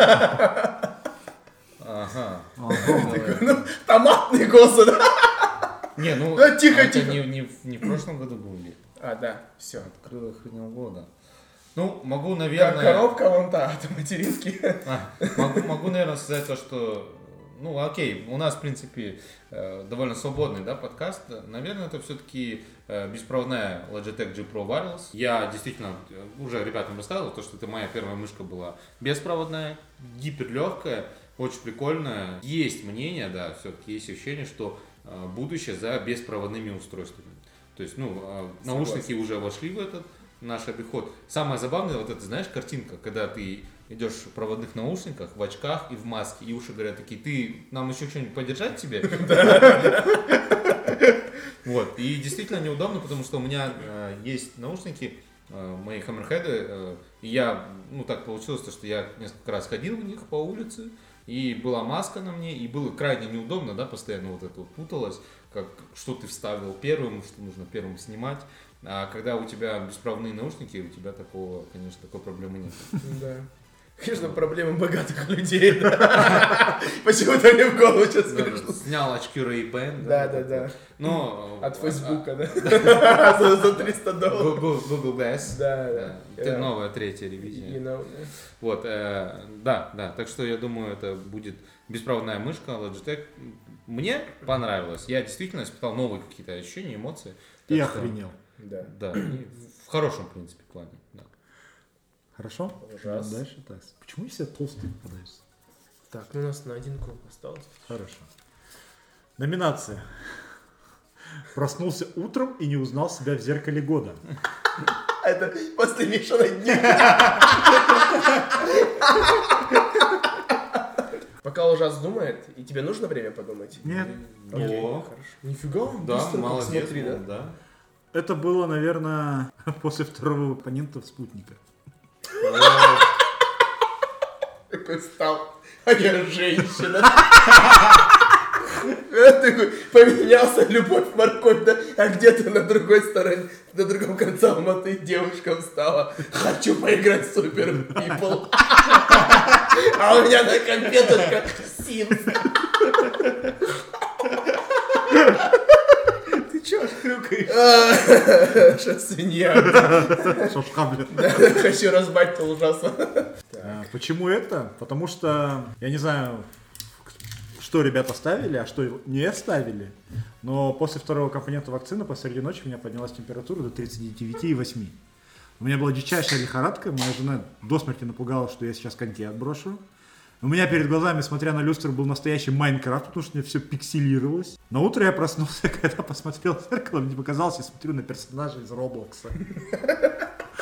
Ага. Ну, томатный госу, да? Не, ну, Да, тихо, а это тихо. Не, не, в- не в прошлом году был ли? А, да, все. Открыл и охренел года. Ну, могу, Как наверное... коробка вон та от материнки. А, могу, могу, наверное, сказать то, что, ну, окей, у нас, в принципе, э, довольно свободный, да, подкаст. Наверное, это все-таки э, беспроводная Logitech G Pro Wireless. Я действительно э, уже ребятам рассказывал, то, что это моя первая мышка была беспроводная, гиперлегкая, очень прикольная. Есть мнение, да, все-таки есть ощущение, что э, будущее за беспроводными устройствами. То есть, ну, э, наушники уже вошли в этот наш обиход. Самое забавное, вот это, знаешь, картинка, когда ты идешь в проводных наушниках, в очках и в маске, и уши говорят такие, ты нам еще что-нибудь подержать тебе? Вот, и действительно неудобно, потому что у меня э, есть наушники, э, мои хаммерхеды, э, и я, ну так получилось, что я несколько раз ходил в них по улице, и была маска на мне, и было крайне неудобно, да, постоянно вот это вот путалось, как, что ты вставил первым, что нужно первым снимать. А когда у тебя беспроводные наушники, у тебя такого, конечно, такой проблемы нет. Да. Конечно, проблема богатых людей. да. Почему-то мне в голову сейчас Да, пришло. Снял очки Ray-Ban. Да, да, да. Но... От Фейсбука, да? За за триста долларов. Google, Google Glass. Да, Да. да. Это Yeah. новая третья You ревизия. know, Вот, э, да, да. Так что я думаю, это будет беспроводная мышка Logitech. Мне понравилось. Я действительно испытал новые какие-то ощущения, эмоции. И Так что- охренел. Да. Да, и в хорошем, в принципе, плане. Да. Хорошо? Ужас. Идем дальше. Так. Почему все толстые попадаются? Так, ну у нас на один круг осталось. Хорошо. Номинация. Проснулся утром и не узнал себя в зеркале года. Это после Мишина дня. Пока ужас думает, и тебе нужно время подумать? Нет. Окей, О. хорошо. Нифига, он Да, быстро так молодец. смотри, да? был, да. Это было, наверное, после второго оппонента в спутника. Такой стал, а я женщина. Такой поменялся, любовь, морковь, да? А где-то на другой стороне, на другом конце Алматы девушка встала. Хочу поиграть в Super People. А у меня на компе только Sims. Ты чё хрюкаешь? Что свинья. Шошка, блин. Хочу разбать ужасно. А, Почему это? Потому что, я не знаю, что ребята ставили, а что не ставили, но после второго компонента вакцины посреди ночи у меня поднялась температура до тридцати девяти и восьми. У меня была дичайшая лихорадка, моя жена до смерти напугала, что я сейчас коньки отброшу. У меня перед глазами, смотря на люстру, был настоящий Майнкрафт, потому что у меня все пикселировалось. На утро я проснулся, когда посмотрел в зеркало, мне показалось, я смотрю на персонажа из Роблокса.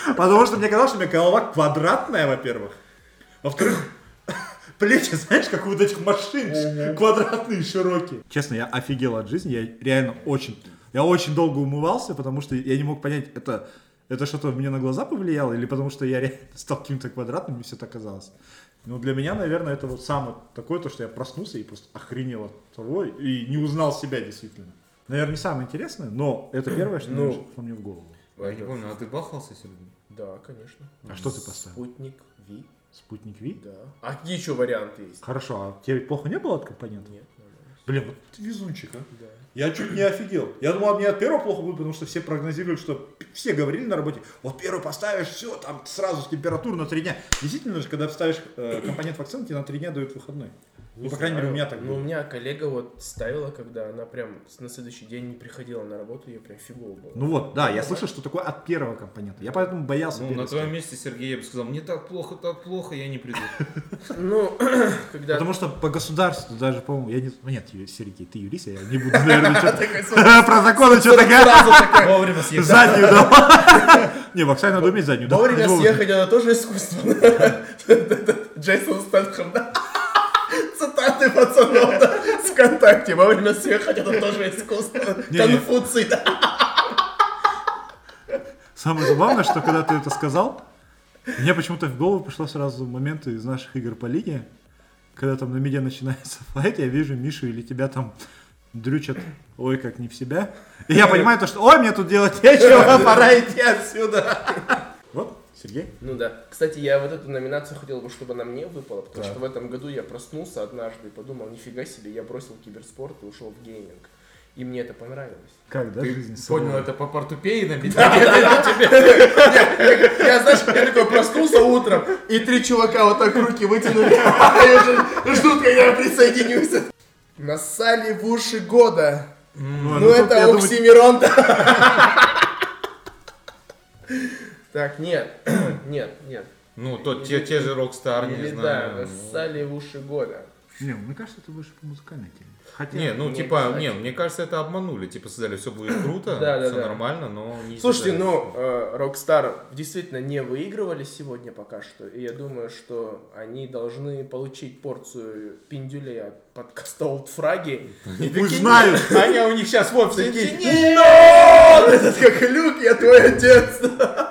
Потому что мне казалось, что у меня голова квадратная, во-первых. Во-вторых, плечи, знаешь, как у вот этих машин, квадратные, широкие. Честно, я офигел от жизни, я реально очень, я очень долго умывался, потому что я не мог понять, это, это что-то мне на глаза повлияло, или потому что я реально стал каким-то квадратным, мне все так казалось. Ну, для меня, наверное, это вот самое такое, то, что я проснулся и просто охренел от того, и не узнал себя действительно. Наверное, не самое интересное, но это первое, что, Ну, что мне в голову. Я не помню, а ты бахался сегодня? Да, конечно. А что ты поставил? Спутник Ви. Спутник Ви? Да. А какие еще варианты есть? Хорошо, а тебе плохо не было от компонентов? Нет, нормально. Блин, вот ты везунчик, а? Да. Я чуть не офигел. Я думал, мне от первого плохо будет, потому что все прогнозировали, что все говорили на работе, вот первый поставишь, все, там сразу с температуры на три дня. Действительно же, когда ставишь э, компонент вакцины, тебе на три дня дают выходной. Ну, по крайней мере, у меня так Ну, у было. меня коллега вот ставила, когда она прям на следующий день не приходила на работу, ей прям фигово было. Ну вот, да, я слышал, что такое от первого компонента. Я поэтому боялся. Ну, первый на твоем ставить. месте, Сергей, я бы сказал, мне так плохо, так плохо, я не приду. Ну, когда... Потому что по государству даже, по-моему, я не... Ну, нет, Ю- Сергей, ты юрист, я не буду, наверное, что-то... Про законы что-то говорить. Вовремя съехал. Заднюю дал. Не, в Оксане надо уметь заднюю дал. Вовремя съехать, это тоже искусство. Джейсон Стэтхэм, да? Цитаты пацанов, да, с ВКонтакте. Вовремя съехать, это тоже искусство. Не-не. Конфуций, да. Самое забавное, что когда ты это сказал, мне почему-то в голову пришло сразу моменты из наших игр по лиге, когда там на миде начинается файт, я вижу Мишу или тебя там дрючат, ой, как не в себя. И я понимаю то, что ой, мне тут делать нечего, пора идти отсюда. Вот, Сергей. Ну да. Кстати, я вот эту номинацию хотел бы, чтобы она мне выпала, потому Так. что в этом году я проснулся однажды и подумал, нифига себе, я бросил киберспорт и ушел в гейминг. И мне это понравилось. Как, да, жизнь? Понял, это по портупее набить? Я, знаешь, я такой проснулся утром, и три чувака вот так руки вытянули, и уже ждут, когда я присоединюсь. Нассали в уши года. Ну, Ну это Оксимирон. Так, нет, нет, нет. Ну, то те, те же Rockstar, не Или да, знаю. нассали в уши года. Не, мне кажется, это больше по музыкальной теме. Хотя... Не, ну Не типа, обязательно. не, мне кажется, это обманули. Типа сказали, все будет круто, Да, да, все да. нормально, но не Слушайте, сказали, ну, что- э, Rockstar действительно не выигрывали сегодня пока что, и я думаю, что они должны получить порцию пиндюлей от подкаста Old Fragi. Пусть знают. Аня у них сейчас в офисе. Такие, «Но! Этот как Люк, я твой отец!»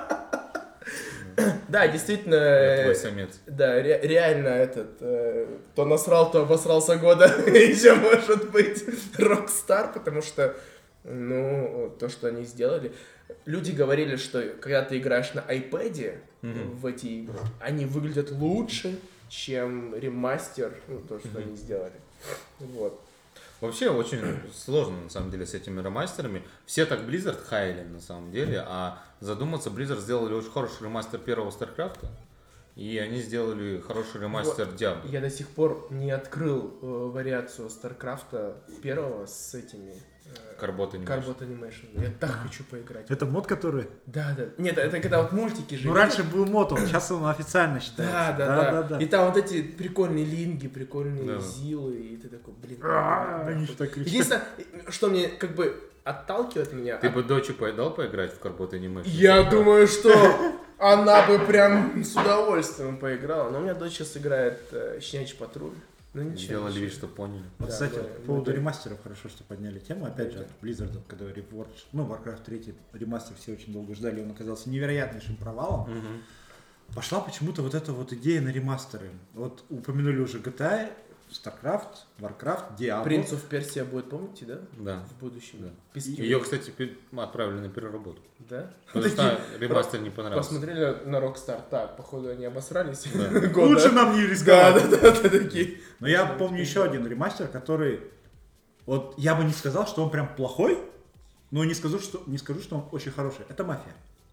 Да, действительно, Я твой э, самец. да, ре- реально этот, э, то насрал, то обосрался года, еще может быть Rockstar, потому что, ну, то, что они сделали. Люди говорили, что когда ты играешь на iPad в эти игры, они выглядят лучше, чем ремастер, ну, то, что они сделали. Вот. Вообще очень сложно, на самом деле, с этими ремастерами. Все так Blizzard хайли, на самом деле, а задуматься, Blizzard сделали очень хороший ремастер первого StarCraft, и они сделали хороший ремастер Diablo. Я до сих пор не открыл э, вариацию Старкрафта первого с этими э, Carbot Animation. Carbot Animation. Я так хочу поиграть. Это мод, который... Да, да. Нет, это когда вот мультики же. Ну, раньше был мод, он, сейчас он официально считается. Да, да, да, да. И там вот эти прикольные линги, прикольные Да. зилы, и ты такой, блин. А, да, они да. что так кричат. Единственное, что мне как бы отталкивает меня. Ты от- бы дочь дал поиграть в Carbot Animation? Я думаю, что она бы прям с удовольствием поиграла. Но у меня дочь сейчас играет э, Щенячий патруль. Ну ничего. Сделали ничего. вид, что поняли. Вот, Да, кстати, мы- по поводу мы- ремастеров хорошо, что подняли тему. Опять же, от Blizzard, когда Reforged, ну, Warcraft три ремастер все очень долго ждали, он оказался невероятнейшим провалом. Мгм. Пошла почему-то вот эта вот идея на ремастеры. Вот упомянули уже джи ти эй, StarCraft, Warcraft, Diablo. Принц оф Персия будет, помните, да? Да. В будущем. Да. Пески. Ее, кстати, пер- отправили на переработку. Да? Потому что ремастер не понравился. Посмотрели на Rockstar. Так, походу они обосрались. Да. Года. Лучше нам не Да, рисковать. да, да, да, такие. Но я помню еще один ремастер, который... Вот я бы не сказал, что он прям плохой, но не скажу, что, не скажу, что он очень хороший. Это «Мафия».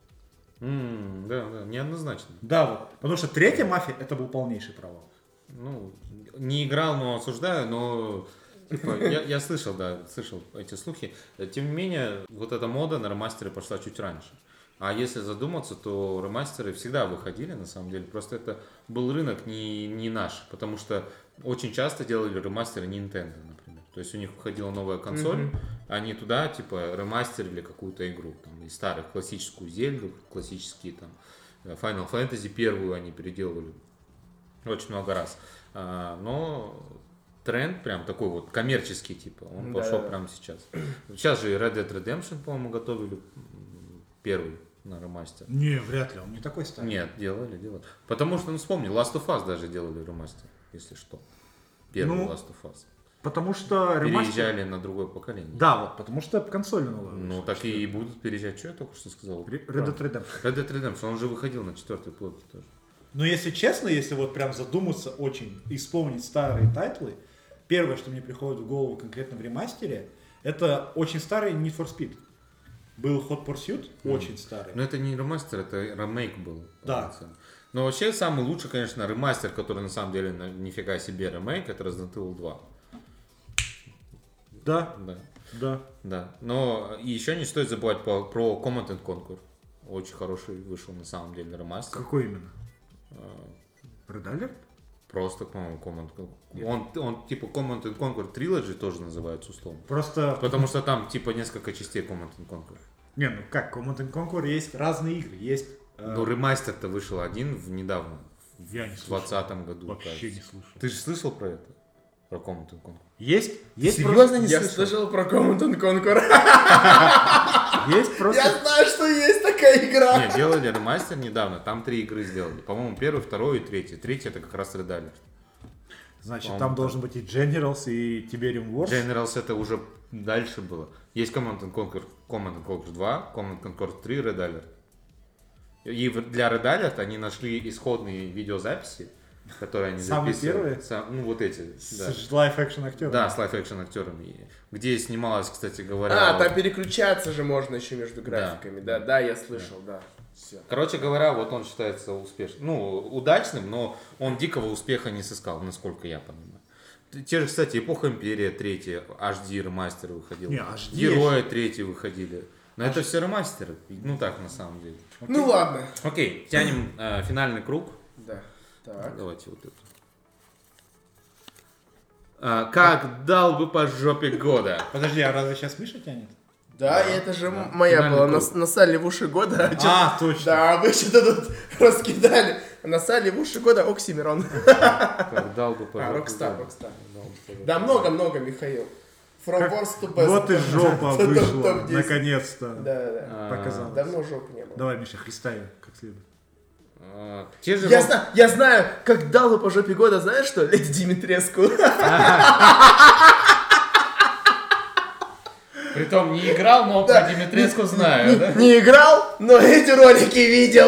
М, Да, да, неоднозначно. Да, вот. Потому что третья «Мафия» это был полнейший провал. Ну, не играл, но осуждаю, но типа, я, я слышал, да, слышал эти слухи. Тем не менее, вот эта мода на ремастеры пошла чуть раньше. А если задуматься, то ремастеры всегда выходили, на самом деле. Просто это был рынок не, не наш, потому что очень часто делали ремастеры Nintendo, например. То есть у них выходила новая консоль, Мгм. Они туда, типа, ремастерили какую-то игру, там, из старых, классическую Зельду, классические, там, Final Fantasy первую они переделывали очень много раз. А, но тренд прям такой вот коммерческий, типа, он Да. пошел прямо сейчас. Сейчас же и Red Dead Redemption, по-моему, готовили первый на ремастер. Не, вряд ли, он не такой старый. Нет, делали, делали. Потому что, ну, вспомни, Last of Us даже делали ремастер, если что. Первый Ну, Last of Us. Потому что ремастер... Переезжали на другое поколение. Да, вот, потому что консольно новая. Ну, вышла. так и будут переезжать. Что я только что сказал? Red Dead Redemption. Red Dead Redemption, он же выходил на четвертый плод тоже. Но если честно, если вот прям задуматься очень и вспомнить старые тайтлы, первое, что мне приходит в голову конкретно в ремастере, это очень старый Need for Speed. Был Hot Pursuit, очень старый. Но это не ремастер, это ремейк был. Да. Но вообще самый лучший, конечно, ремастер, который на самом деле на- нифига себе ремейк, это Resident Evil два. Да, Да, да. да. Но и еще не стоит забывать по- про Command and Conquer. Очень хороший вышел на самом деле ремастер. Какой именно? А, Red Alert? Просто, по-моему, Command and Conquer. Он, он типа Command and Conquer Trilogy тоже называется условно. Просто... Потому что там типа несколько частей Command and Conquer. Не, ну как, Command and Conquer есть разные игры. Есть... э, Ну, ремастер-то вышел один в недавно, Я не в слышал. двадцатом году. Вообще кажется. не слышал. Ты же слышал про это? Про Command and Conquer? Есть, есть Серьезно не Я слышал? слышал про Command and Conquer. просто... Есть просто... Я знаю, что есть такая игра. Нет, делали ремастер недавно, там три игры сделали. По-моему, первый, второй и третий. Третий это как раз Red Alert. Значит, По-моему, там да. должен быть и Generals, и Tiberium Wars. Generals это уже дальше было. Есть Command and Conquer, Command and Conquer два, Command and Conquer три, Red Alert. И в- для Red Alert они нашли исходные видеозаписи, которые они Самые записывали. первые? Сам- ну, вот эти, да. С лайф-экшн актером. Да, с лайф-экшн актерами. Где снималась, кстати говоря... А, там переключаться же можно еще между графиками. Да, да, я слышал, да. Все. Короче говоря, вот он считается успешным, ну, удачным, но он дикого успеха не сыскал, насколько я понимаю. Т- Те же, кстати, Эпоха Империя третья, эйч ди ремастер выходил. Не, эйч ди Герои третьи выходили. Но это все ремастеры. Ну так, на самом деле. Ну ладно. Окей, тянем э, финальный круг. Да. Так. Давайте вот это. А, как дал бы по жопе года? Подожди, а разве сейчас Миша тянет? Да, и это же м- моя Финальный была. круг. Нас- Насали в уши года. а чё- А, точно. Да, вы что-то тут раскидали. Насали в уши года Оксимирон. Как дал бы по А, жопе Rockstar, года? Rockstar. Дал бы по жопе Да, года. много-много, Михаил. From Как- worst to best. Вот и жопа Топ- вышла, топ десять. наконец-то. Да, да. А, Показалось. Давно жопы не было. Давай, Миша, христай как следует. а, Те же Я, рок- знаю, я знаю, как дал бы по жопе года, знаешь что? Леди Димитреску. Притом не играл, но про Димитреску знаю, да? Не играл, но эти ролики видел.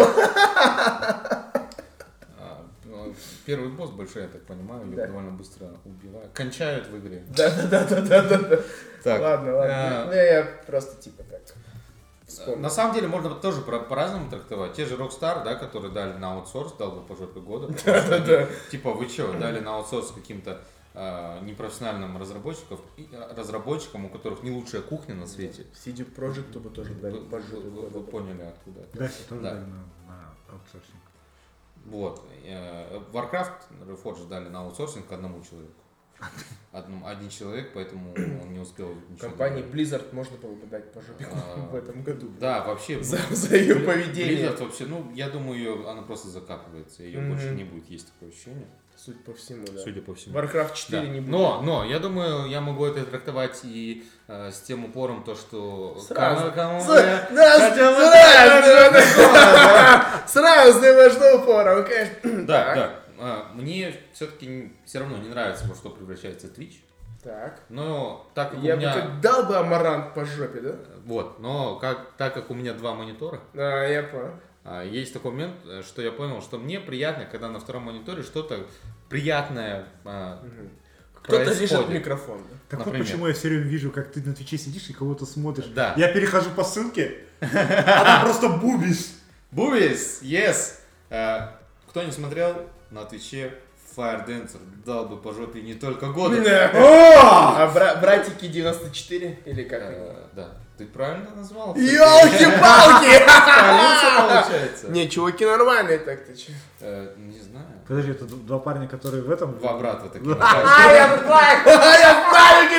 А, ну, Первый босс большой, я так понимаю, ее Да. довольно быстро убивают. Кончают в игре. Да, да, да, да, да, да. Так, Ладно, ладно. а, Ну, я просто типа так. вспомнил. На самом деле можно тоже про- по-разному трактовать. Те же Rockstar, да, которые дали на аутсорс, дал бы по жопе года. потому что Да. они, Типа, вы что, дали на аутсорс каким-то а, непрофессиональным разработчикам, и- а, разработчикам, у которых не лучшая кухня на свете. си ди Projekt бы тоже Вы, дали вы- по жопе вы- года. вы поняли откуда. это. Да, все тоже Да. дали на, на аутсорсинг. Вот. Э, Warcraft Reforged дали на аутсорсинг одному человеку. Одному, один человек, поэтому он не успел ничего Компании делать. Blizzard можно было бы дать по жопе А, в этом году. Да, вообще. За, ну, за ее Бли- поведение. Blizzard вообще, ну, я думаю, ее, она просто закапывается. Ее Мгм. больше не будет, есть такое ощущение. Судя по всему, да. Судя по всему. Warcraft четыре Да. не будет. Но, но, я думаю, я могу это трактовать и э, с тем упором, то, что... Сразу. Кому- кому С- я да, хотел бы сразу, сказать, Сразу можно упором, конечно. Да, Так. да. А, Мне все-таки все равно не нравится, во что превращается Twitch. Так. Но так как Я у бы меня... как дал бы амарант по жопе, да? Вот, но как, так как у меня два монитора, А, я понял. а, есть такой момент, э, что я понял, что мне приятно, когда на втором мониторе что-то приятное а, Кто-то происходит. лежит микрофон. да? Так Например. вот почему я все время вижу, как ты на Твиче сидишь и кого-то смотришь. Да. Я перехожу по ссылке, а там просто бубис. Бубис, yes! А, кто не смотрел на Твиче, Fire Dancer дал бы по жопе не только года. А бра- братики девяносто четыре или как? они? Э, Да, ты правильно назвал? Ёлки-палки! Столица, получается. Не, чуваки нормальные, так ты че? Э, Не знаю. Подожди, это д- два парня, которые в этом... Два брата такие. А, я знаю! А, я знаю, говорит, смотри!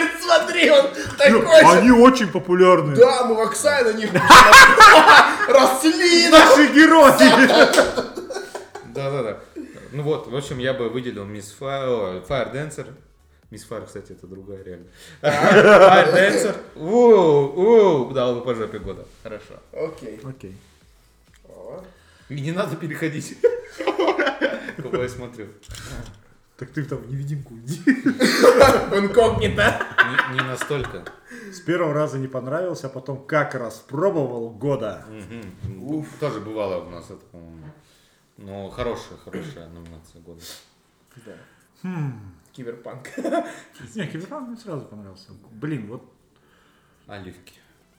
Смотри, он такой же. Они очень популярны. Да, мы в Оксай на них росли. Наши герои. Да-да-да. Ну вот, в общем, я бы выделил Мисс Fire, Fire Dancer. Мисс Fire, кстати, это другая реально. Fire Dancer. Уу, дал бы по жопе года. Хорошо. Окей. Окей. И не надо переходить. Кого я смотрю. Так ты там в невидимку иди. Инкогнито. Не, не настолько. С первого раза не понравился, а потом как раз пробовал года. Угу. Тоже бывало у нас это, по-моему. Но хорошая, хорошая номинация года. Да. Хм. Киберпанк. Не, Киберпанк мне сразу понравился. Блин, вот, Оливки.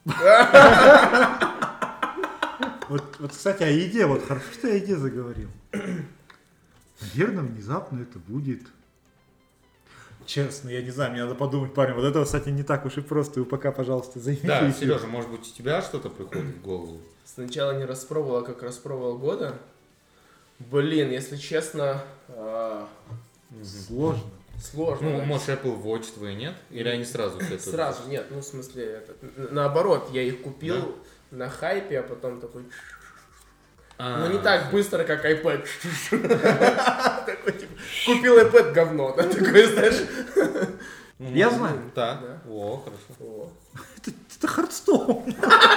вот, вот, кстати, о еде. Вот хорошо, что я о еде заговорил. Наверное, внезапно это будет. Честно, я не знаю, мне надо подумать, парень. Вот это, кстати, не так уж и просто. Вы пока, пожалуйста, займите. Да, Сережа, может быть, у тебя что-то приходит в голову? Сначала не распробовал, а как распробовал года. Блин, если честно, а, Сложно. сложно. Ну, да. может, Apple Watch твои нет? Или они сразу все это? Сразу, нет, ну в смысле, это, наоборот, я их купил на хайпе, а потом такой... А, Ну не так быстро, как iPad. Такой, типа, купил iPad говно, да, такой, знаешь. ну, Я ну, знаю. Так, Да. о, хорошо. О. Это, это Хардстоун.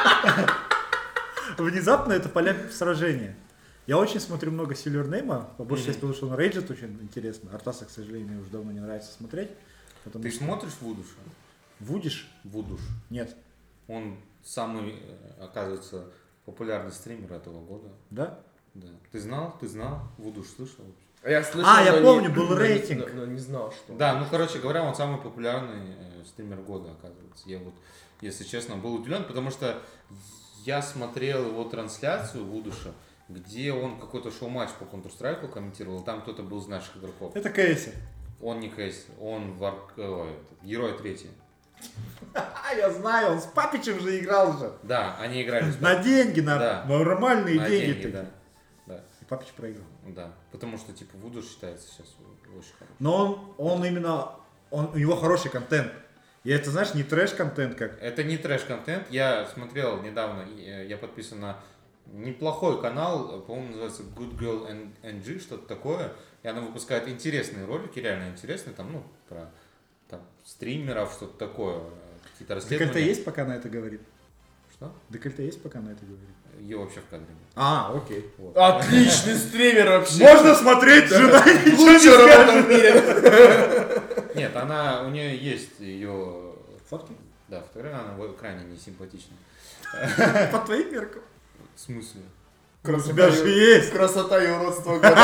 Внезапно это поля сражения. Я очень смотрю много Сильвернейма, по большей части, потому что он рейджит очень интересно. Артаса, к сожалению, уже давно не нравится смотреть. Ты смотришь Вудуша? Вудиш? Вудуш. Нет. Он самый, э, оказывается, популярный стример этого года. Да? Да. Ты знал? Ты знал? Вудуш слышал? Я слышал, А, я но не- помню, был но не- рейтинг. Но, но не знал, что. Да, ну, короче говоря, он самый популярный э, стример года, оказывается. Я вот, если честно, был удивлен, потому что я смотрел его трансляцию Вудуша, где он какой-то шоу-матч по Counter-Strike комментировал, там кто-то был из наших игроков. Это Кейси. Он не Кейс, он вар... Ой, этот, Герой третий. А, я знаю, он с Папичем же играл же. Да, они играли с На деньги, на Да. нормальные на деньги. деньги, такие. да. Да, И Папич проиграл. да. Потому что, типа, Вудуш считается сейчас очень хорошим. Но он, он именно, он, у него хороший контент. И это, знаешь, не трэш-контент как. Это не трэш-контент. Я смотрел недавно, э, я подписан на неплохой канал, по-моему, называется Good Girl N- эн джи, что-то такое. И она выпускает интересные ролики, реально интересные, там, ну, про там, стримеров, что-то такое, какие-то расследования. Декольте есть, пока на это говорит? Что? Декольте есть, пока на это говорит? Ее вообще в кадре нет. А, окей. Вот. Отличный стример вообще. Можно смотреть, жена ничего не Лучшая работа скажет. в мире. Нет, она, у нее есть ее, Фотки? да, фотография, она в- крайне не симпатичная. По твоим меркам. В смысле? У тебя же есть. Красота и уродство года.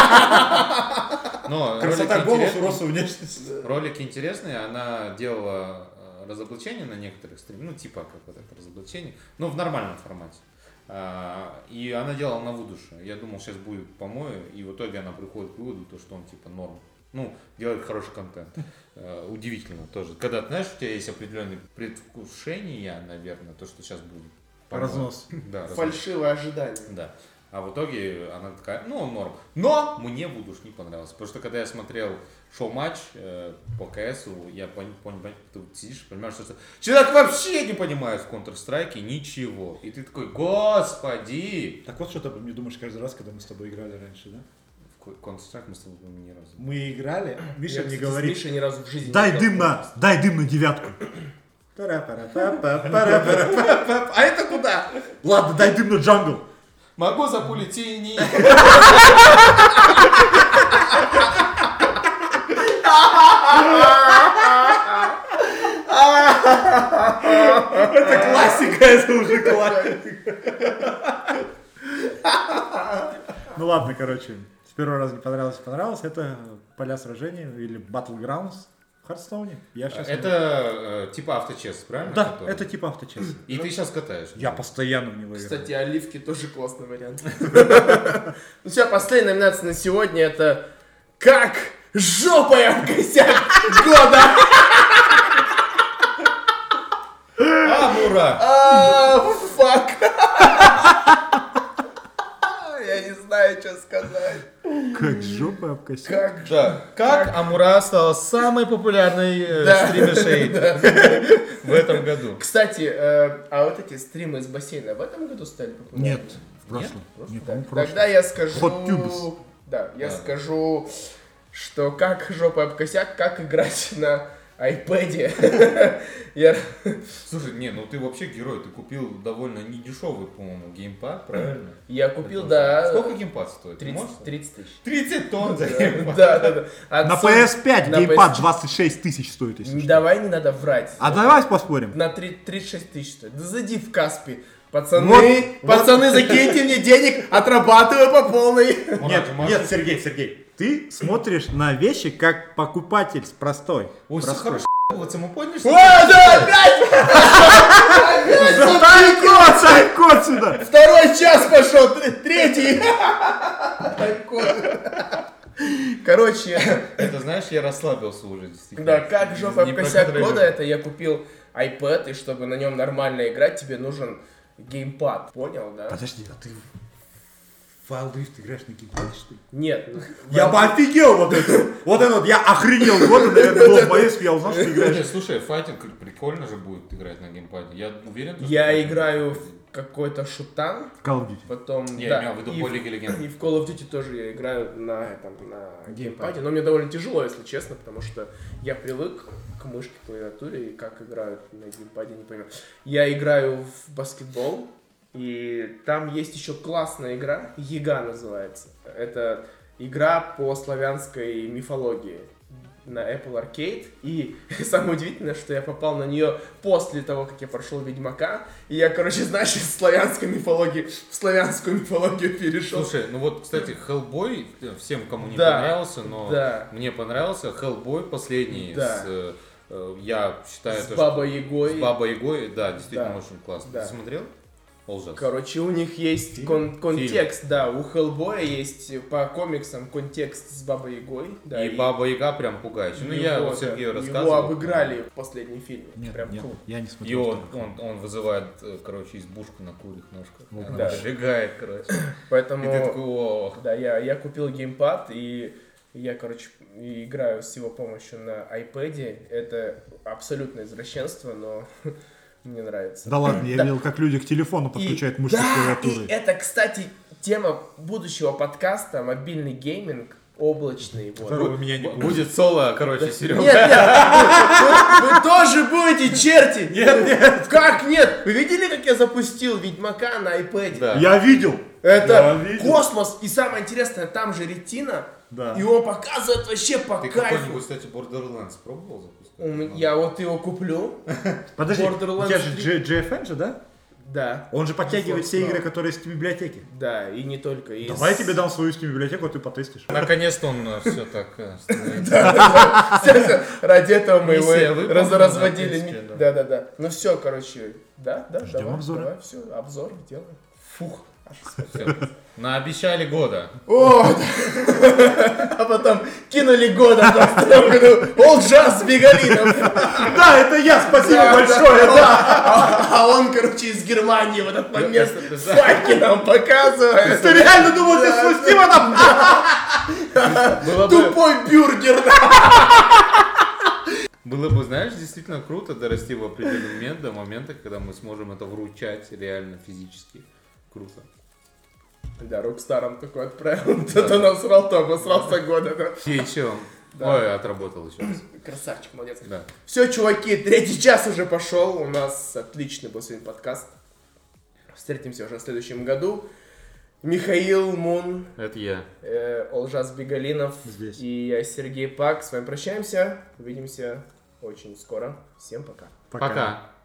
Но Красота ролики голос, интересные. уродство внешность. Ролики интересные, она делала э, разоблачение на некоторых стримах, ну типа как вот это разоблачение, но в нормальном формате. А, и она делала на Вудуше. Я думал, сейчас будет помою, и в итоге она приходит к выводу, то, что он типа норм. Ну, делает хороший контент. Э, удивительно тоже. Когда, знаешь, у тебя есть определенные предвкушения, наверное, то, что сейчас будет. По-моему. Разнос. Да, разнос. Фальшивое ожидание. Да. А в итоге она такая, ну, он норм. Но мне Вудуш не понравился. Потому что когда я смотрел шоу-матч э, по КСу, я понял, понял, ты вот сидишь, понимаешь, что человек вообще не понимает в Counter-Strike ничего. И ты такой, господи! Так вот, что ты обо мне думаешь каждый раз, когда мы с тобой играли раньше, да? В Counter-Strike мы с тобой ни разу. Мы играли, Миша Я, мне кстати, с говорит, Мишей ни разу в жизни дай не дым на, дай дым на девятку. Пара-пара-па-па-пара-пара-па-па. А это куда? Ладно, дай дым на джангл. Могу запулить тени. Это классика, это уже классика. Ну ладно, короче, с первого раза не понравилось, понравилось. Это поля сражения или Battlegrounds в Хардстоуне. Я сейчас Это э, типа авточес, правильно? Да, Который? это типа авточес. И ты сейчас катаешь? Я постоянно в него играю. Кстати, оливки тоже классный вариант. Ну все, последняя номинация на сегодня это как жопой об косяк года. А, мура! А, фак. Я не знаю, что сказать. Как жопа об косяк. Как Да. Как Амура стала самой популярной э, Да. стримершей в этом году? Кстати, э, а вот эти стримы из бассейна в этом году стали популярными? Нет, в прошлом. Нет, по-моему, в прошлом. Тогда я скажу... Hot Tubes. Да, я Да. скажу, что как жопа об косяк, как играть на айпэде. Я... Слушай, не, ну ты вообще герой, ты купил довольно недешевый, по-моему, геймпад, правильно? Я купил, Это да... Сколько геймпад стоит? Ты тридцать, можешь? тридцать тысяч. тридцать тонн за геймпад. Да, да, да. От На Sony- пи эс пять на геймпад пи эс четыре. двадцать шесть тысяч стоит, если что. Давай не надо врать. А давай поспорим. На три- тридцать шесть тысяч стоит. Да зайди в Каспи. Пацаны, Вот, пацаны, закиньте мне денег, отрабатываю по полной. Мурат, Нет, ты можешь- нет, Сергей, Сергей, ты смотришь на вещи как покупатель простой. Ой, все Простой. хорошо, вот мы поняли, О, что... да, опять! Тайм-код, тайм-код сюда! Второй час пошел, тр- третий. Тайм-код. Короче, Это, знаешь, я расслабился уже, действительно. да, как жопа Не об косяк проконтролирую. кода, это я купил iPad, и чтобы на нем нормально играть, тебе нужен геймпад. Понял, да? Подожди, а ты в Wild Rift играешь на геймпаде, что ли? Нет. ну, Я бы офигел вот это. Вот это вот, я охренел. Вот это, наверное, был в если я узнал, что ты играешь. Слушай, слушай, файтинг прикольно же будет играть на геймпаде. Я уверен, что... Я ты- играю в какой-то шутан, В Call of Duty. потом... Я да, имел в виду и по в- Лиге Легенд. И в Call of Duty тоже я играю на, этом, на геймпаде, но мне довольно тяжело, если честно, потому что я привык к мышке, клавиатуре, и как играют на геймпаде, не понимаю. Я играю в баскетбол, и там есть еще классная игра, Яга называется. Это игра по славянской мифологии на Apple Arcade, и самое удивительное, что я попал на нее после того, как я прошел Ведьмака, и я, короче, знаешь, из славянской мифологии в славянскую мифологию перешел. Слушай, ну вот, кстати, Hellboy, э, всем, кому не Да, понравился, но да. мне понравился Hellboy последний. Да. С, э, э, я считаю, С то, Бабой что... Ягой. С Бабой Ягой, да, действительно Да. очень классно. Да. Ты смотрел? Олжас. Короче, у них есть Фильм? кон- контекст, да, у Хеллбоя есть по комиксам контекст с Бабой Ягой. Да, И Баба Яга прям пугающая. Ну, я его, вот Сергею да, рассказывал. Его обыграли в последнем фильме. Нет, Прям нет, круто. я не И смотрел. он, он, он вызывает, э, короче, избушку на курьих ножках. Ну, Она да. забегает, короче. И Поэтому, ты такой, о, да, я, я купил геймпад, и я, короче, и играю с его помощью на iPad. Это абсолютное извращенство, но мне нравится. Да ладно, я Да. видел, как люди к телефону подключают И- мышцы с да, клавиатурой. и это, кстати, тема будущего подкаста, мобильный гейминг, облачный. Вот. Которого меня не будет. будет соло, короче, Серега. Нет, нет, вы, вы тоже будете, черти! Нет, нет. Как нет? Вы видели, как я запустил Ведьмака на iPad? Да. Я видел. Это Я видел. космос, и самое интересное, там же ретина, Да. и он показывает вообще по Ты кайфу. какой-нибудь, кстати, Borderlands пробовал запускать? У меня- Я вот его куплю. Подожди, у Borderlands тебя же три. G- джи эф эн же, да? Да, Он же подтягивает все Xbox игры, Now. которые есть в библиотеке. да, и не только. И Давай я с- тебе дам свою Steam библиотеку, а ты потестишь. Наконец-то он все так э, становится. Ради этого мы его Миссия и выполнена, раз- в разводили. принципе, да. Да, да, да. Ну все, короче, да, да, Ждем давай, обзора. давай, все, обзор делаем. Фух. аж Всё. Наобещали года. О, да. А потом кинули года в двадцать втором году. Олджас Бегалинов. Да, это я, спасибо Да, большое, да. да. А, а он, короче, из Германии в этот момент факи нам показывает. Ты реально думал, ты свой Steam там? Было бы, Тупой бюргер. было бы, знаешь, действительно круто дорасти в определенный момент до момента, когда мы сможем это вручать реально физически. Круто. Да, Рокстаром такой отправил. Кто-то насрал, то обосрался года. да. И чё? Да. Ой, отработал еще раз. Красавчик, молодец. Да. Все, чуваки, третий час уже пошел. У нас отличный был сегодня подкаст. Встретимся уже в следующем году. Михаил Мун, Это я. э, Олжас Бегалинов Здесь. и я, Сергей Пак. С вами прощаемся. Увидимся очень скоро. Всем пока. Пока.